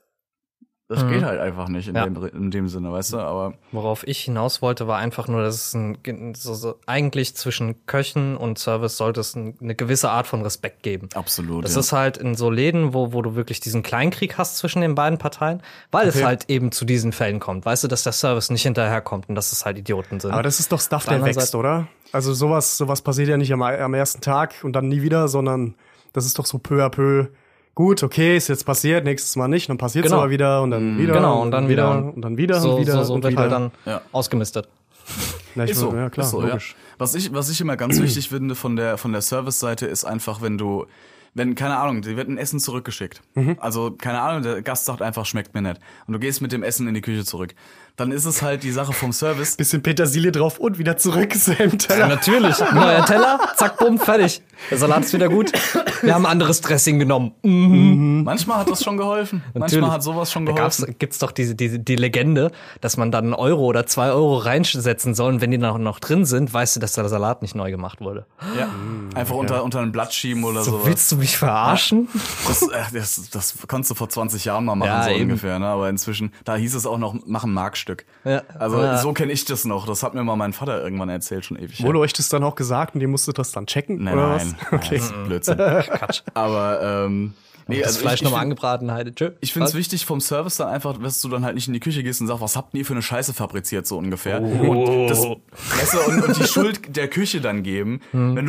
S4: das geht halt einfach nicht in,
S6: Ja.
S4: dem, in dem Sinne, weißt du, aber
S6: Worauf ich hinaus wollte, war einfach nur, dass es ein, so, so, eigentlich zwischen Köchen und Service sollte es ein, eine gewisse Art von Respekt geben.
S4: absolut.
S6: Das
S4: ja.
S6: ist halt in so Läden, wo, wo du wirklich diesen Kleinkrieg hast zwischen den beiden Parteien, weil es halt eben zu diesen Fällen kommt. Weißt du, dass der Service nicht hinterherkommt und dass es halt Idioten sind.
S5: Aber das ist doch Stuff,
S6: der
S5: der
S6: anderen
S5: wächst,
S6: Seite-
S5: oder? Also sowas, sowas passiert ja nicht am, am ersten Tag und dann nie wieder, sondern das ist doch so peu à peu. Gut, okay, ist jetzt passiert, nächstes Mal nicht, dann passiert es
S6: Genau.
S5: aber wieder und dann wieder
S6: Genau, und dann wieder.
S5: und dann wieder
S6: so,
S5: und wieder
S6: so, so
S5: und
S6: wird
S5: wieder.
S6: halt dann
S4: Ja.
S6: ausgemistet.
S5: Na, ich
S4: Ist so,
S5: will- ja klar,
S4: ist so,
S5: logisch.
S4: Ja. Was ich, was ich immer ganz wichtig finde von der, von der Service-Seite ist einfach, wenn du, wenn, keine Ahnung, dir wird ein Essen zurückgeschickt.
S5: Mhm.
S4: Also, keine Ahnung, der Gast sagt einfach, schmeckt mir nicht. Und du gehst mit dem Essen in die Küche zurück. Dann ist es halt die Sache vom Service.
S5: Bisschen Petersilie drauf und wieder zurück, selben Teller.
S6: Natürlich. Neuer Teller, zack, bumm, fertig. Der Salat ist wieder gut. Wir haben ein anderes Dressing genommen.
S4: Manchmal hat das schon geholfen. Manchmal hat sowas schon
S6: Da gab's,
S4: geholfen.
S6: gibt's doch diese, diese, die Legende, dass man dann einen Euro oder zwei Euro reinsetzen soll und wenn die noch, noch drin sind, weißt du, dass der Salat nicht neu gemacht wurde.
S4: Ja. Einfach unter, unter ein Blatt schieben oder
S6: So,
S4: sowas.
S6: willst du mich verarschen?
S4: Das, äh, das, das konntest du vor zwanzig Jahren mal machen,
S6: Ja,
S4: so
S6: eben.
S4: ungefähr, ne? Aber inzwischen, da hieß es auch noch, mach ein Markstück.
S6: Ja.
S4: Also,
S6: Ja.
S4: so kenne ich das noch. Das hat mir mal mein Vater irgendwann erzählt, schon ewig. her.
S5: Wurde euch das dann auch gesagt und ihr musstet das dann checken?
S4: Nein,
S5: oder
S4: nein.
S5: was? Okay.
S4: Das ist Blödsinn.
S6: Quatsch.
S4: Aber, ähm, nee,
S6: Das
S4: also
S6: Fleisch
S4: ich, ich,
S6: nochmal
S4: find-
S6: angebraten, Heide. Tschö.
S4: ich finde es
S6: Was?
S4: wichtig vom Service dann einfach, dass du dann halt nicht in die Küche gehst und sagst, was habt ihr für eine Scheiße fabriziert, so ungefähr. Und, das, weißt du, und, und die Schuld der Küche dann geben, wenn du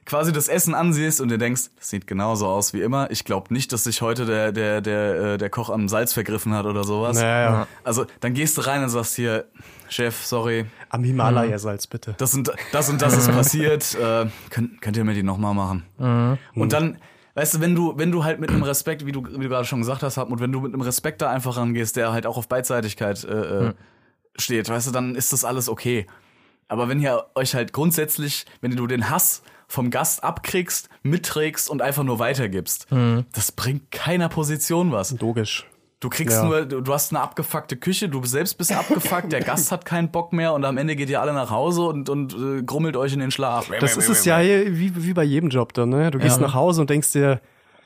S4: quasi das Essen ansiehst und dir denkst, das sieht genauso aus wie immer. Ich glaube nicht, dass sich heute der der der der Koch am Salz vergriffen hat oder sowas.
S5: Naja.
S4: Also dann gehst du rein und sagst hier, Chef, sorry,
S5: Am Himalaya-Salz, bitte.
S4: das und das und das ist passiert. Äh, könnt, könnt ihr mir die nochmal machen? Und dann, weißt du, wenn du wenn du halt mit einem Respekt, wie du wie du gerade schon gesagt hast, Hartmut, wenn du mit einem Respekt da einfach rangehst, der halt auch auf Beidseitigkeit äh, äh, steht, weißt du, dann ist das alles okay. Aber wenn ihr euch halt grundsätzlich, wenn du den Hass vom Gast abkriegst, mitträgst und einfach nur weitergibst, das bringt keiner Position was.
S5: Logisch.
S4: Du kriegst
S5: Ja.
S4: nur, du, du hast eine abgefuckte Küche, du selbst bist abgefuckt, der Gast hat keinen Bock mehr und am Ende geht ihr alle nach Hause und, und äh, grummelt euch in den Schlaf.
S5: Das ist es ja hier, wie, wie bei jedem Job dann, ne? Du gehst
S4: Ja.
S5: nach Hause und denkst dir,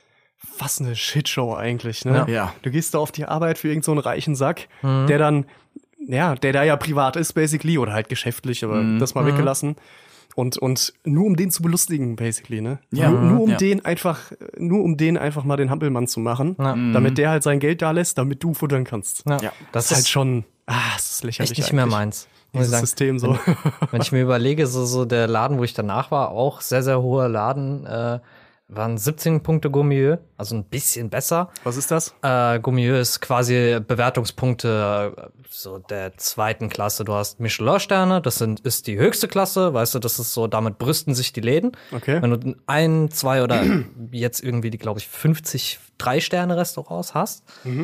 S5: was eine Shitshow eigentlich, ne?
S4: Ja.
S5: Du gehst da auf die Arbeit für irgend so einen reichen Sack, der dann, ja, der da ja privat ist, basically, oder halt geschäftlich, aber das mal weggelassen. Und, und nur um den zu belustigen, basically, ne?
S4: Ja.
S5: Nur, nur um
S4: Ja.
S5: den einfach, nur um den einfach mal den Hampelmann zu machen,
S6: Ja.
S5: damit der halt sein Geld da lässt, damit du futtern kannst.
S6: Ja.
S4: Ja.
S6: Das
S5: Das ist halt
S6: ist
S5: schon, ah, das ist lächerlich
S6: echt nicht mehr
S5: eigentlich.
S6: meins. Muss ich
S5: Dieses
S6: sagen.
S5: System so.
S6: Wenn ich mir überlege, so, so der Laden, wo ich danach war, auch sehr, sehr hoher Laden, äh, waren siebzehn Punkte Gourmieux, also ein bisschen besser.
S5: Was ist das?
S6: Äh, Gourmieux ist quasi Bewertungspunkte äh, so der zweiten Klasse. Du hast Michelin-Sterne, das sind, ist die höchste Klasse, weißt du, das ist so, damit brüsten sich die Läden.
S5: Okay.
S6: Wenn du ein, zwei oder jetzt irgendwie die, glaube ich, fünfzig Drei-Sterne-Restaurants hast,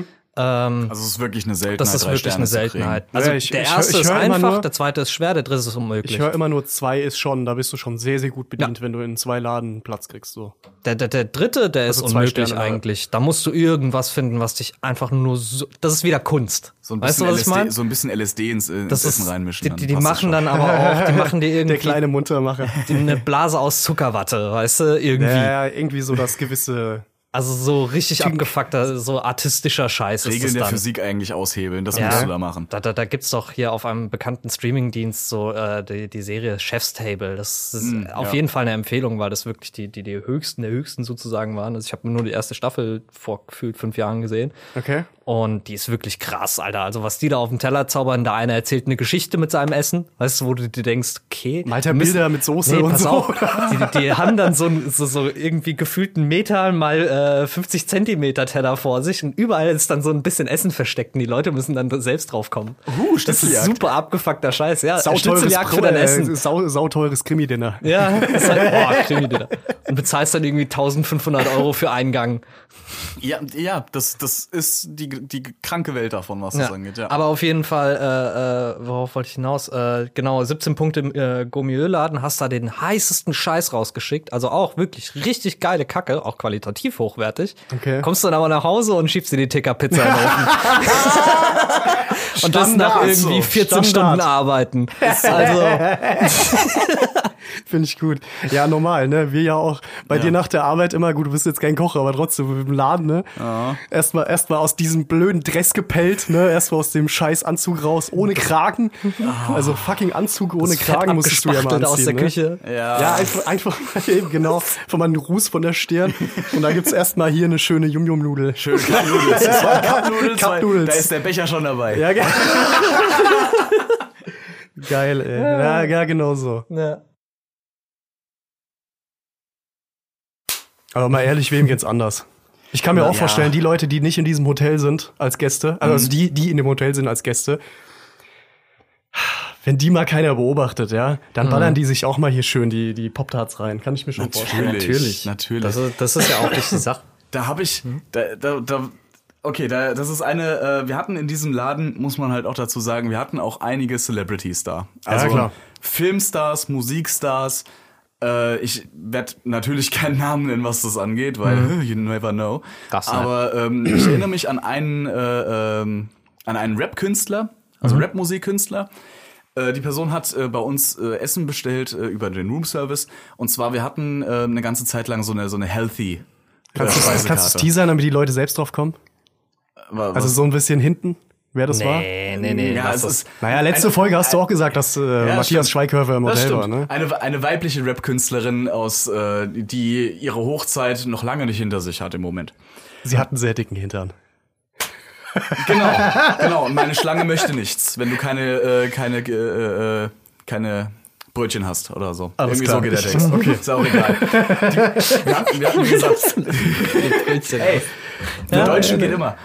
S6: ähm,
S4: Also es ist wirklich eine Seltenheit.
S6: das ist
S4: drei
S6: wirklich
S4: Sterne
S6: eine
S4: zu kriegen.
S6: Seltenheit. Also
S5: Ja, ich-
S6: der
S5: ich hör-
S6: erste
S5: ich
S6: ist
S5: hör immer
S6: einfach,
S5: nur-
S6: der zweite ist schwer, der dritte ist unmöglich.
S5: Ich höre immer nur zwei ist schon, da bist du schon sehr, sehr gut bedient, wenn du in zwei Laden Platz kriegst. So.
S6: Der, der, der dritte, der
S5: Also
S6: ist
S5: zwei
S6: unmöglich
S5: Sterne,
S6: eigentlich. Da musst du irgendwas finden, was dich einfach nur so. Das ist wieder Kunst.
S4: So ein
S6: weißt du,
S4: bisschen
S6: was ich
S4: L S D,
S6: meine?
S4: so ein bisschen L S D ins, ins
S6: Das
S4: Essen
S6: ist,
S4: reinmischen.
S6: die, die, die
S4: passt das
S6: machen
S4: schon.
S6: dann aber auch, die machen dir irgendwie
S5: Der kleine Muntermacher.
S6: eine Blase aus Zuckerwatte, weißt du, irgendwie.
S5: Ja, ja, irgendwie so das gewisse.
S6: Also so richtig abgefuckter, so artistischer Scheiß ist
S4: Regeln
S6: das
S4: der
S6: dann.
S4: Physik eigentlich aushebeln, das
S6: Ja.
S4: musst du da machen.
S6: Da, da, da gibt's doch hier auf einem bekannten Streamingdienst so äh, die, die Serie Chef's Table. Das ist
S4: Mm,
S6: auf
S4: ja.
S6: jeden Fall eine Empfehlung, weil das wirklich die, die, die höchsten der höchsten sozusagen waren. Also ich habe nur die erste Staffel vor gefühlt fünf Jahren gesehen.
S5: Okay.
S6: Und die ist wirklich krass, Alter. Also was die da auf dem Teller zaubern, der eine erzählt eine Geschichte mit seinem Essen, weißt du, wo du dir denkst, okay.
S5: Malt er
S6: wir müssen-
S5: Bilder mit Soße
S6: nee,
S5: und
S6: pass
S5: so.
S6: auf, die, die haben dann so, ein- so, so irgendwie gefühlten Meter mal äh, fünfzig Zentimeter Teller vor sich und überall ist dann so ein bisschen Essen versteckt und die Leute müssen dann selbst drauf kommen.
S5: Uh,
S6: Das ist
S5: Schnitzeljagd.
S6: super abgefuckter Scheiß, ja.
S5: Sauteures,
S6: Schnitzeljagd für dein
S5: äh,
S6: Essen.
S5: sau, sauteures Krimi-Dinner.
S6: Ja, das ist halt, boah, Krimi, Digga. Und bezahlst dann irgendwie eintausendfünfhundert Euro für einen Gang.
S4: Ja, ja, das, das ist die, die kranke Welt davon, was das angeht, ja.
S6: Aber auf jeden Fall, äh, äh, worauf wollte ich hinaus? Äh, genau, siebzehn Punkte im äh, Gourmet-Laden, hast da den heißesten Scheiß rausgeschickt. Also auch wirklich richtig geile Kacke, auch qualitativ hochwertig.
S5: Okay.
S6: Kommst du dann aber nach Hause und schiebst dir die Ticker-Pizza in den Ofen. Und das nach
S5: Standard,
S6: irgendwie
S5: so.
S6: vierzehn
S5: Standard.
S6: Stunden arbeiten. Also,
S5: Finde ich gut. Ja, normal, ne? Wir ja auch. Bei
S4: Ja.
S5: dir nach der Arbeit immer, gut, du bist jetzt kein Koch, aber trotzdem im Laden, ne? Erstmal erstmal aus diesem blöden Dress gepellt, ne? Erstmal aus dem scheiß Anzug raus, ohne Kragen. Also fucking Anzug ohne
S6: das Fett
S5: Kragen musstest du ja mal
S6: abgespachtelt
S5: anziehen,
S6: aus der
S5: ne?
S6: Küche.
S4: ja.
S5: Ja, einfach, einfach mal eben, genau. Von meinem Ruß von der Stirn. Und da gibt's erstmal hier eine schöne Yum-Yum-Nudel.
S4: Schön Cup Noodles. Das war Cup Noodles.
S5: Cup
S4: weil
S5: Noodles.
S4: Da ist der Becher schon dabei.
S5: Ja, ge geil, ey. Ja, ja, genau so.
S6: Ja.
S5: Aber mal ehrlich, wem geht's anders? Ich kann mir auch
S4: Ja.
S5: vorstellen, die Leute, die nicht in diesem Hotel sind als Gäste, also, also die, die in dem Hotel sind als Gäste, wenn die mal keiner beobachtet, ja, dann ballern die sich auch mal hier schön die, die Pop-Tarts rein. Kann ich mir schon vorstellen.
S4: Natürlich, natürlich.
S6: Das ist, das ist ja auch nicht die Sache.
S4: Da habe ich, da, da, da, okay, da, das ist eine, äh, wir hatten in diesem Laden, muss man halt auch dazu sagen, wir hatten auch einige Celebrities da. Also
S5: klar.
S4: Filmstars, Musikstars. Äh, ich werde natürlich keinen Namen nennen, was das angeht, weil you never know.
S6: Das, ne?
S4: Aber ähm, ich erinnere mich an einen, äh, ähm, an einen Rap-Künstler, also Rap-Musikkünstler. Äh, die Person hat äh, bei uns äh, Essen bestellt äh, über den Roomservice. Und zwar, wir hatten äh, eine ganze Zeit lang so eine, so eine healthy
S5: Kannst du kannst du's teasern, damit die Leute selbst drauf kommen?
S4: Was?
S5: Also so ein bisschen hinten, wer das war?
S6: Nee, nee, nee.
S4: Ja,
S6: lass
S4: es
S6: das.
S4: ist
S5: Naja, letzte
S4: Eine-
S5: Folge hast du auch gesagt, dass äh, Matthias
S4: stimmt.
S5: Schweighöfer im
S4: Das
S5: Hotel
S4: stimmt.
S5: war, ne?
S4: Eine, eine weibliche Rap-Künstlerin aus, äh, die ihre Hochzeit noch lange nicht hinter sich hat im Moment.
S5: Sie hatten sehr dicken Hintern.
S4: Genau, genau. Und meine Schlange möchte nichts. Wenn du keine, äh, keine, äh, äh, keine Brötchen hast oder so.
S5: Alles
S4: Irgendwie
S5: klar.
S4: so geht der Text. Okay. Ist ja auch egal. Die, wir, hatten, wir hatten gesagt, ey, der Deutsche geht immer.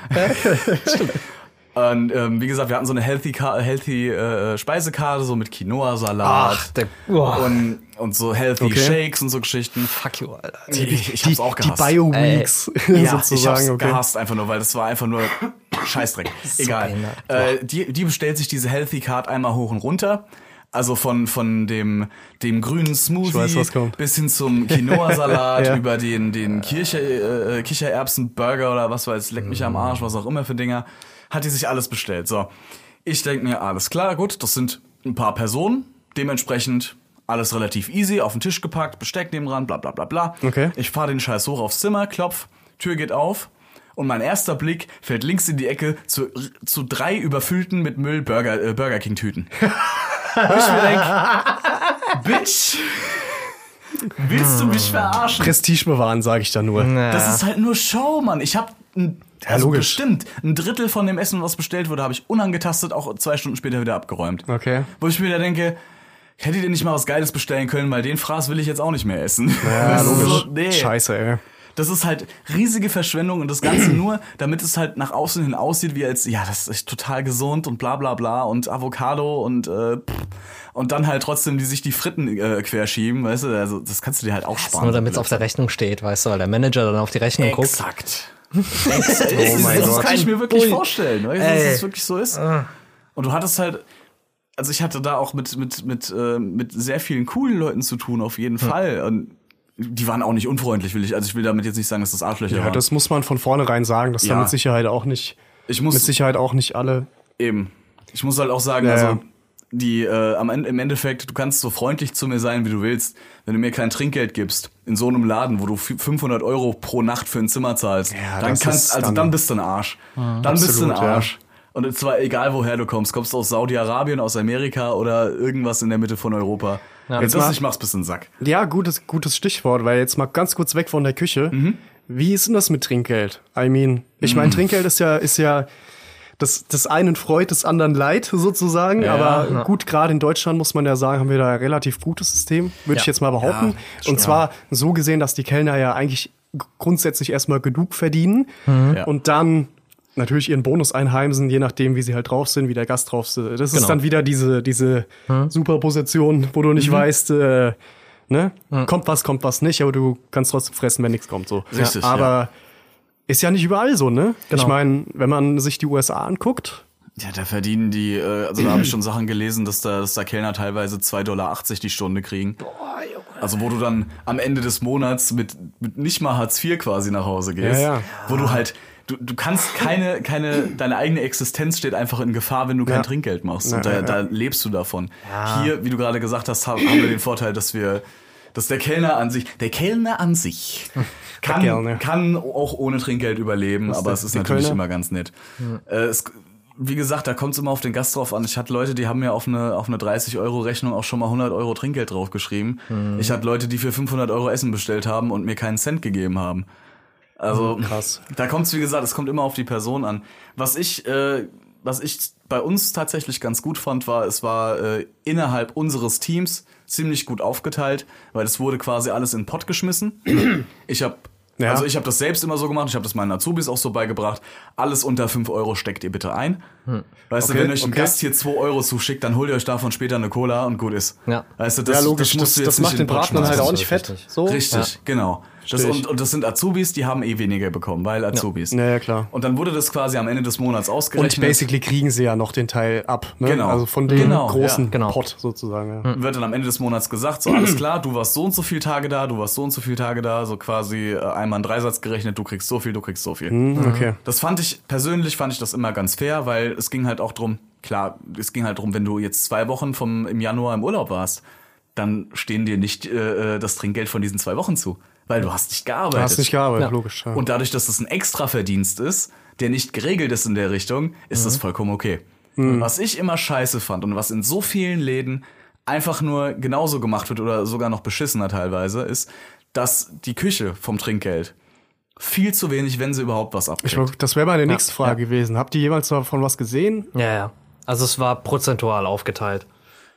S4: Und ähm, wie gesagt, wir hatten so eine healthy, healthy äh, Speisekarte, so mit Quinoa-Salat
S6: Ach, der, oh.
S4: und, und so healthy
S5: Okay.
S4: Shakes und so Geschichten.
S6: Fuck you, Alter.
S4: Ich, ich hab's auch
S5: Die
S4: gehasst.
S5: Bio-Weeks
S4: Ja, ich
S5: sozusagen.
S4: hab's
S5: Okay.
S4: gehasst einfach nur, weil das war einfach nur Scheißdreck. Egal. Äh, die, die bestellt sich diese Healthy Card einmal hoch und runter. Also von von dem dem grünen Smoothie
S5: weiß, was kommt.
S4: bis hin zum Quinoa-Salat
S5: Ja.
S4: über den den Kirche, äh, Kichererbsen-Burger oder was weiß, leck mich am Arsch, was auch immer für Dinger, hat die sich alles bestellt. So, ich denk mir, alles klar, gut, das sind ein paar Personen, dementsprechend alles relativ easy, auf den Tisch gepackt, Besteck nebendran, bla bla bla bla.
S5: Okay.
S4: Ich fahr den Scheiß hoch aufs Zimmer, klopf, Tür geht auf. Und mein erster Blick fällt links in die Ecke zu, zu drei überfüllten mit Müll Burger, äh, Burger King Tüten. Wo ich mir denk, Bitch, willst du mich verarschen?
S5: Prestige bewahren, sage ich da nur.
S4: Das ist halt nur Show, Mann. Ich hab ein, also
S5: logisch.
S4: bestimmt ein Drittel von dem Essen, was bestellt wurde, habe ich unangetastet auch zwei Stunden später wieder abgeräumt.
S5: Okay.
S4: Wo ich mir da denke, hättet ihr nicht mal was Geiles bestellen können, weil den Fraß will ich jetzt auch nicht mehr essen.
S5: Ja,
S4: Das ist
S5: logisch.
S4: so, nee.
S5: Scheiße, ey.
S4: Das ist halt riesige Verschwendung und das Ganze nur, damit es halt nach außen hin aussieht, wie als, ja, das ist total gesund und bla bla bla und Avocado und äh, pff. Und dann halt trotzdem die sich die Fritten äh, querschieben, weißt du, also das kannst du dir halt auch sparen.
S6: Nur damit es auf der Rechnung steht, weißt du, weil der Manager dann auf die Rechnung guckt.
S4: Exakt.
S5: Oh mein
S4: das
S5: Gott.
S4: kann ich mir wirklich
S6: Ui.
S4: vorstellen, weißt du,
S6: Ey.
S4: dass es wirklich so ist. Und du hattest halt, also ich hatte da auch mit mit mit äh, mit sehr vielen coolen Leuten zu tun, auf jeden Fall. Und die waren auch nicht unfreundlich, will ich. Also ich will damit jetzt nicht sagen, dass das Arschlöcher
S5: Ja,
S4: waren.
S5: das muss man von vornherein sagen, dass
S4: Ja.
S5: da mit Sicherheit auch nicht,
S4: ich muss
S5: mit Sicherheit auch nicht alle.
S4: eben. Ich muss halt auch sagen,
S5: Ja,
S4: also
S5: ja.
S4: die äh, am Ende, im Endeffekt, du kannst so freundlich zu mir sein, wie du willst. Wenn du mir kein Trinkgeld gibst in so einem Laden, wo du fünfhundert Euro pro Nacht für ein Zimmer zahlst,
S5: Ja,
S4: dann
S5: das
S4: kannst,
S5: ist
S4: also
S5: dann-
S4: dann bist du ein Arsch. Dann bist du ein
S5: Absolut, ja.
S4: Arsch. Und zwar egal, woher du kommst. Kommst du aus Saudi-Arabien, aus Amerika oder irgendwas in der Mitte von Europa. Wenn du
S5: Jetzt
S4: das
S5: mal-
S4: nicht machst, bist du ein Sack.
S5: Ja, gutes, gutes Stichwort, weil jetzt mal ganz kurz weg von der Küche.
S4: Mhm.
S5: Wie ist denn das mit Trinkgeld? I mean, ich meine, Trinkgeld ist ja, ist ja das, das einen freut, des anderen leid, sozusagen.
S4: Ja,
S5: Aber
S6: ja.
S5: gut, gerade in Deutschland muss man ja sagen, haben wir da ein relativ gutes System, würde
S6: Ja.
S5: ich jetzt mal behaupten.
S4: Ja,
S5: Und zwar so gesehen, dass die Kellner ja eigentlich g- grundsätzlich erstmal genug verdienen
S4: Ja.
S5: und dann natürlich ihren Bonus einheimsen, je nachdem, wie sie halt drauf sind, wie der Gast drauf ist. Das ist
S6: Genau.
S5: dann wieder diese, diese Superposition, wo du nicht
S4: Mhm.
S5: weißt, äh, ne? Kommt was, kommt was nicht, aber du kannst trotzdem fressen, wenn nichts kommt. So.
S4: Richtig,
S5: aber
S4: ja.
S5: ist ja nicht überall so, ne?
S6: Genau.
S5: Ich meine, wenn man sich die U S A anguckt,
S4: Ja, da verdienen die, äh, also da habe ich schon Sachen gelesen, dass da, dass da Kellner teilweise zwei Dollar achtzig die Stunde kriegen. Also wo du dann am Ende des Monats mit, mit nicht mal Hartz vier quasi nach Hause gehst.
S5: Ja, ja.
S4: Wo du halt, du, du kannst keine, keine, deine eigene Existenz steht einfach in Gefahr, wenn du kein
S5: Ja.
S4: Trinkgeld machst.
S5: Ja,
S4: Und da,
S5: ja,
S4: da lebst du davon. Hier, wie du gerade gesagt hast, haben, haben wir den Vorteil, dass wir, dass der Kellner an sich, der Kellner an sich kann,
S5: Kellner.
S4: kann auch ohne Trinkgeld überleben, aber
S5: der-
S4: es ist
S5: der
S4: natürlich
S5: Kölner?
S4: immer ganz nett. Äh, es, wie gesagt, da kommt es immer auf den Gast drauf an. Ich hatte Leute, die haben mir auf eine, auf eine dreißig Euro Rechnung auch schon mal hundert Euro Trinkgeld draufgeschrieben. Ich hatte Leute, die für fünfhundert Euro Essen bestellt haben und mir keinen Cent gegeben haben. Also,
S5: krass.
S4: da kommt es, wie gesagt, es kommt immer auf die Person an. Was ich, äh, was ich bei uns tatsächlich ganz gut fand, war, es war äh, innerhalb unseres Teams ziemlich gut aufgeteilt, weil es wurde quasi alles in den Pott geschmissen. Ich habe
S5: Ja.
S4: Also ich habe das selbst immer so gemacht, ich habe das meinen Azubis auch so beigebracht. Alles unter fünf Euro steckt ihr bitte ein. Weißt
S5: Okay,
S4: du, wenn euch ein
S5: okay.
S4: Gast hier zwei Euro zuschickt, dann holt ihr euch davon später eine Cola und gut ist.
S6: Ja.
S4: Weißt du, das,
S5: ja, logisch,
S4: das, musst
S5: das,
S4: du jetzt
S5: das
S4: nicht
S5: macht
S4: in
S5: den
S4: Pott
S5: Braten dann halt
S4: schmeißen.
S5: auch nicht fett.
S6: richtig.
S5: So.
S4: Richtig, genau. Das,
S5: Versteh ich.
S4: und, und das sind Azubis, die haben eh weniger bekommen, weil Azubis.
S5: Ja, ja, klar.
S4: Und dann wurde das quasi am Ende des Monats
S5: Und
S4: ausgerechnet.
S5: basically kriegen sie ja noch den Teil ab, ne?
S4: Genau.
S5: Also von dem
S4: Genau,
S5: großen
S4: ja,
S6: genau.
S5: Pot sozusagen. Ja.
S4: Wird dann am Ende des Monats gesagt, so alles klar, du warst so und so viele Tage da, du warst so und so viele Tage da, so quasi äh, einmal einen Dreisatz gerechnet, du kriegst so viel, du kriegst so viel.
S5: Hm, okay.
S4: Das fand ich, persönlich fand ich das immer ganz fair, weil es ging halt auch drum, klar, es ging halt drum, wenn du jetzt zwei Wochen vom, im Januar im Urlaub warst, dann stehen dir nicht äh, das Trinkgeld von diesen zwei Wochen zu, weil du hast nicht gearbeitet.
S5: Du hast nicht gearbeitet,
S6: Ja.
S5: logisch. Ja.
S4: Und dadurch, dass das ein Extraverdienst ist, der nicht geregelt ist in der Richtung, ist das vollkommen okay. Was ich immer scheiße fand und was in so vielen Läden einfach nur genauso gemacht wird oder sogar noch beschissener teilweise, ist, dass die Küche vom Trinkgeld viel zu wenig, wenn sie überhaupt was
S5: Ich,
S4: abkriegt.
S5: wollt- das wäre meine nächste Frage
S6: ja.
S5: gewesen. Habt ihr jemals davon was gesehen?
S6: Ja, ja. Also es war prozentual aufgeteilt.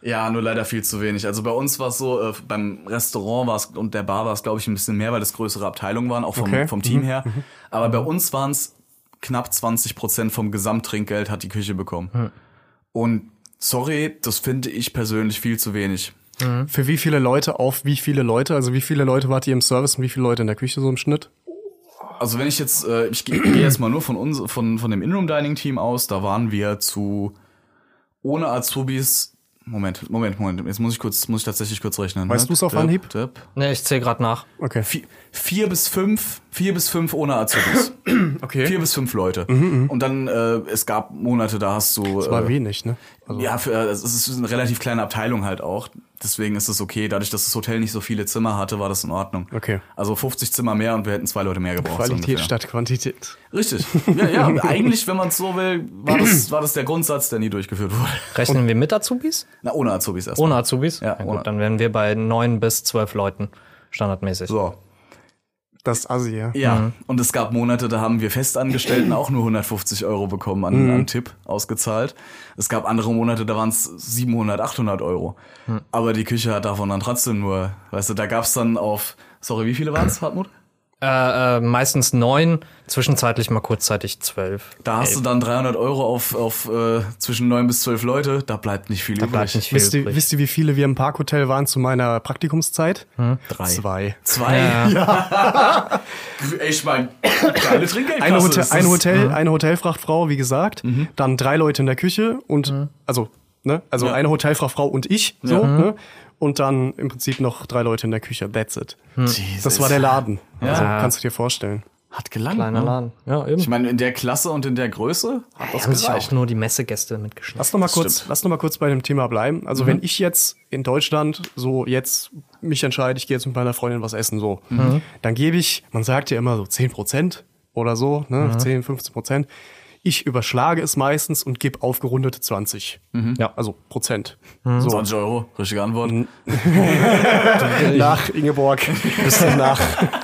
S4: Ja, nur leider viel zu wenig. Also bei uns war es so, äh, beim Restaurant war es und der Bar war es, glaube ich, ein bisschen mehr, weil das größere Abteilungen waren, auch vom,
S5: Okay.
S4: vom Team
S5: Mhm.
S4: her. Aber bei uns waren es knapp zwanzig Prozent vom Gesamttrinkgeld hat die Küche bekommen.
S5: Mhm.
S4: Und sorry, das finde ich persönlich viel zu wenig.
S5: Für wie viele Leute auf wie viele Leute? Also wie viele Leute wart ihr im Service und wie viele Leute in der Küche so im Schnitt?
S4: Also wenn ich jetzt, äh, ich gehe geh jetzt mal nur von uns, von, von dem In-Room-Dining-Team aus, da waren wir zu, ohne Azubis, Moment, Moment, Moment, jetzt muss ich kurz, muss ich tatsächlich kurz rechnen.
S5: Weißt
S4: ne?
S5: du's auf
S4: Dip,
S5: Anhieb?
S4: Dip.
S6: Ne, ich zähle gerade nach.
S5: Okay.
S4: Vier, vier bis fünf, vier bis fünf ohne Azubis.
S5: Okay.
S4: Vier bis fünf Leute. Und dann, äh, es gab Monate, da hast du,
S5: Das war
S4: äh,
S5: wenig, ne? Also,
S4: ja, für, äh, es ist eine relativ kleine Abteilung halt auch. Deswegen ist es okay. Dadurch, dass das Hotel nicht so viele Zimmer hatte, war das in Ordnung.
S5: Okay.
S4: Also fünfzig Zimmer mehr und wir hätten zwei Leute mehr gebraucht. so
S5: Qualität
S4: ungefähr.
S5: statt Quantität.
S4: Richtig. Ja, ja, eigentlich, wenn man es so will, war das, war das der Grundsatz, der nie durchgeführt wurde.
S6: Rechnen wir mit Azubis?
S4: Na, ohne Azubis erstmal.
S6: Ohne Azubis?
S4: Ja,
S6: gut,
S4: ohne.
S6: dann wären wir bei neun bis zwölf Leuten standardmäßig.
S4: So.
S5: Das ist assi, ja.
S4: Ja, und es gab Monate, da haben wir Festangestellten auch nur hundertfünfzig Euro bekommen an, an Tipp ausgezahlt. Es gab andere Monate, da waren es siebenhundert, achthundert Euro. Aber die Küche hat davon dann trotzdem nur, weißt du, da gab's dann auf, sorry, wie viele waren es, Hartmut?
S6: Äh, äh, meistens neun, zwischenzeitlich mal kurzzeitig zwölf.
S4: Da hast du dann dreihundert Euro auf, auf äh, zwischen neun bis zwölf Leute, da bleibt nicht viel
S6: Da
S4: übrig.
S6: bleibt nicht viel
S5: Wisst ihr,
S6: übrig.
S5: wisst ihr, wie viele wir im Parkhotel waren zu meiner Praktikumszeit?
S4: Drei.
S5: Zwei.
S4: Zwei? Ja. Ich meine, geile Trinkgeldkasse.
S5: Eine, Hotel,
S4: ist das.
S5: ein Hotel, eine Hotelfrachtfrau, wie gesagt, dann drei Leute in der Küche und also ne, also
S4: Ja.
S5: eine Hotelfrachtfrau und ich, so,
S4: Ja.
S5: ne? Und dann im Prinzip noch drei Leute in der Küche. That's it.
S4: Jesus.
S5: Das war der Laden. Also
S6: Ja.
S5: kannst du dir vorstellen.
S4: Hat gelangt.
S6: Kleiner
S4: ne?
S6: Laden. Ja, eben.
S4: Ich meine, in der Klasse und in der Größe hat
S6: Da
S4: das
S6: haben sich
S4: gereicht.
S6: auch nur die Messegäste mitgeschnitten.
S5: Lass noch mal kurz,
S4: stimmt.
S5: lass noch mal kurz bei dem Thema bleiben. Also wenn ich jetzt in Deutschland so jetzt mich entscheide, ich gehe jetzt mit meiner Freundin was essen, so, dann gebe ich, man sagt ja immer so zehn Prozent oder so, ne, zehn, fünfzehn Prozent. Ich überschlage es meistens und gebe aufgerundete zwanzig. Ja, also Prozent. So.
S4: zwanzig Euro, richtige Antwort.
S5: Nach Ingeborg. Bisschen nach.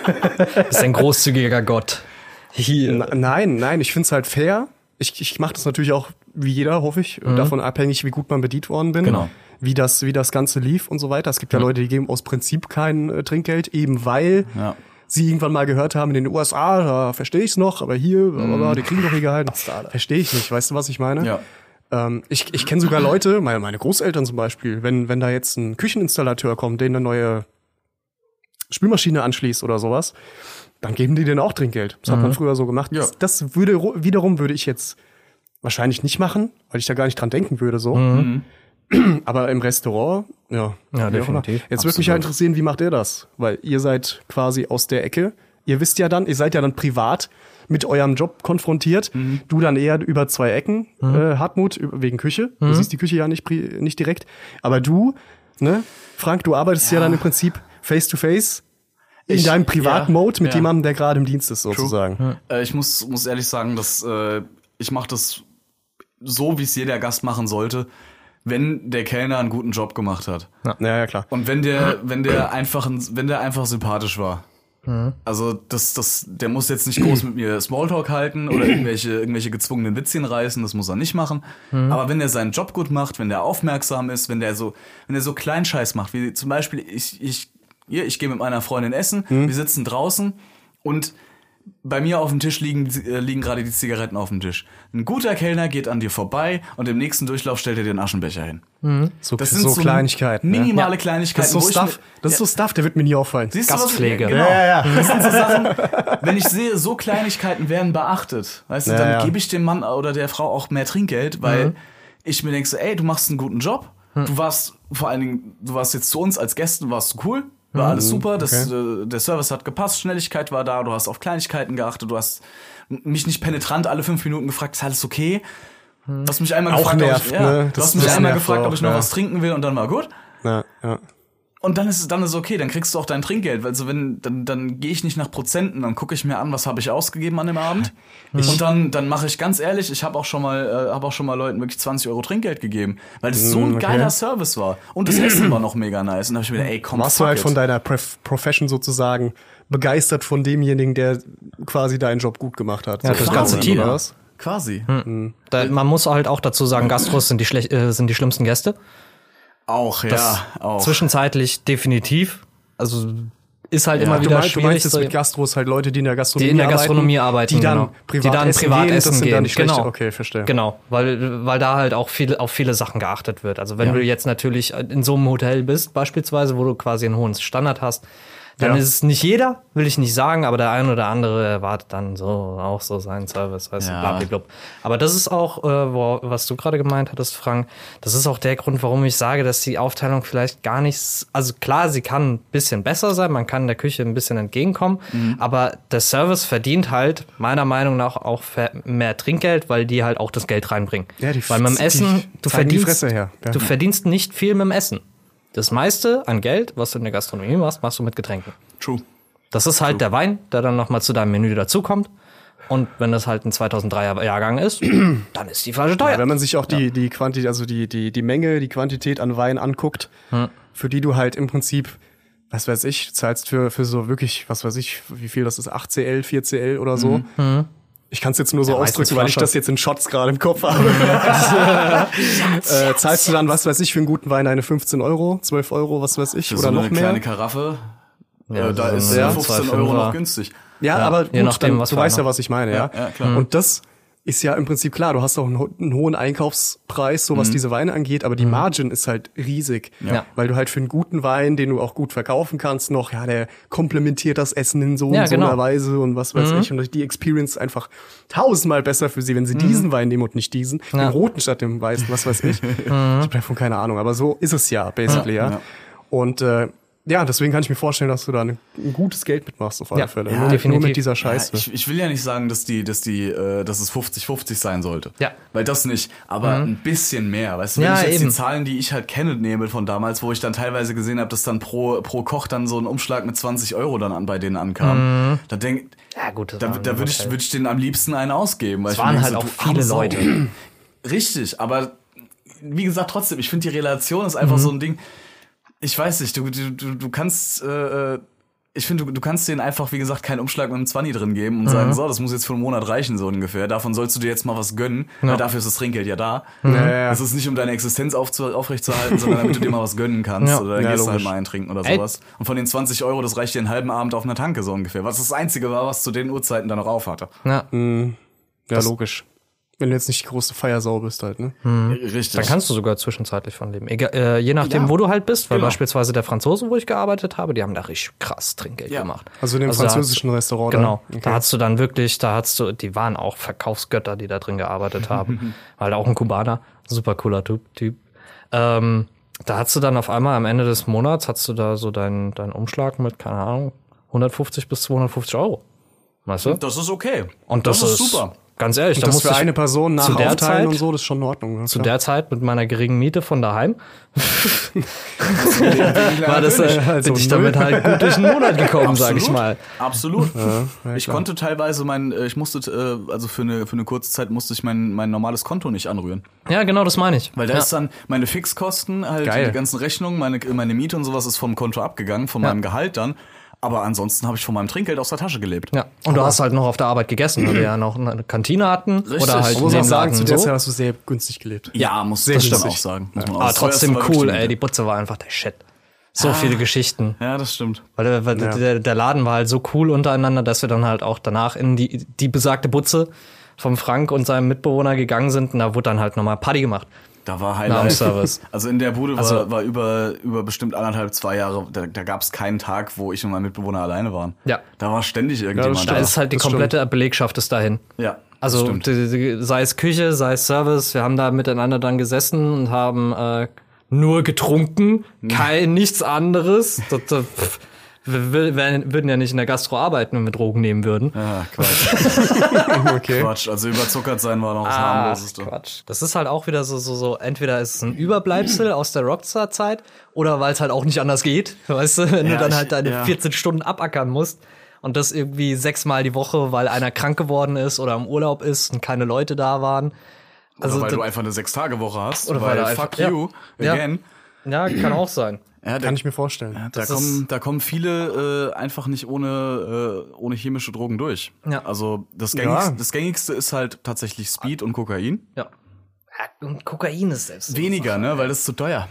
S6: ist ein großzügiger Gott. Hier.
S5: Na, nein, nein, ich find's halt fair. Ich, ich mache das natürlich auch wie jeder, hoffe ich, davon abhängig, wie gut man bedient worden bin.
S4: Genau.
S5: Wie das, wie das Ganze lief und so weiter. Es gibt ja Leute, die geben aus Prinzip kein äh, Trinkgeld, eben weil
S4: Ja.
S5: sie irgendwann mal gehört haben, in den U S A, da verstehe ich's noch, aber hier, blablabla, die kriegen doch ihr Gehalt. Verstehe ich nicht, weißt du, was ich meine?
S4: Ja.
S5: Ähm, ich ich kenne sogar Leute, meine, meine Großeltern zum Beispiel, wenn, wenn da jetzt ein Kücheninstallateur kommt, den eine neue Spülmaschine anschließt oder sowas, dann geben die denen auch Trinkgeld. Das hat man früher so gemacht.
S4: Ja.
S5: Das, das würde wiederum würde ich jetzt wahrscheinlich nicht machen, weil ich da gar nicht dran denken würde so. Aber im Restaurant, ja.
S6: Ja,
S5: wie auch immer.
S6: definitiv.
S5: Jetzt würde mich ja interessieren, wie macht ihr das? Weil ihr seid quasi aus der Ecke. Ihr wisst ja dann, ihr seid ja dann privat mit eurem Job konfrontiert. Du dann eher über zwei Ecken, äh, Hartmut, über- wegen Küche. Du siehst die Küche ja nicht, pri- nicht direkt. Aber du, ne, Frank, du arbeitest ja, dann im Prinzip face to face in
S4: Ich-
S5: deinem Privatmode
S4: ja,
S5: mit
S4: ja.
S5: jemandem, der gerade im Dienst ist, sozusagen.
S4: Äh, ich muss, muss ehrlich sagen, dass äh, ich mache das so, wie es jeder Gast machen sollte, wenn der Kellner einen guten Job gemacht hat.
S5: Ja, ja, klar.
S4: Und wenn der, wenn der einfach, ein- wenn der einfach sympathisch war. Also das, das, der muss jetzt nicht groß mit mir Smalltalk halten oder irgendwelche, irgendwelche gezwungenen Witzchen reißen, das muss er nicht machen. Aber wenn er seinen Job gut macht, wenn der aufmerksam ist, wenn der so, wenn er so Kleinscheiß macht, wie zum Beispiel ich, ich, hier, ich gehe mit meiner Freundin essen, wir sitzen draußen und bei mir auf dem Tisch liegen, äh, liegen gerade die Zigaretten auf dem Tisch. Ein guter Kellner geht an dir vorbei und im nächsten Durchlauf stellt er dir einen Aschenbecher hin.
S5: So,
S4: Das sind
S5: so,
S4: so
S5: Kleinigkeiten.
S4: minimale
S5: ne?
S4: Kleinigkeiten.
S5: Das ist so
S4: wo ich
S5: Stuff,
S4: mir-
S5: das ist so Stuff, der wird mir nie auffallen.
S4: Siehst du, was-
S6: Gastpflege.
S4: Genau.
S5: Ja, ja, ja.
S4: Das sind so Sachen, wenn ich sehe, so Kleinigkeiten werden beachtet, weißt du,
S5: Ja,
S4: dann
S5: ja.
S4: gebe ich dem Mann oder der Frau auch mehr Trinkgeld, weil ich mir denke so, ey, du machst einen guten Job, du warst vor allen Dingen, du warst jetzt zu uns als Gästen, warst du cool, war alles super, das, äh, der Service hat gepasst, Schnelligkeit war da, du hast auf Kleinigkeiten geachtet, du hast mich nicht penetrant alle fünf Minuten gefragt, ist alles okay? Du hast mich einmal
S5: Auch
S4: gefragt,
S5: nervt,
S4: ob ich, ja,
S5: ne?
S4: du
S5: Das-
S4: hast mich
S5: das
S4: einmal
S5: nervt
S4: gefragt, ob
S5: auch,
S4: ich noch
S5: ja.
S4: was trinken will und dann war gut.
S5: Ja, ja.
S4: Und dann ist es dann ist okay, dann kriegst du auch dein Trinkgeld, weil so wenn dann dann gehe ich nicht nach Prozenten, dann gucke ich mir an, was habe ich ausgegeben an dem Abend. Und dann dann mache ich ganz ehrlich, ich habe auch schon mal äh, habe auch schon mal Leuten wirklich zwanzig Euro Trinkgeld gegeben, weil das so ein
S5: Mm, okay.
S4: geiler Service war und das Essen war noch mega nice und da habe ich mir gedacht, ey, komm,
S5: Warst
S4: fuck
S5: du halt
S4: it.
S5: von deiner Prof- Profession sozusagen begeistert von demjenigen, der quasi deinen Job gut gemacht hat?
S6: Ja, das
S5: So
S6: ganze
S5: quasi,
S6: Team.
S5: oder was?
S4: quasi.
S6: Da, man muss halt auch dazu sagen, Gastros sind die, schlech- äh, sind die schlimmsten Gäste.
S4: Auch, ja,
S6: Das
S4: auch.
S6: Zwischenzeitlich definitiv. Also ist halt immer
S5: Du
S6: wieder
S5: meinst, du
S6: schwierig.
S5: meinst jetzt
S6: so-
S5: mit Gastros halt Leute, die in der Gastronomie
S6: die in der
S5: arbeiten,
S6: Gastronomie arbeiten,
S5: die dann
S6: genau.
S5: privat
S6: die dann
S5: essen
S6: privat
S5: gehen,
S6: essen
S5: das sind
S6: gehen.
S5: dann die schlechte.
S6: Genau.
S5: Okay, verstehe.
S6: Genau, weil, weil da halt auch viel, auf viele Sachen geachtet wird. Also wenn
S5: Ja.
S6: du jetzt natürlich in so einem Hotel bist, beispielsweise, wo du quasi einen hohen Standard hast, dann
S5: Ja.
S6: ist es nicht jeder, will ich nicht sagen, aber der ein oder andere erwartet dann so auch so seinen Service, weißt
S4: Ja.
S6: du, blablabla. Aber das ist auch, äh, wo, was du gerade gemeint hattest, Frank, das ist auch der Grund, warum ich sage, dass die Aufteilung vielleicht gar nicht, s- also klar, sie kann ein bisschen besser sein, man kann der Küche ein bisschen entgegenkommen,
S5: Mhm.
S6: aber der Service verdient halt meiner Meinung nach auch ver- mehr Trinkgeld, weil die halt auch das Geld reinbringen.
S5: Ja, die-
S6: weil mit dem
S5: die
S6: Essen, du
S5: zeigen die
S6: verdienst,
S5: Fresse her. Ja.
S6: du verdienst nicht viel mit dem Essen. Das meiste an Geld, was du in der Gastronomie machst, machst du mit Getränken.
S4: True.
S6: Das ist halt der Wein, der dann nochmal zu deinem Menü dazukommt. Und wenn das halt ein zweitausenddreier Jahrgang ist, dann ist die Flasche teuer.
S5: Ja, wenn man sich auch die, die Quantität, also die, die, die Menge, die Quantität an Wein anguckt, für die du halt im Prinzip, was weiß ich, zahlst für, für so wirklich, was weiß ich, wie viel das ist, acht C L, vier C L oder so. Ich kann es jetzt nur so
S6: Ja, meistens
S5: ausdrücken, weil ich
S6: Flasche.
S5: das jetzt in Shots gerade im Kopf habe. äh, zahlst du dann, was weiß ich, für einen guten Wein eine fünfzehn Euro, zwölf Euro, was weiß ich,
S4: Für
S5: oder
S4: so eine
S5: noch mehr.
S4: kleine Karaffe,
S6: Ja,
S4: äh, da
S6: so
S4: ist
S6: eine
S4: äh, fünfzehn
S6: zwei
S4: Euro
S6: Fünfer.
S4: noch günstig.
S5: Ja,
S6: Ja,
S5: aber
S6: je
S5: gut,
S6: nachdem,
S5: dann,
S6: was
S5: du
S6: für
S5: weißt
S6: einer.
S5: ja, was ich meine, ja.
S4: Ja, ja, klar.
S5: Und das ist ja im Prinzip klar, du hast auch einen, ho- einen hohen Einkaufspreis, so was diese Weine angeht, aber die Margin ist halt riesig,
S6: Ja.
S5: weil du halt für einen guten Wein, den du auch gut verkaufen kannst, noch, ja, der komplementiert das Essen in so
S6: Ja,
S5: und so
S6: genau.
S5: einer Weise und was weiß ich, und die Experience ist einfach tausendmal besser für sie, wenn sie diesen Wein nehmen und nicht diesen, den roten statt dem weißen, was weiß ich. Ich habe davon keine Ahnung, aber so ist es ja, basically, ja.
S4: Ja.
S5: Und äh, ja, deswegen kann ich mir vorstellen, dass du da ein, ein gutes Geld mitmachst auf alle
S6: Ja,
S5: Fälle.
S6: ja,
S5: nur, nur
S6: definitiv.
S5: mit dieser
S4: Ja,
S5: Scheiße.
S4: ich, ich will ja nicht sagen, dass die, dass die, äh, dass es fünfzig fünfzig sein sollte.
S6: Ja.
S4: Weil das nicht, aber ein bisschen mehr. Weißt du, wenn
S6: Ja,
S4: ich jetzt
S6: eben.
S4: die Zahlen, die ich halt kenne, nehme von damals, wo ich dann teilweise gesehen habe, dass dann pro, pro Koch dann so ein Umschlag mit zwanzig Euro dann an bei denen ankam. Da denk,
S6: Ja, gut, das
S4: da,
S6: war ein
S4: da würde ich,
S6: Hotel.
S4: würde ich denen am liebsten einen ausgeben. Weil
S6: Es
S4: ich mir
S6: waren
S4: denke
S6: halt
S4: so,
S6: auch
S4: du
S6: viele
S4: arme Sau.
S6: Leute.
S4: Richtig, aber wie gesagt, trotzdem, ich finde die Relation ist einfach so ein Ding. Ich weiß nicht, du, du, du, du kannst, äh, ich finde, du, du kannst denen einfach, wie gesagt, keinen Umschlag mit einem Zwanni drin geben und sagen, so, das muss jetzt für einen Monat reichen, so ungefähr. Davon sollst du dir jetzt mal was gönnen, weil dafür ist das Trinkgeld ja da.
S5: Ja, ja.
S4: Das ist nicht, um deine Existenz aufzu aufrechtzuerhalten, sondern damit du dir mal was gönnen kannst.
S6: Ja.
S4: Oder dann
S5: Ja,
S4: gehst du halt
S5: logisch.
S4: mal eintrinken oder
S6: Ey.
S4: sowas. Und von den zwanzig Euro, das reicht dir einen halben Abend auf einer Tanke, so ungefähr. Was das Einzige war, was zu den Uhrzeiten dann noch auf hatte.
S6: Ja.
S5: Ja, logisch. Wenn du jetzt nicht die große Feiersau bist halt, ne?
S4: Richtig.
S6: Dann kannst du sogar zwischenzeitlich von leben. Egal, äh, je nachdem,
S4: Ja.
S6: wo du halt bist, weil
S4: Genau.
S6: beispielsweise der Franzose, wo ich gearbeitet habe, die haben da richtig krass Trinkgeld
S4: Ja.
S6: gemacht.
S5: Also in dem
S6: da
S5: französischen Restaurant.
S6: Genau,
S5: Da. Okay.
S6: da hast du dann wirklich, da hast du, die waren auch Verkaufsgötter, die da drin gearbeitet haben. Weil auch ein Kubaner, super cooler Typ. typ. Ähm, da hast du dann auf einmal am Ende des Monats, hast du da so deinen deinen Umschlag mit, keine Ahnung, hundertfünfzig bis zweihundertfünfzig Euro. Weißt du?
S4: Das ist okay.
S6: Und das, ist
S4: super.
S6: Ganz ehrlich,
S5: Und
S6: da
S5: das
S6: musste
S5: für
S6: ich
S5: eine Person nach
S6: zu der
S5: Aufteilen
S6: Zeit-
S5: und so, das ist schon in Ordnung. Ja,
S6: zu
S5: klar.
S6: der Zeit mit meiner geringen Miete von daheim war das, äh,
S5: Also
S6: bin ich
S5: null.
S6: damit halt gut durch den Monat gekommen, sag ich mal.
S4: Absolut.
S5: ja,
S4: ich
S5: klar.
S4: konnte teilweise mein, äh, ich musste, äh, also für eine, für eine kurze Zeit musste ich mein, mein normales Konto nicht anrühren.
S6: Ja, genau, das meine ich.
S4: Weil da
S6: ja.
S4: ist dann meine Fixkosten, halt
S5: Geil.
S4: die ganzen Rechnungen, meine, meine Miete und sowas ist vom Konto abgegangen, von
S6: Ja.
S4: meinem Gehalt dann. Aber ansonsten habe ich von meinem Trinkgeld aus der Tasche gelebt.
S6: Ja, und du hast halt noch auf der Arbeit gegessen, weil wir ja noch eine Kantine hatten.
S4: Richtig.
S6: Oder halt
S5: Man muss auch
S6: neben
S5: sagen, zu
S6: Laden
S5: der
S6: so.
S5: Zeit hast du sehr günstig gelebt.
S4: Ja, muss
S5: Sehr
S4: das stimmt
S5: günstig.
S4: auch sagen. Muss man auch
S6: Aber
S4: sagen.
S6: trotzdem
S4: Das war
S6: cool,
S4: wirklich
S6: ey.
S4: die
S6: Die Butze war einfach der Shit. So viele Geschichten.
S4: Miete. Ja, das stimmt.
S6: Weil, der- weil
S5: Ja.
S6: der, der Laden war halt so cool untereinander, dass wir dann halt auch danach in die, die besagte Butze vom Frank und seinem Mitbewohner gegangen sind. Und da wurde dann halt nochmal Party gemacht.
S4: Da war
S6: Nach dem
S4: Highlight.
S6: Service.
S4: Also in der Bude war,
S6: Also-
S4: war über, über bestimmt anderthalb, zwei Jahre, da, da gab es keinen Tag, wo ich und mein Mitbewohner alleine waren.
S6: Ja.
S4: Da war ständig irgendjemand
S5: stimmt.
S6: Da
S4: da.
S6: ist halt die
S5: das
S6: komplette Belegschaft ist dahin.
S4: Ja,
S6: Also
S4: stimmt.
S6: die, die, sei es Küche, sei es Service, wir haben da miteinander dann gesessen und haben äh, nur getrunken, kein nichts anderes. Das, das, pff, wir, wir wir würden ja nicht in der Gastro arbeiten, wenn wir Drogen nehmen würden.
S4: Ja, Quatsch.
S5: Okay.
S4: Quatsch. Also überzuckert sein war noch das
S6: Ah,
S4: harmloseste.
S6: Quatsch. Das ist halt auch wieder so, so, so, entweder ist es ein Überbleibsel aus der Rockstar-Zeit oder weil es halt auch nicht anders geht. Weißt du, wenn
S4: Ja,
S6: du dann
S4: ich-
S6: halt deine
S4: ja.
S6: vierzehn Stunden abackern musst und das irgendwie sechsmal die Woche, weil einer krank geworden ist oder im Urlaub ist und keine Leute da waren.
S4: Also
S6: Also
S4: weil
S6: da-
S4: du einfach eine Sechs-Tage-Woche hast.
S6: Oder weil
S4: weil
S6: er einfach-
S4: fuck
S6: ja.
S4: you
S6: Ja.
S4: again.
S6: Ja, kann auch sein.
S4: Ja, der,
S5: Kann ich mir vorstellen.
S4: da,
S6: Das
S4: kommen, da kommen viele äh, einfach nicht ohne, äh, ohne chemische Drogen durch.
S6: Ja.
S4: Also das
S5: Ja.
S4: gängigste, das gängigste ist halt tatsächlich Speed und Kokain.
S6: Ja. Und Kokain ist selbst.
S4: Weniger, ne, weil das ist zu teuer.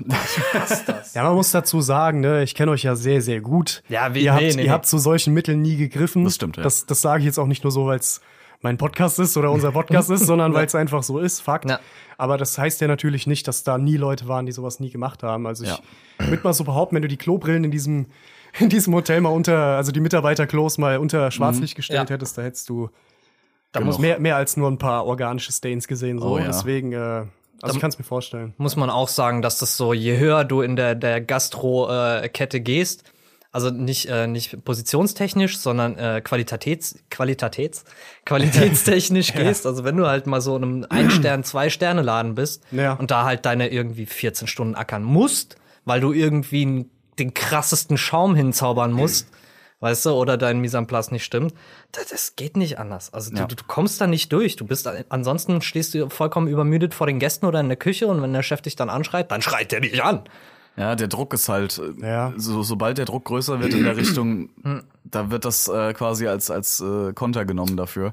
S5: Ja, man muss dazu sagen, ne, ich kenne euch ja sehr, sehr gut.
S6: Ja, wie,
S5: ihr
S6: nee,
S5: habt,
S6: nee,
S5: ihr
S6: nee.
S5: habt zu solchen Mitteln nie gegriffen.
S4: Das stimmt, ja.
S5: Das, das sage ich jetzt auch nicht nur so, weil es mein Podcast ist oder unser Podcast ist, sondern weil es einfach so ist, Fakt.
S6: Ja.
S5: Aber das heißt ja natürlich nicht, dass da nie Leute waren, die sowas nie gemacht haben. Also ich
S4: Ja.
S5: würde mal so behaupten, wenn du die Klobrillen in diesem, in diesem Hotel mal unter, also die Mitarbeiterklos mal unter Schwarzlicht gestellt
S6: Ja.
S5: hättest, da hättest du
S6: Da
S4: Genau.
S6: muss,
S5: mehr, mehr als nur ein paar organische Stains gesehen. So.
S4: Oh ja.
S5: Deswegen, äh, also ich kann es mir vorstellen.
S6: muss man auch sagen, dass das so, je höher du in der, der Gastro-Kette gehst, also nicht, äh, nicht positionstechnisch, sondern äh, qualitatäts, qualitatäts, qualitätstechnisch gehst. Also wenn du halt mal so in einem Ein-Stern-, Zwei-Sterne-Laden bist
S5: Ja.
S6: und da halt deine irgendwie vierzehn Stunden ackern musst, weil du irgendwie n- den krassesten Schaum hinzaubern musst, weißt du, oder dein Mise en place nicht stimmt, das, das geht nicht anders. Also
S4: Ja.
S6: du, du kommst da nicht durch. Du bist ansonsten stehst du vollkommen übermüdet vor den Gästen oder in der Küche und wenn der Chef dich dann anschreit, dann schreit der dich an.
S4: Ja, der Druck ist halt, äh,
S5: Ja.
S4: so, sobald der Druck größer wird in der Richtung, da wird das äh, quasi als, als äh, Konter genommen dafür.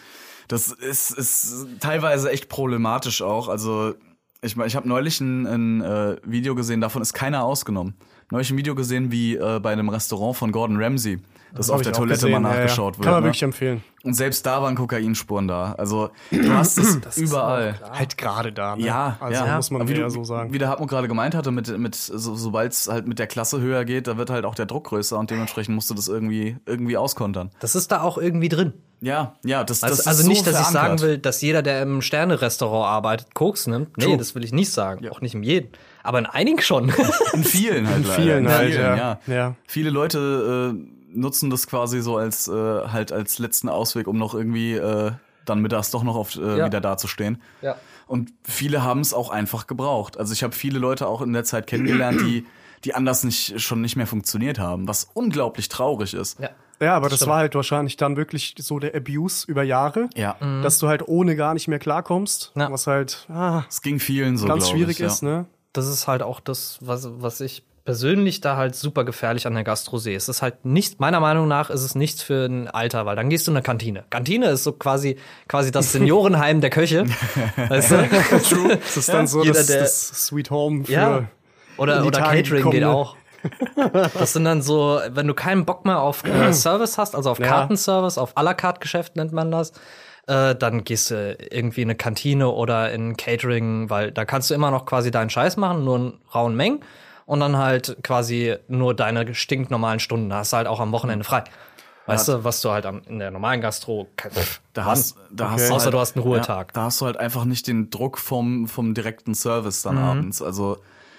S4: Das ist, ist teilweise echt problematisch auch. Also ich, ich habe neulich ein, ein äh, Video gesehen, davon ist keiner ausgenommen. Neulich ein Video gesehen, wie äh, bei einem Restaurant von Gordon Ramsay, das
S5: Hab
S4: auf
S5: ich
S4: der
S5: auch
S4: Toilette
S5: gesehen,
S4: mal
S5: ja, ja.
S4: nachgeschaut wird.
S5: Kann man
S4: ne?
S5: wirklich empfehlen.
S4: Und selbst da waren Kokainspuren da. Also du hast es überall.
S5: Halt gerade da, ne?
S4: Ja,
S5: also
S4: ja.
S5: muss man
S4: Aber wie
S5: eher
S4: du,
S5: so sagen.
S4: Wie der Hartmut gerade gemeint hatte, mit, mit so, sobald es halt mit der Klasse höher geht, da wird halt auch der Druck größer und dementsprechend musst du das irgendwie irgendwie auskontern.
S6: Das ist da auch irgendwie drin.
S4: Ja, ja, das, das
S6: Also,
S4: ist
S6: also
S4: so
S6: nicht, dass ich
S4: verankert.
S6: sagen will, dass jeder, der im Sterne-Restaurant arbeitet, Koks nimmt. Nee,
S4: True.
S6: das will ich nicht sagen. Auch nicht in jedem. Aber in einigen schon.
S4: In vielen halt leider.
S5: vielen
S4: In
S5: halt,
S4: vielen,
S5: ja. Ja.
S4: Viele Leute äh, nutzen das quasi so als äh, halt als letzten Ausweg, um noch irgendwie äh, dann mittags doch noch auf, äh,
S6: Ja.
S4: wieder dazustehen.
S6: Ja.
S4: Und viele haben es auch einfach gebraucht. Also ich habe viele Leute auch in der Zeit kennengelernt, die die anders nicht schon nicht mehr funktioniert haben, was unglaublich traurig ist.
S6: Ja.
S5: Ja, aber das
S6: stimmt.
S5: war halt wahrscheinlich dann wirklich so der Abuse über Jahre,
S4: Ja,
S5: dass du halt ohne gar nicht mehr klarkommst,
S6: Ja.
S5: was halt ah,
S4: es ging vielen so,
S5: ganz
S4: glaub
S5: schwierig
S4: ich, ja.
S5: ist, ne?
S6: Das ist halt auch das, was, was ich persönlich da halt super gefährlich an der Gastro sehe. Es ist halt nicht, meiner Meinung nach ist es nichts für ein Alter, weil dann gehst du in eine Kantine. Kantine ist so quasi, quasi das Seniorenheim der Köche. Weißt du?
S5: True. Das ist dann so
S6: Jeder,
S5: das,
S6: der-
S5: das Sweet Home für
S6: Ja. Oder,
S5: in die
S6: oder
S5: Tage
S6: Catering geht
S5: gekommene.
S6: auch. Das sind dann so, wenn du keinen Bock mehr auf äh, Service hast, also auf
S5: Ja.
S6: Kartenservice, auf à la carte Geschäft nennt man das, äh, dann gehst du irgendwie in eine Kantine oder in Catering, weil da kannst du immer noch quasi deinen Scheiß machen, nur in rauen Mengen und dann halt quasi nur deine stinknormalen Stunden. Da hast du halt auch am Wochenende frei. Weißt du, was du halt am, in der normalen Gastro
S4: Da hast, da
S5: Okay.
S4: hast du
S6: Außer
S4: halt,
S6: du hast einen Ruhetag.
S4: Ja, da hast du halt einfach nicht den Druck vom vom direkten Service
S5: Mhm.
S4: dann abends. Also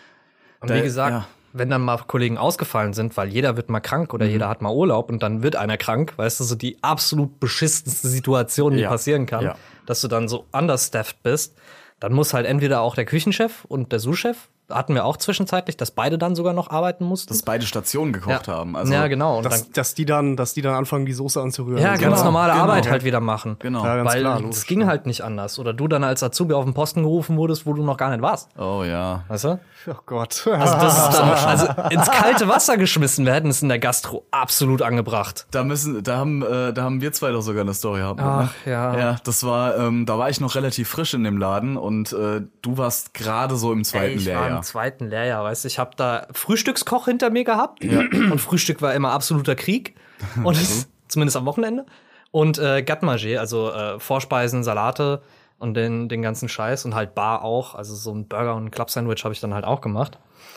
S6: Und
S4: Da-
S6: wie gesagt,
S4: ja.
S6: wenn dann mal Kollegen ausgefallen sind, weil jeder wird mal krank oder jeder hat mal Urlaub und dann wird einer krank, weißt du, so die absolut beschissenste Situation, die
S4: Ja.
S6: passieren kann,
S4: Ja.
S6: dass du dann so understaffed bist, dann muss halt entweder auch der Küchenchef und der Sous-Chef, hatten wir auch zwischenzeitlich, dass beide dann sogar noch arbeiten mussten.
S4: dass beide Stationen gekocht
S6: ja.
S4: haben. Also
S6: ja, genau. Und
S5: dass,
S6: dann,
S5: dass die dann, dass die dann anfangen, die Soße anzurühren.
S6: ja,
S5: und so.
S6: ganz
S4: genau,
S6: normale
S4: genau.
S6: Arbeit halt wieder machen.
S4: Genau.
S5: Ja, ganz
S6: Weil
S5: klar,
S6: es
S5: logisch.
S6: ging halt nicht anders. Oder du dann als Azubi auf den Posten gerufen wurdest, wo du noch gar nicht warst.
S4: Oh ja.
S6: Weißt du?
S5: Oh Gott.
S6: Also das ist dann, also ins kalte Wasser geschmissen werden, ist in der Gastro absolut angebracht.
S4: Da müssen, da haben, äh, da haben wir zwei doch sogar eine Story gehabt.
S6: Ach,
S4: ne?
S6: ja.
S4: Ja, das war, ähm, da war ich noch relativ frisch in dem Laden und äh, du warst gerade so im zweiten
S6: Ey, ich war
S4: Lehrjahr.
S6: im zweiten Lehrjahr, weißt du, ich habe da Frühstückskoch hinter mir gehabt und Frühstück war immer absoluter Krieg und zumindest am Wochenende und äh, Gatmanger, also äh, Vorspeisen, Salate und den den ganzen Scheiß und halt Bar auch, also so ein Burger und ein Club-Sandwich habe ich dann halt auch gemacht.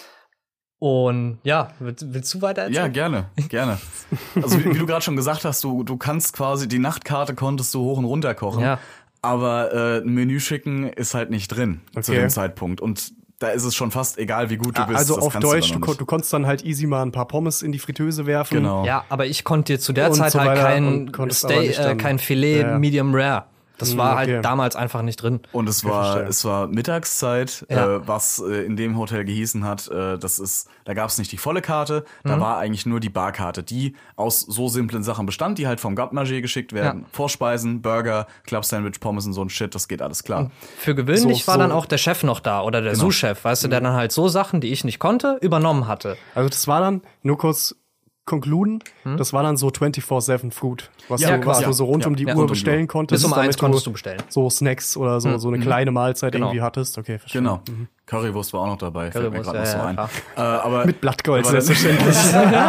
S6: Und ja, willst, willst du weiter
S4: Ja,
S6: erzählen?
S4: gerne, gerne. Also wie, wie du gerade schon gesagt hast, du, du kannst quasi, die Nachtkarte konntest du hoch und runter kochen.
S6: Ja.
S4: Aber äh, ein Menü schicken ist halt nicht drin zu
S5: Okay.
S4: dem Zeitpunkt. Und da ist es schon fast egal, wie gut du bist.
S5: Also
S4: das
S5: auf
S4: kannst
S5: Deutsch,
S4: du,
S5: du,
S4: dann noch
S5: kon
S4: nicht.
S5: du konntest dann halt easy mal ein paar Pommes in die Fritteuse werfen.
S4: Genau.
S6: Ja, aber ich konnte dir zu der
S5: Und
S6: Zeit
S5: so
S6: halt
S5: weiter
S6: kein
S5: und konntest aber
S6: Steak,
S5: nicht
S6: äh,
S5: dann-
S6: kein Filet
S5: Ja, ja.
S6: Medium Rare. Das
S5: Hm,
S6: war
S5: okay.
S6: halt damals einfach nicht drin.
S4: Und es
S5: Okay,
S4: war,
S5: verstehe.
S4: es war Mittagszeit,
S6: Ja.
S4: äh, was äh, in dem Hotel gehießen hat, äh, das ist, da gab es nicht die volle Karte,
S6: Mhm.
S4: da war eigentlich nur die Barkarte, die aus so simplen Sachen bestand, die halt vom Gatmanger geschickt werden.
S6: Ja.
S4: Vorspeisen, Burger, Club Sandwich, Pommes und so ein Shit, das geht alles klar.
S6: Für gewöhnlich
S5: So-
S6: war
S5: so-
S6: dann auch der Chef noch da oder der Sous-Chef, weißt du, der dann halt so Sachen, die ich nicht konnte, übernommen hatte.
S5: Also das war dann, nur kurz, concluden. Das war dann so vierundzwanzig sieben Food, was,
S4: Ja,
S5: du, was
S4: ja,
S5: du so rund
S4: ja,
S5: um die
S6: ja,
S5: Uhr
S4: rund um die
S5: bestellen
S4: Uhr.
S5: konntest.
S6: Bis um eins
S5: damit
S6: konntest du bestellen.
S5: So Snacks oder so, so eine kleine Mahlzeit
S6: Genau.
S5: irgendwie hattest. Okay, verstehe.
S4: Genau. Currywurst war auch noch dabei. Fällt mir
S6: Currywurst,
S4: gerade noch so
S6: ja, ja,
S4: ein.
S6: klar.
S4: Äh, aber
S5: Mit Blattgold,
S4: aber dann-
S5: selbstverständlich.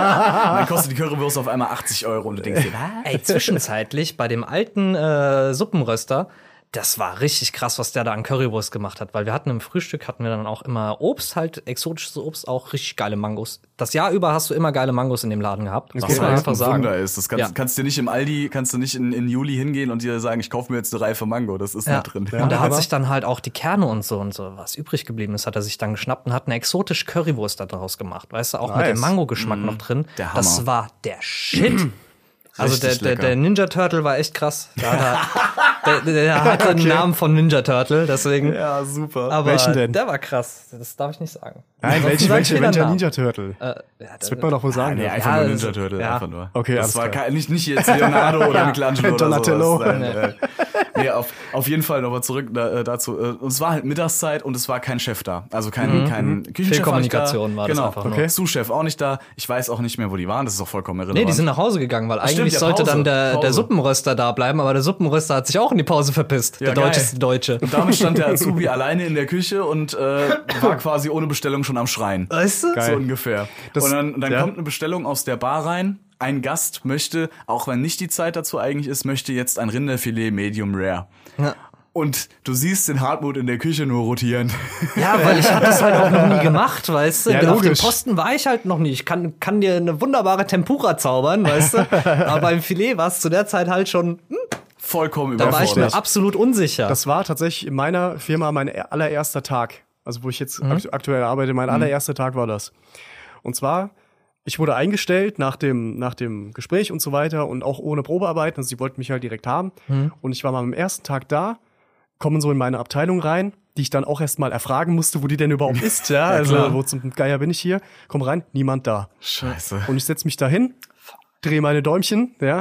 S4: Dann kostet die Currywurst auf einmal achtzig Euro und du denkst dir, was?
S6: Ey, zwischenzeitlich bei dem alten äh, Suppenröster, das war richtig krass, was der da an Currywurst gemacht hat, weil wir hatten im Frühstück, hatten wir dann auch immer Obst, halt exotisches Obst, auch richtig geile Mangos. Das Jahr über hast du immer geile Mangos in dem Laden gehabt. Das
S4: Was
S6: muss man
S4: halt
S6: einfach
S4: ein
S6: sagen.
S4: Wunder ist. Das kannst,
S6: Ja.
S4: kannst du nicht im Aldi, kannst du nicht in, in Juli hingehen und dir sagen, ich kaufe mir jetzt eine Reife Mango. Das ist
S6: Ja.
S4: nicht drin.
S6: Und er hat
S5: aber-
S6: sich dann halt auch die Kerne und so und so, was übrig geblieben ist, hat er sich dann geschnappt und hat eine exotisische Currywurst daraus gemacht. Weißt du, auch mit
S5: Nice.
S6: dem Mango-Geschmack noch drin.
S4: Der
S6: Das
S4: Hammer.
S6: war der Shit. Also der,
S4: Richtig
S6: der,
S4: lecker.
S6: der Ninja Turtle war echt krass. Da hat er, der, der hatte den Namen von Ninja Turtle, deswegen.
S4: Ja, super.
S6: Aber
S5: Welchen denn?
S6: der war krass. Das darf ich nicht sagen.
S5: Nein,
S6: Ansonsten
S5: welche,
S6: sag ich
S5: welche,
S6: wieder
S5: welcher
S6: Namen.
S5: Ninja Turtle?
S6: Äh, ja,
S5: Das wird man doch wohl sagen.
S4: Nee,
S5: dürfen.
S4: einfach
S6: Ja,
S4: nur
S6: das-
S4: Ninja Turtle,
S6: ja.
S4: einfach nur.
S5: Okay,
S4: das
S5: alles
S4: war
S5: klar.
S4: kein, nicht, nicht jetzt Leonardo oder
S6: Ja.
S4: Michelangelo oder
S5: Donatello.
S4: sowas. Nein, äh, nee, auf, auf jeden Fall nochmal zurück da, äh, dazu. Äh, und es war halt Mittagszeit und es war kein Chef da. Also kein, kein Küchenchef
S6: Fehlkommunikation
S4: war
S6: war
S4: nicht
S6: das
S4: da.
S6: einfach
S4: Genau,
S6: nur.
S4: okay. Sous-Chef auch nicht da. Ich weiß auch nicht mehr, wo die waren. Das ist auch vollkommen irrelevant.
S6: Nee, die sind nach Hause gegangen, weil eigentlich
S4: stimmt, ja,
S6: sollte
S4: Pause,
S6: dann der, der
S4: Pause.
S6: Suppenröster da bleiben, aber der Suppenröster hat sich auch in die Pause verpisst.
S4: Ja,
S6: der
S4: geil.
S6: deutscheste Deutsche.
S4: Und damit stand der Azubi alleine in der Küche und äh, war quasi ohne Bestellung schon am Schreien.
S6: Weißt du?
S4: So ungefähr.
S5: Das-
S4: und dann, dann
S5: ja.
S4: kommt eine Bestellung aus der Bar rein. Ein Gast möchte, auch wenn nicht die Zeit dazu eigentlich ist, möchte jetzt ein Rinderfilet Medium Rare.
S6: Ja.
S4: Und du siehst den Hartmut in der Küche nur rotieren.
S6: Ja, weil ich hab das halt auch noch nie gemacht, weißt du?
S5: Ja,
S6: Auf dem
S5: logisch.
S6: Posten war ich halt noch nie. Ich kann, kann dir eine wunderbare Tempura zaubern, weißt du? Aber beim Filet war es zu der Zeit halt schon, hm,
S4: Vollkommen
S6: da war ich mir
S4: überfordert.
S6: absolut unsicher.
S5: Das war tatsächlich in meiner Firma mein allererster Tag. Also wo ich jetzt akt aktuell arbeite, mein allererster Tag war das. Und zwar, ich wurde eingestellt nach dem, nach dem Gespräch und so weiter und auch ohne Probearbeiten. Also sie wollten mich halt direkt haben. Und ich war mal am ersten Tag da, kommen so in meine Abteilung rein, die ich dann auch erst mal erfragen musste, wo die denn überhaupt ist. Ja, also
S4: klar.
S5: wo zum Geier bin ich hier? Komm rein, niemand da.
S4: Scheiße.
S5: Und ich setz mich da hin, drehe meine Däumchen, ja.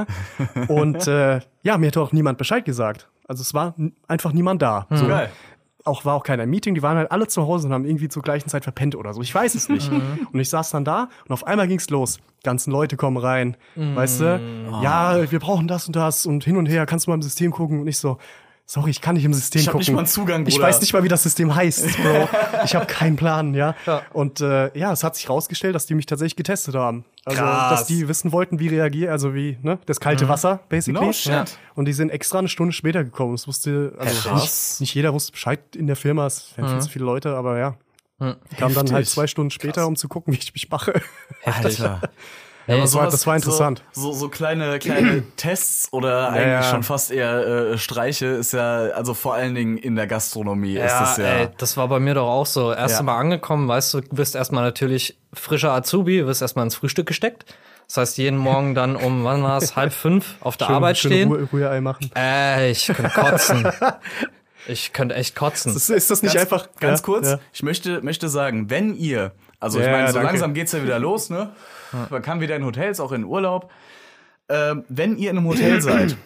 S5: Und äh, ja, mir hat auch niemand Bescheid gesagt. Also es war n- einfach niemand da. So.
S4: Geil.
S5: Auch war auch keiner im Meeting, die waren halt alle zu Hause und haben irgendwie zur gleichen Zeit verpennt oder so. Ich weiß es nicht. Und ich saß dann da und auf einmal ging's los. Ganzen Leute kommen rein, weißt du? Ja, wir brauchen das und das und hin und her, kannst du mal im System gucken? Und ich so, sorry, ich kann nicht im System
S4: Ich hab
S5: gucken.
S4: nicht mal einen Zugang,
S5: Ich
S4: Bruder.
S5: weiß nicht mal, wie das System heißt, Bro. Ich habe keinen Plan, ja.
S6: Ja.
S5: Und äh, ja, es hat sich rausgestellt, dass die mich tatsächlich getestet haben. Also,
S6: Krass.
S5: dass die wissen wollten, wie reagiere, also wie, ne, das kalte Wasser, basically.
S4: No shit.
S6: Ja.
S5: Und die sind extra eine Stunde später gekommen. Das wusste, also
S4: Krass.
S5: nicht, nicht jeder wusste Bescheid in der Firma, es wären viel zu viele Leute, aber ja.
S6: Mhm.
S5: Die kamen dann
S4: Heftig.
S5: halt zwei Stunden später, um zu gucken, wie ich mich mache.
S4: Alter.
S6: Ey,
S5: das war-
S4: Sowas-
S5: das war interessant.
S4: So, so, so kleine, kleine Tests oder eigentlich
S5: ja.
S4: schon fast eher äh, Streiche ist ja, also vor allen Dingen in der Gastronomie ist
S6: ja,
S4: das ja.
S6: ey, das war bei mir doch auch so. Erst
S4: Ja.
S6: Mal angekommen, weißt du, du wirst erstmal natürlich frischer Azubi, wirst erstmal ins Frühstück gesteckt. Das heißt, jeden Morgen dann um, wann war es, halb fünf auf der Arbeit
S5: schön
S6: stehen.
S5: Ruhe- Rührei machen.
S6: Äh, ich könnte kotzen. Ich könnte echt kotzen.
S5: Ist, ist das nicht
S4: ganz,
S5: einfach
S4: ganz
S5: ja,
S4: kurz,
S5: Ja.
S4: ich möchte, möchte sagen, wenn ihr, also ich
S5: Ja,
S4: meine, so
S5: danke.
S4: langsam geht's ja wieder los, ne? Man kann wieder in Hotels, auch in Urlaub. Ähm, wenn ihr in einem Hotel seid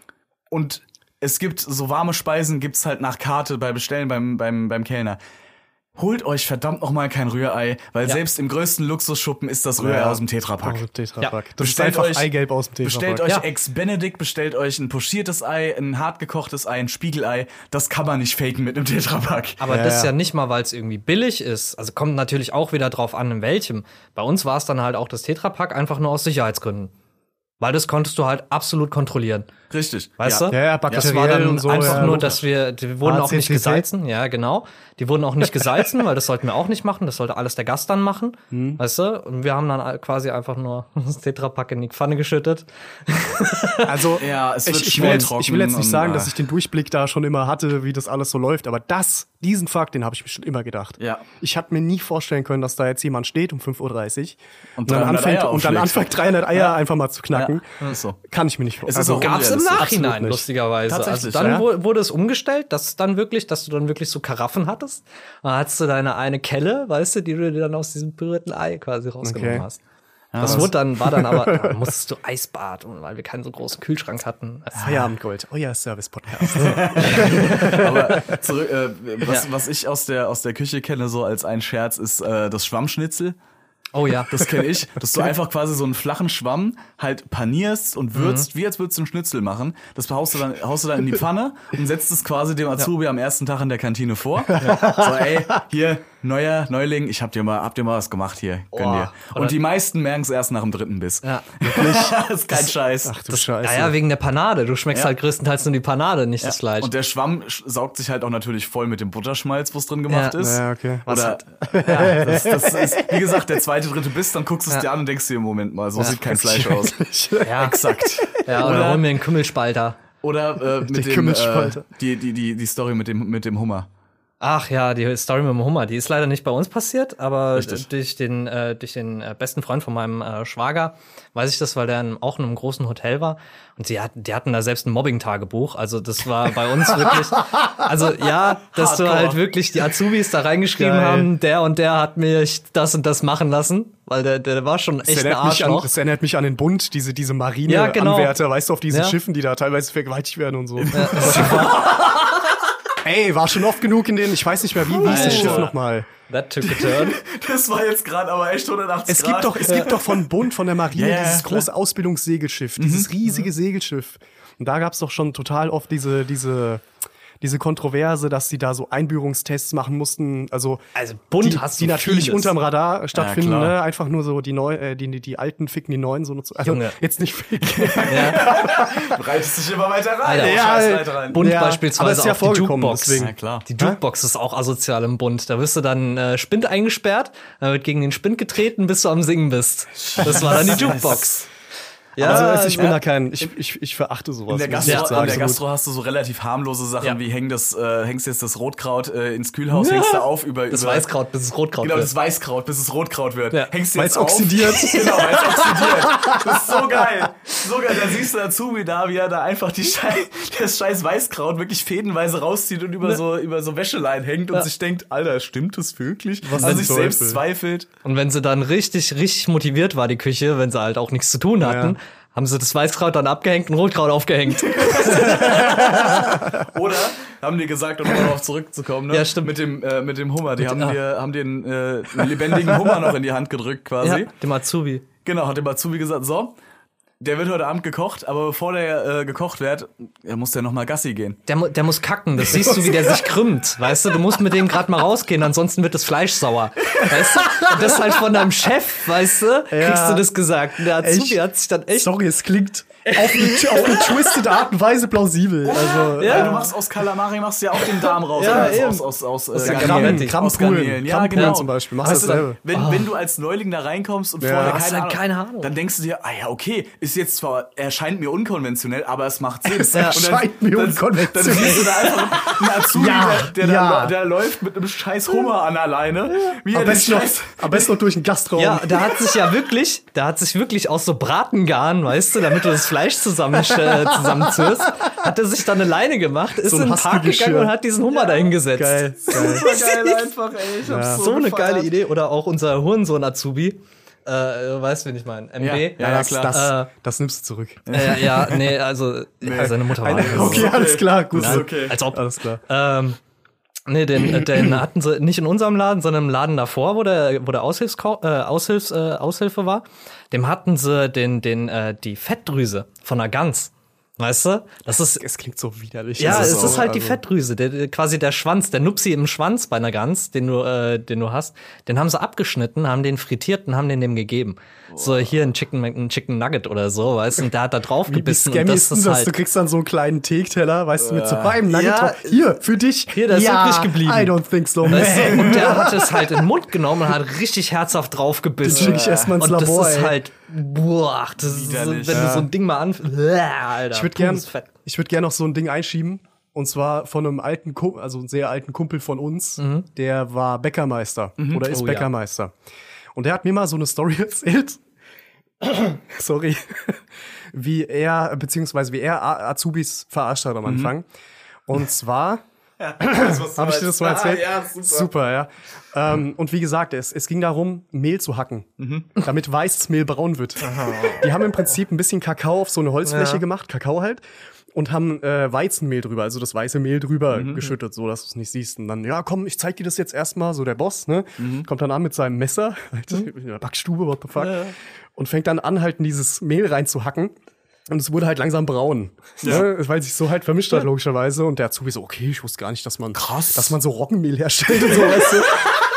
S4: und es gibt so warme Speisen, gibt's halt nach Karte bei Bestellen beim, beim, beim Kellner. Holt euch verdammt noch mal kein Rührei, weil
S6: Ja.
S4: selbst im größten Luxusschuppen ist das Rührei
S5: Ja.
S4: aus dem Tetrapack.
S5: Aus dem Tetrapack.
S6: Ja.
S5: Das ist
S4: Bestellt
S5: einfach
S4: euch-
S5: Eigelb aus dem Tetrapack.
S4: Bestellt euch
S6: Ja.
S4: Ex-Benedict, bestellt euch ein pochiertes Ei, ein hartgekochtes Ei, ein Spiegelei. Das kann man nicht faken mit einem Tetrapack.
S6: Aber
S5: Ja,
S6: das
S5: ja.
S6: ja nicht mal, weil es irgendwie billig ist. Also kommt natürlich auch wieder drauf an, in welchem. Bei uns war es dann halt auch das Tetrapack, einfach nur aus Sicherheitsgründen. Weil das konntest du halt absolut kontrollieren.
S4: Richtig.
S6: Weißt
S4: ja.
S6: du?
S5: Ja, ja,
S6: Das war
S5: bakteriell
S6: dann
S5: und so,
S6: einfach
S5: ja,
S6: nur,
S5: logisch.
S6: dass wir, die wurden auch nicht
S5: A C C C.
S6: gesalzen. Ja, genau. Die wurden auch nicht gesalzen, weil das sollten wir auch nicht machen. Das sollte alles der Gast dann machen.
S5: Mhm.
S6: Weißt du? Und wir haben dann quasi einfach nur das Tetrapack in die Pfanne geschüttet.
S5: Also,
S4: Ja, es wird
S5: ich, ich,
S4: schnell
S5: will jetzt,
S4: trocken
S5: ich will jetzt nicht
S4: und,
S5: sagen,
S4: äh,
S5: dass ich den Durchblick da schon immer hatte, wie das alles so läuft, aber das, diesen Fakt, den habe ich mir schon immer gedacht.
S4: Ja.
S5: Ich hatte mir nie vorstellen können, dass da jetzt jemand steht um fünf Uhr dreißig
S4: Und
S5: dann
S4: dreihundert
S5: anfängt
S4: Eier
S5: und dann
S4: aufschlägt.
S5: anfängt dreihundert Eier einfach mal zu knacken.
S4: Ja, ist so.
S5: Kann ich mir nicht
S4: Es
S5: vorstellen.
S4: ist auch
S6: Gab's im
S4: unrealistisch.
S6: Nachhinein,
S5: Absolut nicht.
S6: lustigerweise. Also
S4: Tatsächlich,
S6: dann
S5: ja.
S6: wu- wurde es umgestellt, dass dann wirklich, dass du dann wirklich so Karaffen hattest. Dann hattest du deine eine Kelle, weißt du, die du dir dann aus diesem berührten Ei quasi rausgenommen
S5: Okay.
S6: hast. Das wurde dann, war dann aber, da musstest du Eisbad, und weil wir keinen so großen Kühlschrank hatten.
S5: Feierabendgold, euer Service-Podcast.
S4: Aber zurück, äh, was, was ich aus der, aus der Küche kenne, so als ein Scherz, ist äh, das Schwammschnitzel.
S6: Oh ja.
S4: Das kenne ich, dass du einfach quasi so einen flachen Schwamm halt panierst und würzt, mhm. wie als würdest du einen Schnitzel machen. Das haust du dann, haust du dann in die Pfanne und setzt es quasi dem Azubi ja. am ersten Tag in der Kantine vor. Ja. So, ey, hier, neuer Neuling, ich hab dir mal, hab dir mal was gemacht hier, gönn
S6: oh.
S4: dir. Und
S6: Oder die
S4: meisten merken es erst nach dem dritten Biss.
S6: Ja.
S4: Wirklich? Das ist kein das, Scheiß.
S5: Ach du
S6: das,
S5: Scheiße.
S6: Ja, ja, wegen der Panade. Du schmeckst
S4: ja.
S6: halt größtenteils nur die Panade, nicht
S4: ja.
S6: das Fleisch.
S4: Und der Schwamm saugt sich halt auch natürlich voll mit dem Butterschmalz, was drin gemacht
S6: ja.
S4: ist.
S5: Ja, okay.
S4: Oder, ja, das, das ist, wie gesagt, der zweite, dritte Biss, dann guckst du es
S6: ja.
S4: dir an und denkst dir, Moment mal, so
S6: ja.
S4: sieht kein Fleisch aus.
S6: Ja.
S4: Exakt.
S6: Ja, oder, oder hol mir einen Kümmelspalter.
S4: Oder äh, mit dem, äh, die, die, die, die Story mit dem, mit dem Hummer.
S6: Ach ja, die Story mit dem Hummer, die ist leider nicht bei uns passiert, aber
S4: Richtig.
S6: durch den äh, durch den äh, besten Freund von meinem äh, Schwager weiß ich das, weil der in, auch in einem großen Hotel war und die, hat, die hatten da selbst ein Mobbing-Tagebuch, also das war bei uns wirklich, also ja, dass
S4: Hardcore.
S6: du halt wirklich die Azubis da reingeschrieben
S5: Geil.
S6: haben, der und der hat mir das und das machen lassen, weil der der war schon echt ein Arschloch.
S5: Das erinnert mich an den Bund, diese diese
S6: Ja, genau.
S5: Marine-Anwärter, weißt du, auf diesen
S6: Ja.
S5: Schiffen, die da teilweise vergewaltigt werden und so.
S6: Ja.
S5: Ey, war schon oft genug in denen, ich weiß nicht mehr, wie, wie ist das
S6: Alter.
S5: Schiff nochmal?
S6: That took a turn.
S4: Das war jetzt gerade aber echt hundertachtzig
S5: Es gibt
S4: Grad.
S5: doch, es gibt doch von Bund, von der Marine,
S4: Ja, ja,
S5: dieses
S4: klar.
S5: große Ausbildungssegelschiff, dieses riesige Segelschiff. Und da gab's doch schon total oft diese, diese, diese Kontroverse, dass die da so Einbürgerungstests machen mussten. Also,
S6: Also Bund
S5: die,
S6: hast
S5: die
S6: du
S5: natürlich
S6: vieles.
S5: unterm Radar stattfinden,
S4: Ja, klar.
S5: ne? Einfach nur so die neu, äh, die, die, die alten ficken die neuen so. Also
S6: Junge.
S5: jetzt nicht ficken.
S4: Du reitest dich immer weiter rein.
S6: Alter,
S4: ey,
S5: ja,
S4: Scheißleiter rein.
S6: Bund
S5: Ja, aber
S6: beispielsweise
S5: es ist ja
S6: auch die
S5: vorgekommen,
S6: Jukebox.
S5: deswegen.
S4: Ja, klar.
S6: Die Jukebox ist auch asozial im Bund. Da wirst du dann äh, Spind eingesperrt, dann wird gegen den Spind getreten, bis du am Singen bist. Das war dann die Jukebox. Ja,
S5: Also ich bin
S6: ja.
S5: da kein, ich, ich, ich verachte sowas.
S4: In der,
S5: muss ich
S4: Gastro,
S5: echt
S4: in
S5: sagen.
S4: der Gastro hast du so relativ harmlose Sachen,
S6: Ja.
S4: wie häng das, äh, hängst jetzt das Rotkraut äh, ins Kühlhaus, hängst du auf über,
S6: Das
S4: über
S6: Weißkraut, bis es Rotkraut
S4: Genau,
S6: wird.
S4: das Weißkraut, bis es Rotkraut wird.
S6: Ja.
S4: Hängst du
S5: Weil's
S4: jetzt auf.
S5: oxidiert.
S4: Genau, weil es oxidiert. Das ist so geil. So geil. Da siehst du Azubi da, wie er da einfach die Scheiß, das scheiß Weißkraut wirklich fädenweise rauszieht und über so, über so Wäschelein hängt und
S6: Ja.
S4: sich denkt, Alter, stimmt das wirklich?
S5: Was
S4: also
S5: ein
S4: sich selbst
S5: Teufel.
S4: zweifelt.
S6: Und wenn sie dann richtig, richtig motiviert war, die Küche, wenn sie halt auch nichts zu tun hatten,
S5: Ja.
S6: haben sie das Weißkraut dann abgehängt und Rotkraut aufgehängt.
S4: Oder haben die gesagt, um darauf zurückzukommen, ne?
S6: Ja, stimmt.
S4: Mit dem, äh, mit dem Hummer. Die haben
S6: ja.
S4: dir, haben den, äh, einen lebendigen Hummer noch in die Hand gedrückt, quasi.
S6: Ja, dem Azubi.
S4: Genau, hat dem Azubi gesagt, so, der wird heute Abend gekocht, aber bevor der äh, gekocht wird, er muss der noch mal Gassi gehen.
S6: Der, mu- der muss kacken, das siehst du, wie der sich krümmt, weißt du, du musst mit dem gerade mal rausgehen, ansonsten wird das Fleisch sauer, weißt du, und das halt von deinem Chef, weißt du, kriegst du das gesagt, und der Azubi
S5: Echt?
S6: hat sich dann echt,
S5: Sorry, es klingt auf eine, auf eine twisted Art und Weise plausibel. Also,
S4: Ja, du machst aus Kalamari machst du ja auch den Darm raus.
S6: Ja,
S4: also
S6: eben.
S4: aus, aus, aus, aus,
S6: der
S4: äh,
S6: Gramm-
S4: Garnelen.
S5: Gramm-
S4: Aus Garnelen.
S5: Grammpulen.
S4: Ja,
S5: Grammpulen
S4: genau.
S5: zum Beispiel. Machst
S4: Weißt
S5: du
S4: du, dann,
S5: dasselbe.
S4: wenn, wenn du als Neuling da reinkommst und
S5: Ja.
S4: vorher
S5: Hast
S4: keine,
S6: halt
S4: Ahnung,
S6: keine Ahnung.
S4: dann denkst du dir, ah ja, okay, ist jetzt zwar, erscheint mir unkonventionell, aber es macht Sinn.
S6: Ja.
S4: Und dann-
S5: Erscheint mir
S4: dann-
S6: Genau.
S5: unkonventionell.
S4: Dann siehst du da einfach einen Azubi,
S5: Ja,
S4: der, der,
S5: ja.
S4: da, der läuft mit einem scheiß Hummer an alleine. Wie er
S5: Am
S4: den
S5: besten, noch,
S4: scheiß...
S5: am besten noch durch den Gastraum.
S6: ja, der hat sich ja wirklich, der hat sich wirklich aus so Bratengarn, weißt du, damit du das Fleisch zusammen, äh, zusammenzürst, hat er sich dann eine Leine gemacht, ist
S5: So ein
S6: in den Park
S5: Hastelgeschirr.
S6: gegangen und hat diesen Hummer dahingesetzt.
S5: Geil, geil.
S4: geil einfach, ey. Ich hab's so,
S6: So eine
S4: gefeiert.
S6: geile Idee. Oder auch unser Hurensohn Azubi. Äh, weißt du, wen ich meine? M B.
S4: Ja, ja,
S5: Ja, das,
S4: klar.
S5: das,
S6: Äh,
S5: das nimmst du zurück.
S6: Äh, ja, nee, also ja, seine Mutter war
S5: Eine,
S6: das.
S5: okay, alles klar, gut.
S4: Das ist okay.
S6: Als ob.
S5: Alles klar.
S6: Ähm, nee, den, den hatten sie nicht in unserem Laden, sondern im Laden davor, wo der, wo der Aushilfskau äh, Aushilfs, äh, Aushilfe war. Dem hatten sie den, den, äh, die Fettdrüse von einer Gans. Weißt du? Das ist,
S5: Es klingt so widerlich.
S6: ja,
S5: Das
S6: es ist
S5: auch,
S6: halt die
S5: also-
S6: Fettdrüse, der, der, quasi der Schwanz, der Nupsi im Schwanz bei einer Gans, den du, äh, den du hast, den haben sie abgeschnitten, haben den frittiert und haben den dem gegeben. So hier ein Chicken, ein Chicken Nugget oder so, weißt du, und der hat da drauf
S5: Wie, wie
S6: gebissen und
S5: scammy
S6: das
S5: ist denn
S6: ist
S5: das?
S6: halt.
S5: Du kriegst dann so einen kleinen Teekteller, weißt du, mit so einem Nugget
S6: ja.
S5: drauf. Hier, für dich.
S6: Hier, der ist
S5: ja,
S6: übrig geblieben.
S5: I don't think so, man.
S6: Weißt du? Und der hat es halt in den Mund genommen und hat richtig herzhaft drauf
S5: Den
S6: gebissen.
S5: schicke ich erstmal ins
S6: Und
S5: Labor,
S6: das ist
S5: ey.
S6: halt, boah, das ist so, wenn
S4: Widerlich.
S6: du
S5: Ja.
S6: so ein Ding mal anf... Alter,
S5: Ich würde gern,
S6: pures Fett.
S5: ich würde gern noch so ein Ding einschieben. Und zwar von einem alten, Kumpel, also einem sehr alten Kumpel von uns. Der war Bäckermeister oder ist
S6: Oh, ja.
S5: Bäckermeister. Und der hat mir mal so eine Story erzählt. Sorry. Wie er, beziehungsweise wie er A- Azubis verarscht hat am Anfang. Und zwar Habe ich dir das mal erzählt?
S4: Ah, ja, super.
S5: Super, ja. Ähm, und wie gesagt, es, es ging darum, Mehl zu hacken,
S4: Mhm.
S5: damit weißes Mehl braun wird. Die haben im Prinzip ein bisschen Kakao auf so eine Holzfläche
S6: Ja.
S5: gemacht, Kakao halt, und haben äh, Weizenmehl drüber, also das weiße Mehl drüber
S4: Mhm.
S5: geschüttet, so dass du es nicht siehst. Und dann, ja, komm, ich zeig dir das jetzt erstmal, so der Boss, ne?
S4: Mhm.
S5: Kommt dann an mit seinem Messer, halt, in der Backstube, what the fuck, und fängt dann an, halt in dieses Mehl reinzuhacken. Und es wurde halt langsam braun, ne? Weil sich so halt vermischt hat, logischerweise. Und der Azubi so, okay, ich wusste gar nicht, dass man,
S4: Krass.
S5: dass man so Roggenmehl herstellt und so, weißt du?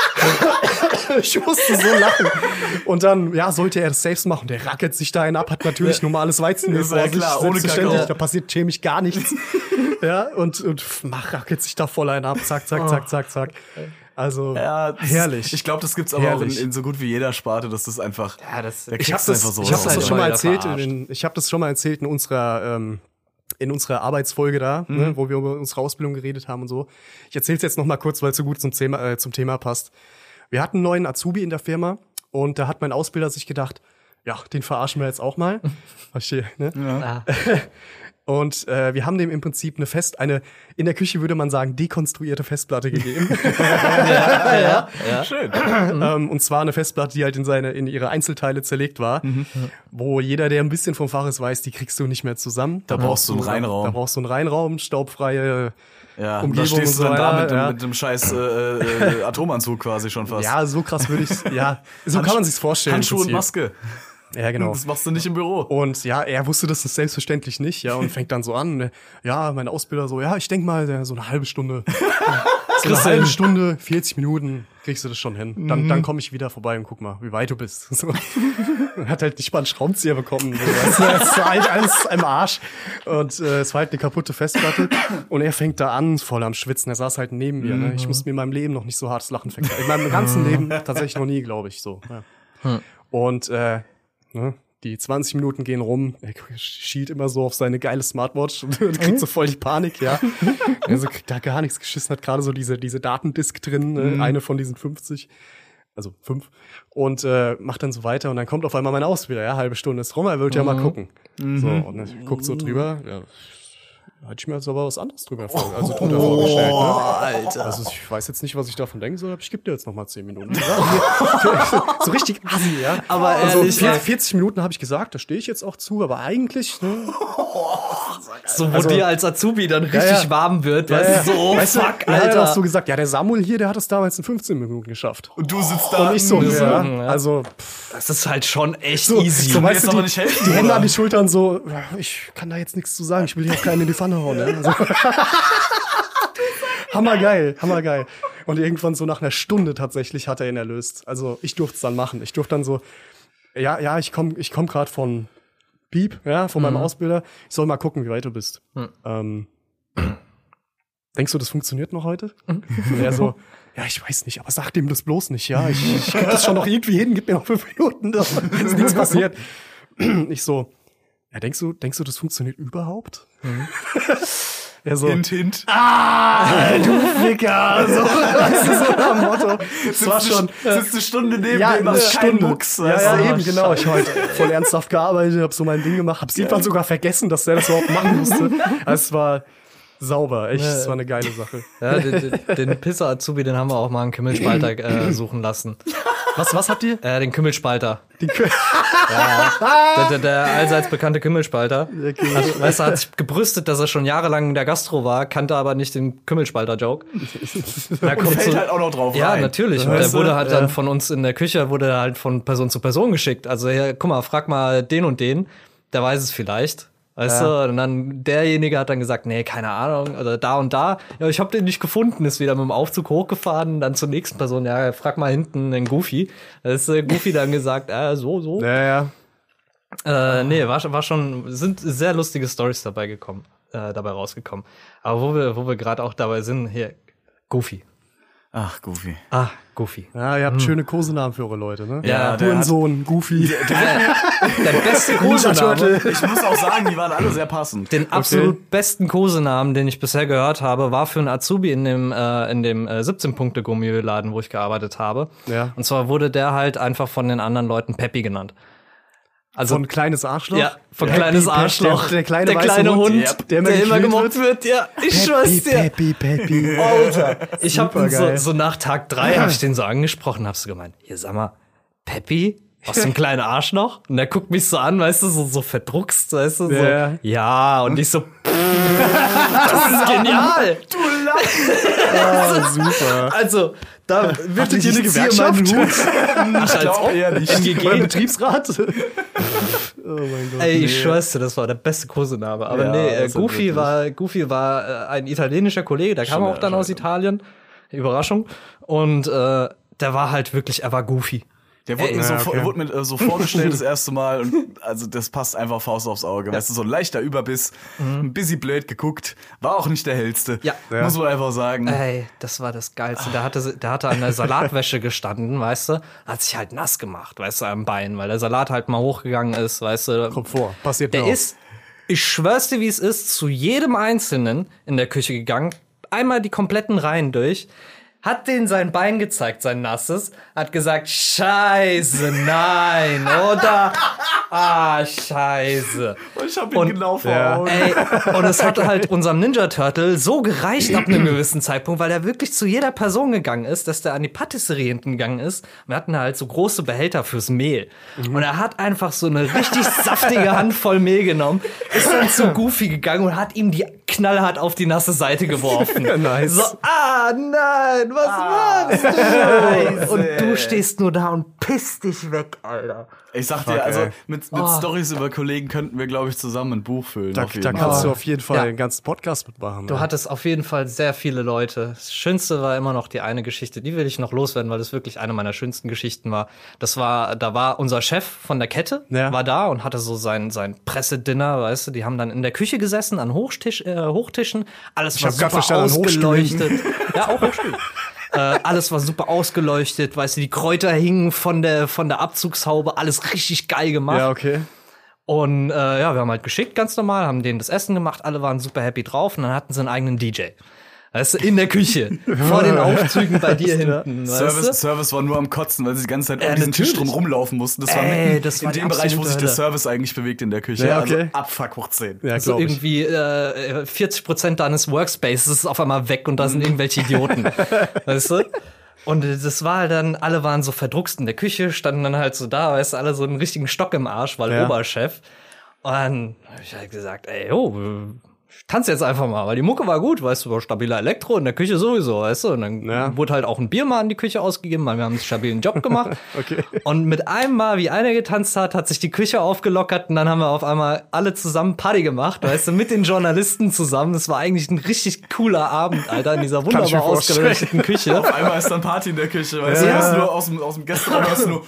S5: Ich musste so lachen. Und dann, ja, sollte er das selbst machen. Der rackert sich da einen ab, hat natürlich normales Weizenmehl
S4: Das war
S5: vor
S4: ja
S5: sich.
S4: klar, ohne
S5: Selbstverständlich,
S4: Kakao.
S5: da passiert chemisch gar nichts. Ja, und, und mach, rackert sich da voll einen ab. Zack, zack, zack, zack, zack. Also,
S4: Ja, das-
S5: herrlich.
S4: Ich glaube, das gibt's aber auch in,
S5: Herrlich.
S4: in so gut wie jeder Sparte, dass das einfach.
S6: Ja, das-
S4: da
S5: Ich
S4: kriegst
S5: habe
S4: du
S5: das,
S4: einfach so
S5: ich hab
S4: raus.
S5: das
S6: halt
S5: schon mal
S6: immer
S5: erzählt.
S6: verarscht.
S5: In, ich habe das schon mal erzählt in unserer ähm, in unserer Arbeitsfolge da,
S4: Mhm.
S5: ne, wo wir über unsere Ausbildung geredet haben und so. Ich erzähle es jetzt noch mal kurz, weil es so gut zum Thema äh, zum Thema passt. Wir hatten einen neuen Azubi in der Firma und da hat mein Ausbilder sich gedacht, ja, den verarschen wir jetzt auch mal. Verstehe, ne?
S6: Ah.
S5: Und äh, wir haben dem im Prinzip eine Fest, eine, in der Küche würde man sagen, dekonstruierte Festplatte gegeben.
S6: ja, ja.
S4: Schön.
S5: ähm, und zwar eine Festplatte, die halt in seine, in ihre Einzelteile zerlegt war, wo jeder, der ein bisschen vom Fach ist, weiß, die kriegst du nicht mehr zusammen.
S4: Da brauchst du einen Reinraum.
S5: Da brauchst du einen Reinraum, staubfreie,
S4: Ja,
S5: Umgebung
S4: da stehst du
S5: und
S4: dann
S5: so
S4: da
S5: weiter,
S4: mit, dem,
S5: ja.
S4: mit dem scheiß äh, äh, Atomanzug quasi schon fast.
S5: ja, so krass würde ich, ja, so kann man sich's vorstellen. im
S4: Handschuhe und
S5: Prinzip.
S4: Maske.
S5: Ja, genau.
S4: Das machst du nicht im Büro.
S5: Und ja, er wusste das selbstverständlich nicht, ja, und fängt dann so an, ne, ja, mein Ausbilder so, ja, ich denk mal, der- so eine halbe Stunde, so eine halbe Stunde, vierzig Minuten, kriegst du das schon hin. Dann, dann komme ich wieder vorbei und guck mal, wie weit du bist. So. Er hat halt nicht mal einen Schraubenzieher bekommen. So. Das ist halt alles im Arsch. Und äh, es war halt eine kaputte Festplatte. Und er fängt da an, voll am Schwitzen. Er saß halt neben mir. Ne? Ich musste mir in meinem Leben noch nicht so hartes Lachen verkaufen. In meinem ganzen Leben tatsächlich noch nie, glaube ich, so. Ja. Und äh, ne, die zwanzig Minuten gehen rum, er schielt immer so auf seine geile Smartwatch und kriegt so voll die Panik, ja. Also kriegt da gar nichts geschissen, hat gerade so diese, diese Datendisk drin, ne, eine von diesen fünfzig, also fünf, und äh, macht dann so weiter und dann kommt auf einmal mein Ausbilder, ja, halbe Stunde ist rum, er wollte ja mal gucken. So, und dann guckt so drüber, ja, hatte ich mir jetzt aber was anderes drüber vor, also drunter vorgestellt, ne?
S4: Alter.
S5: Also ich weiß jetzt nicht, was ich davon denken soll, aber ich gebe dir jetzt noch mal zehn Minuten. Ja, so richtig assi, ja.
S6: Aber
S5: also
S6: ehrlich,
S5: vier-
S6: ey.
S5: vierzig Minuten habe ich gesagt, da stehe ich jetzt auch zu, aber eigentlich, ne?
S6: So, wo
S5: Also-
S6: dir als Azubi dann richtig
S5: ja.
S6: warm wird,
S5: Ja,
S6: weißt
S5: ja.
S6: du, so, oh,
S5: weißt du,
S6: fuck,
S5: er hat
S6: Alter.
S5: auch so gesagt, ja, der Samuel hier, der hat es damals in fünfzehn Minuten geschafft.
S4: Und du sitzt da.
S5: Und ich so, ja,
S6: ja.
S5: also pff,
S6: Das ist halt schon echt
S5: so,
S6: easy.
S5: so
S4: mir
S5: weißt
S4: jetzt
S5: du,
S4: aber
S5: die,
S4: nicht helfen,
S5: die Hände
S4: oder?
S5: an die Schultern so, ja, ich kann da jetzt nichts zu sagen, ich will dir auch keinen in die Pfanne hauen. Ne? Also, hammergeil, hammergeil. Und irgendwann so nach einer Stunde tatsächlich hat er ihn erlöst. Also ich durfte es dann machen. Ich durfte dann so, ja, ja, ich komm, ich komm gerade von Piep, ja, von meinem Ausbilder. Ich soll mal gucken, wie weit du bist. Ähm, denkst du, das funktioniert noch heute? Und er so, ja, ich weiß nicht, aber sag dem das bloß nicht, ja. Ich, ich krieg das schon noch irgendwie hin, gib mir noch fünf Minuten, da ist nichts passiert. Ich so, ja, denkst du, denkst du, das funktioniert überhaupt? Er so,
S4: Hint, hint.
S5: ah, du Ficker, so, weißt du, so am Motto. Das war schon,
S4: Sitzt eine Stunde neben
S5: ja,
S4: dir,
S5: eine
S4: machst keinen
S5: Stunde.
S4: Mucks.
S5: Ja,
S4: weißt
S5: ja,
S4: du?
S5: eben, genau. Ich habe halt voll ernsthaft gearbeitet, hab so mein Ding gemacht, hab's irgendwann sogar vergessen, dass der das überhaupt machen musste. Also es war sauber, echt, es war eine geile Sache.
S6: Ja, den, den, den Pisser-Azubi, den haben wir auch mal einen Kümmelspalter äh, suchen lassen.
S5: Was, was habt ihr?
S6: Äh, den Kümmelspalter.
S5: Die Kö-
S6: Der, der, der allseits bekannte Kümmelspalter.
S5: Okay.
S6: Hat, weißt du, hat sich gebrüstet, dass er schon jahrelang in der Gastro war, kannte aber nicht den Kümmelspalter-Joke. Da kommt
S4: Fällt
S6: so,
S4: halt auch noch drauf
S6: ja,
S4: rein.
S6: natürlich. Und der
S4: Weißt du?
S6: wurde halt dann von uns in der Küche, wurde er halt von Person zu Person geschickt. Also, ja, guck mal, frag mal den und den, der weiß es vielleicht. Weißt
S5: Ja.
S6: du? Und dann derjenige hat dann gesagt, nee, keine Ahnung, oder da und da. Ja, ich hab den nicht gefunden, ist wieder mit dem Aufzug hochgefahren, dann zur nächsten Person, ja, frag mal hinten den Goofy. Da ist äh, Goofy dann gesagt, äh, so, so.
S5: Ja, ja.
S6: Äh, nee, war, war schon, sind sehr lustige Stories dabei gekommen, äh, dabei rausgekommen. Aber wo wir, wo wir gerade auch dabei sind, hier, Goofy.
S4: Ach, Goofy.
S6: Ah, Goofy.
S5: Ja, ihr habt schöne Kosenamen für eure Leute, ne?
S6: Ja,
S4: der hat-
S5: Hurensohn, Goofy.
S6: Der beste
S5: Ninja
S6: Kosename,
S5: Turtle.
S4: Ich muss auch sagen, die waren alle sehr passend.
S6: den absolut besten Kosenamen, den ich bisher gehört habe, war für einen Azubi in dem, äh, in dem äh, siebzehn-Punkte-Gummibladen, wo ich gearbeitet habe.
S5: Ja.
S6: Und zwar wurde der halt einfach von den anderen Leuten Peppi genannt. Also
S5: Von kleines Arschloch?
S6: ja, von
S5: Peppy,
S6: kleines
S5: Pep,
S6: Arschloch.
S5: Der, der kleine,
S6: der
S5: weiße
S6: kleine Hund,
S5: Hund, der,
S6: der,
S5: immer
S6: immer
S5: gekühlt
S6: gemobbt wird. Ja, ich schwör's dir.
S5: Peppy, Peppy.
S6: Alter, ich hab ihn so,
S5: Supergeil.
S6: so nach Tag drei hab ich den so angesprochen, hab so gemeint, hier sag mal, Peppy, was für ein kleiner Arschloch? Und der guckt mich so an, weißt du, so, so verdruckst, weißt du, so,
S5: Ja.
S6: ja, und ich so, das ist genial.
S4: Du lachst!
S5: Ah, super.
S6: Also, da wirklich
S5: ihr eine
S6: ich ziehe
S5: Gewerkschaft?
S6: meinen Hut. Ach, als ob.
S4: eher nicht.
S6: M G
S5: Beim
S6: G.
S5: Betriebsrat? Oh mein Gott.
S6: Ey, ich schwör's dir, das war der beste Kosename. Aber
S4: Ja,
S6: nee, äh,
S4: also
S6: Goofy
S4: wirklich.
S6: war, Goofy war äh, ein italienischer Kollege, der kam
S4: Schon,
S6: auch dann
S4: ja,
S6: aus
S4: schon.
S6: Italien. Überraschung. Und äh, der war halt wirklich, er war Goofy.
S4: Der wurde
S6: Ey,
S4: mir so,
S5: ja,
S4: vor-
S5: okay.
S4: wurde mir äh, so vorgestellt das erste Mal und also das passt einfach Faust aufs Auge. Weißt du, so ein leichter Überbiss, ein bisschen blöd geguckt, war auch nicht der hellste.
S6: Ja.
S5: Ja.
S4: Muss man einfach sagen.
S6: Ey, das war das Geilste. Der hatte, der hatte an der Salatwäsche gestanden, weißt du, hat sich halt nass gemacht, weißt du, am Bein, weil der Salat halt mal hochgegangen ist, weißt du.
S5: Kommt vor. Passiert
S6: Der
S5: mir auch.
S6: ist, ich schwör's dir, wie es ist, zu jedem Einzelnen in der Küche gegangen, einmal die kompletten Reihen durch, hat denen sein Bein gezeigt, sein nasses, hat gesagt, Scheiße, nein, oder? Ah, Scheiße.
S4: Ich hab ihn
S6: Und-
S4: genau vor
S5: ja.
S4: Augen.
S6: Ey, und es hat halt unserem Ninja Turtle so gereicht ab einem gewissen Zeitpunkt, weil er wirklich zu jeder Person gegangen ist, dass der an die Patisserie hinten gegangen ist. Wir hatten halt so große Behälter fürs Mehl. Und er hat einfach so eine richtig saftige Handvoll Mehl genommen, ist dann zu Goofy gegangen und hat ihm die knallhart auf die nasse Seite geworfen.
S5: Nice.
S6: So, ah, nein, was
S4: Ah,
S6: machst du?
S4: Scheiße.
S6: Und du stehst nur da und pisst dich weg, Alter.
S4: Ich sag
S5: Fuck,
S4: dir, also
S5: ey.
S4: mit, mit
S6: Oh.
S4: Storys über Kollegen könnten wir, glaube ich, zusammen ein Buch füllen.
S5: Da,
S4: auf jeden
S5: da
S4: Fall.
S5: kannst du auf jeden Fall
S6: Ja.
S5: einen ganzen Podcast mitmachen.
S6: Du
S5: ja.
S6: hattest auf jeden Fall sehr viele Leute. Das Schönste war immer noch die eine Geschichte, die will ich noch loswerden, weil das wirklich eine meiner schönsten Geschichten war. Das war, da war unser Chef von der Kette,
S5: Ja.
S6: war da und hatte so sein, sein Pressedinner, weißt du, die haben dann in der Küche gesessen, an Hochtisch, äh, Hochtischen, alles
S5: Ich
S6: war
S5: hab grad
S6: super
S5: verstanden, an
S6: ausgeleuchtet. Ja, auch Hochstühlen. Äh, alles war super ausgeleuchtet, weißt du, die Kräuter hingen von der, von der Abzugshaube, alles richtig geil gemacht.
S5: Ja, okay.
S6: Und äh, ja, wir haben halt geschickt, ganz normal, haben denen das Essen gemacht, alle waren super happy drauf und dann hatten sie einen eigenen D J. Weißt du, in der Küche, vor den Aufzügen bei dir hinten, weißt
S4: Service,
S6: du?
S4: Service war nur am Kotzen, weil sie die ganze Zeit
S6: Ja,
S4: um diesen Tisch
S6: natürlich.
S4: drum rumlaufen mussten. Das war
S6: Ey,
S4: mitten
S6: das war
S4: in
S6: die
S4: dem Bereich, wo
S6: absolute
S4: sich der
S6: Hölle.
S4: Service eigentlich bewegt in der Küche.
S5: Ja, okay.
S4: Also Abfuck hoch zehn.
S5: Ja,
S6: So
S5: glaub ich.
S6: irgendwie äh, vierzig Prozent deines Workspaces ist auf einmal weg und da sind irgendwelche Idioten. Weißt du? Und das war dann, alle waren so verdruckst in der Küche, standen dann halt so da, weißt du, alle so einen richtigen Stock im Arsch, weil
S5: Ja.
S6: Oberchef. Und dann hab ich halt gesagt, ey, oh, ich tanze jetzt einfach mal, weil die Mucke war gut, weißt du, war stabiler Elektro, in der Küche sowieso, weißt du. Und dann
S5: Ja.
S6: wurde halt auch ein Bier mal in die Küche ausgegeben, weil wir haben einen stabilen Job gemacht.
S5: Okay.
S6: Und mit einem Mal, wie einer getanzt hat, hat sich die Küche aufgelockert und dann haben wir auf einmal alle zusammen Party gemacht, weißt du, mit den Journalisten zusammen. Das war eigentlich ein richtig cooler Abend, Alter, in dieser
S5: ich mir
S6: wunderbar
S5: vorstellen.
S6: ausgeleuchteten Küche.
S4: Auf einmal ist dann Party in der Küche, weißt du,
S6: Ja.
S4: du hörst nur aus dem, aus dem Gästeraum hörst du nur,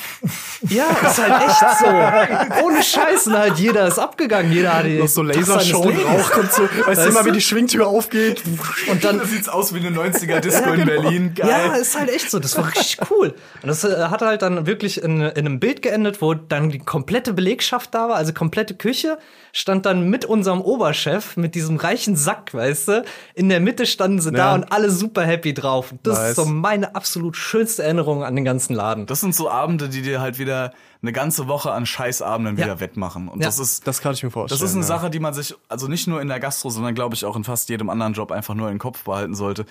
S6: Ja, ist halt echt so. Ohne Scheißen halt, jeder ist abgegangen, jeder hat die
S5: Noch so
S6: Tag seines
S5: Lasershow und
S6: Lebens.
S5: Rauch kommt so. Weißt du,
S6: Weißt
S5: immer
S6: du?
S5: wie die Schwingtür aufgeht.
S6: Und dann,
S4: da sieht's aus wie eine neunziger-Disco in Berlin. Geil.
S6: ja, ist halt echt so. Das war richtig cool. Und das äh, hat halt dann wirklich in, in einem Bild geendet, wo dann die komplette Belegschaft da war, also komplette Küche, stand dann mit unserem Oberchef, mit diesem reichen Sack, weißt du. In der Mitte standen sie
S5: Ja.
S6: da und alle super happy drauf. Und das
S5: Nice.
S6: ist so meine absolut schönste Erinnerung an den ganzen Laden.
S4: Das sind so Abende, die dir halt wieder eine ganze Woche an Scheißabenden
S6: Ja.
S4: wieder wettmachen. Und
S6: Ja.
S4: das ist
S5: Das kann ich mir vorstellen.
S4: Das ist eine
S5: ja.
S4: Sache, die man sich, also nicht nur in der Gastro, sondern glaube ich auch in fast jedem anderen Job einfach nur im Kopf behalten sollte.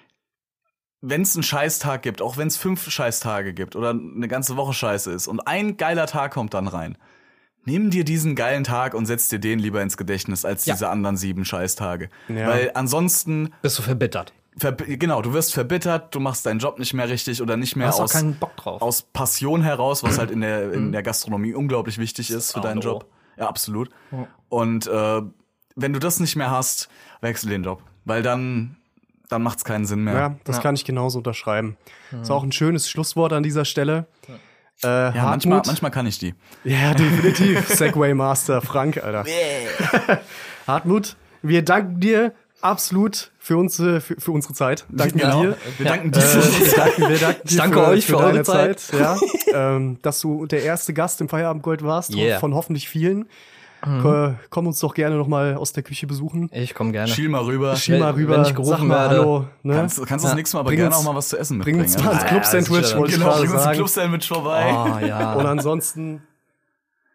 S4: Wenn es einen Scheißtag gibt, auch wenn es fünf Scheißtage gibt oder eine ganze Woche Scheiße ist und ein geiler Tag kommt dann rein, nimm dir diesen geilen Tag und setz dir den lieber ins Gedächtnis als
S6: Ja.
S4: diese anderen sieben Scheißtage.
S5: Ja.
S4: Weil ansonsten,
S6: Bist du verbittert?
S4: verb genau, du wirst verbittert, du machst deinen Job nicht mehr richtig oder nicht mehr
S6: Hast auch
S4: aus,
S6: keinen Bock drauf.
S4: aus Passion heraus, was halt in der, in der Gastronomie unglaublich wichtig ist für
S6: A und
S4: deinen
S6: O.
S4: Job. Ja, absolut. Und äh, wenn du das nicht mehr hast, wechsel den Job. Weil dann, dann macht's keinen Sinn mehr.
S5: Ja, das
S6: Ja.
S5: kann ich genauso unterschreiben. Ist auch ein schönes Schlusswort an dieser Stelle. Äh,
S4: Ja, manchmal,
S5: Hartmut.
S4: manchmal kann ich die.
S5: Ja, definitiv. Segway Master Frank, Alter. Hartmut, wir danken dir absolut für, uns, äh, für, für unsere Zeit. Danken wir dir.
S4: Wir
S6: Ja.
S4: danken dir.
S5: Äh, wir danken, wir danken dir
S6: danke euch für
S5: deine
S6: eure Zeit.
S5: Ja, ähm, dass du der erste Gast im Feierabendgold warst,
S6: Yeah.
S5: von hoffentlich vielen. Ko- Komm uns doch gerne noch mal aus der Küche besuchen.
S6: Ich komme gerne.
S4: Schiel mal rüber.
S5: Schiel mal
S6: wenn
S5: rüber,
S6: ich gerufen
S5: sag mal
S6: werde,
S5: hallo. Ne?
S4: Kannst, kannst du das nächste Mal aber
S5: Bring
S4: gerne
S5: uns-
S4: auch mal was zu essen
S5: Bring
S4: mitbringen.
S5: uns mal ins
S6: Ja,
S5: Club-Sandwich,
S6: sicher.
S5: wollte ich
S4: Genau,
S5: gerade
S4: bring uns ein
S5: sagen.
S4: Club-Sandwich vorbei.
S6: Oh, ja.
S5: Und ansonsten,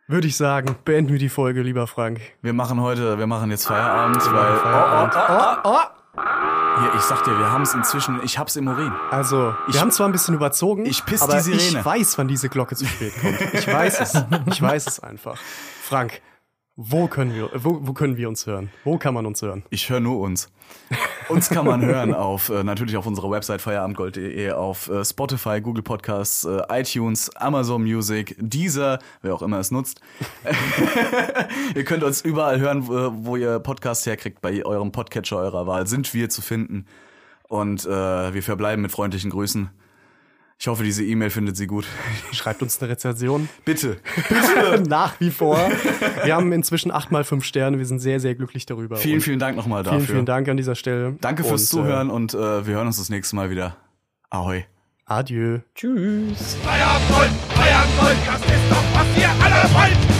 S5: würde ich sagen, beenden wir die Folge, lieber Frank.
S4: Wir machen heute, wir machen jetzt Feierabend, weil... Feierabend. Oh, oh, oh, oh. Hier, ich sag dir, wir haben es inzwischen, ich hab's im Urin.
S5: Also, wir
S4: ich,
S5: haben zwar ein bisschen überzogen,
S4: ich piss
S5: aber
S4: die Sirene.
S5: ich weiß, wann diese Glocke zu spät kommt. Ich weiß es. Ich weiß es einfach. Frank, wo können wir, wo, wo können wir uns hören? Wo kann man uns hören?
S4: Ich höre nur uns. Uns kann man hören auf, äh, natürlich auf unserer Website feierabendgold punkt de, auf äh, Spotify, Google Podcasts, äh, iTunes, Amazon Music, Deezer, wer auch immer es nutzt. Ihr könnt uns überall hören, wo, wo ihr Podcasts herkriegt, bei eurem Podcatcher eurer Wahl sind wir zu finden. Und äh, wir verbleiben mit freundlichen Grüßen. Ich hoffe, diese E-Mail findet Sie gut.
S5: Schreibt uns eine Rezension.
S4: Bitte.
S5: Bitte. Nach wie vor. Wir haben inzwischen acht mal fünf Sterne. Wir sind sehr, sehr glücklich darüber.
S4: Vielen, vielen Dank nochmal dafür.
S5: Vielen, vielen Dank an dieser Stelle.
S4: Danke fürs
S5: und,
S4: Zuhören äh, und äh, wir hören uns das nächste Mal wieder. Ahoi.
S5: Adieu. Tschüss.
S2: Feierabend, Gold, Feierabend, Gold, das ist doch, was ihr alle wollt.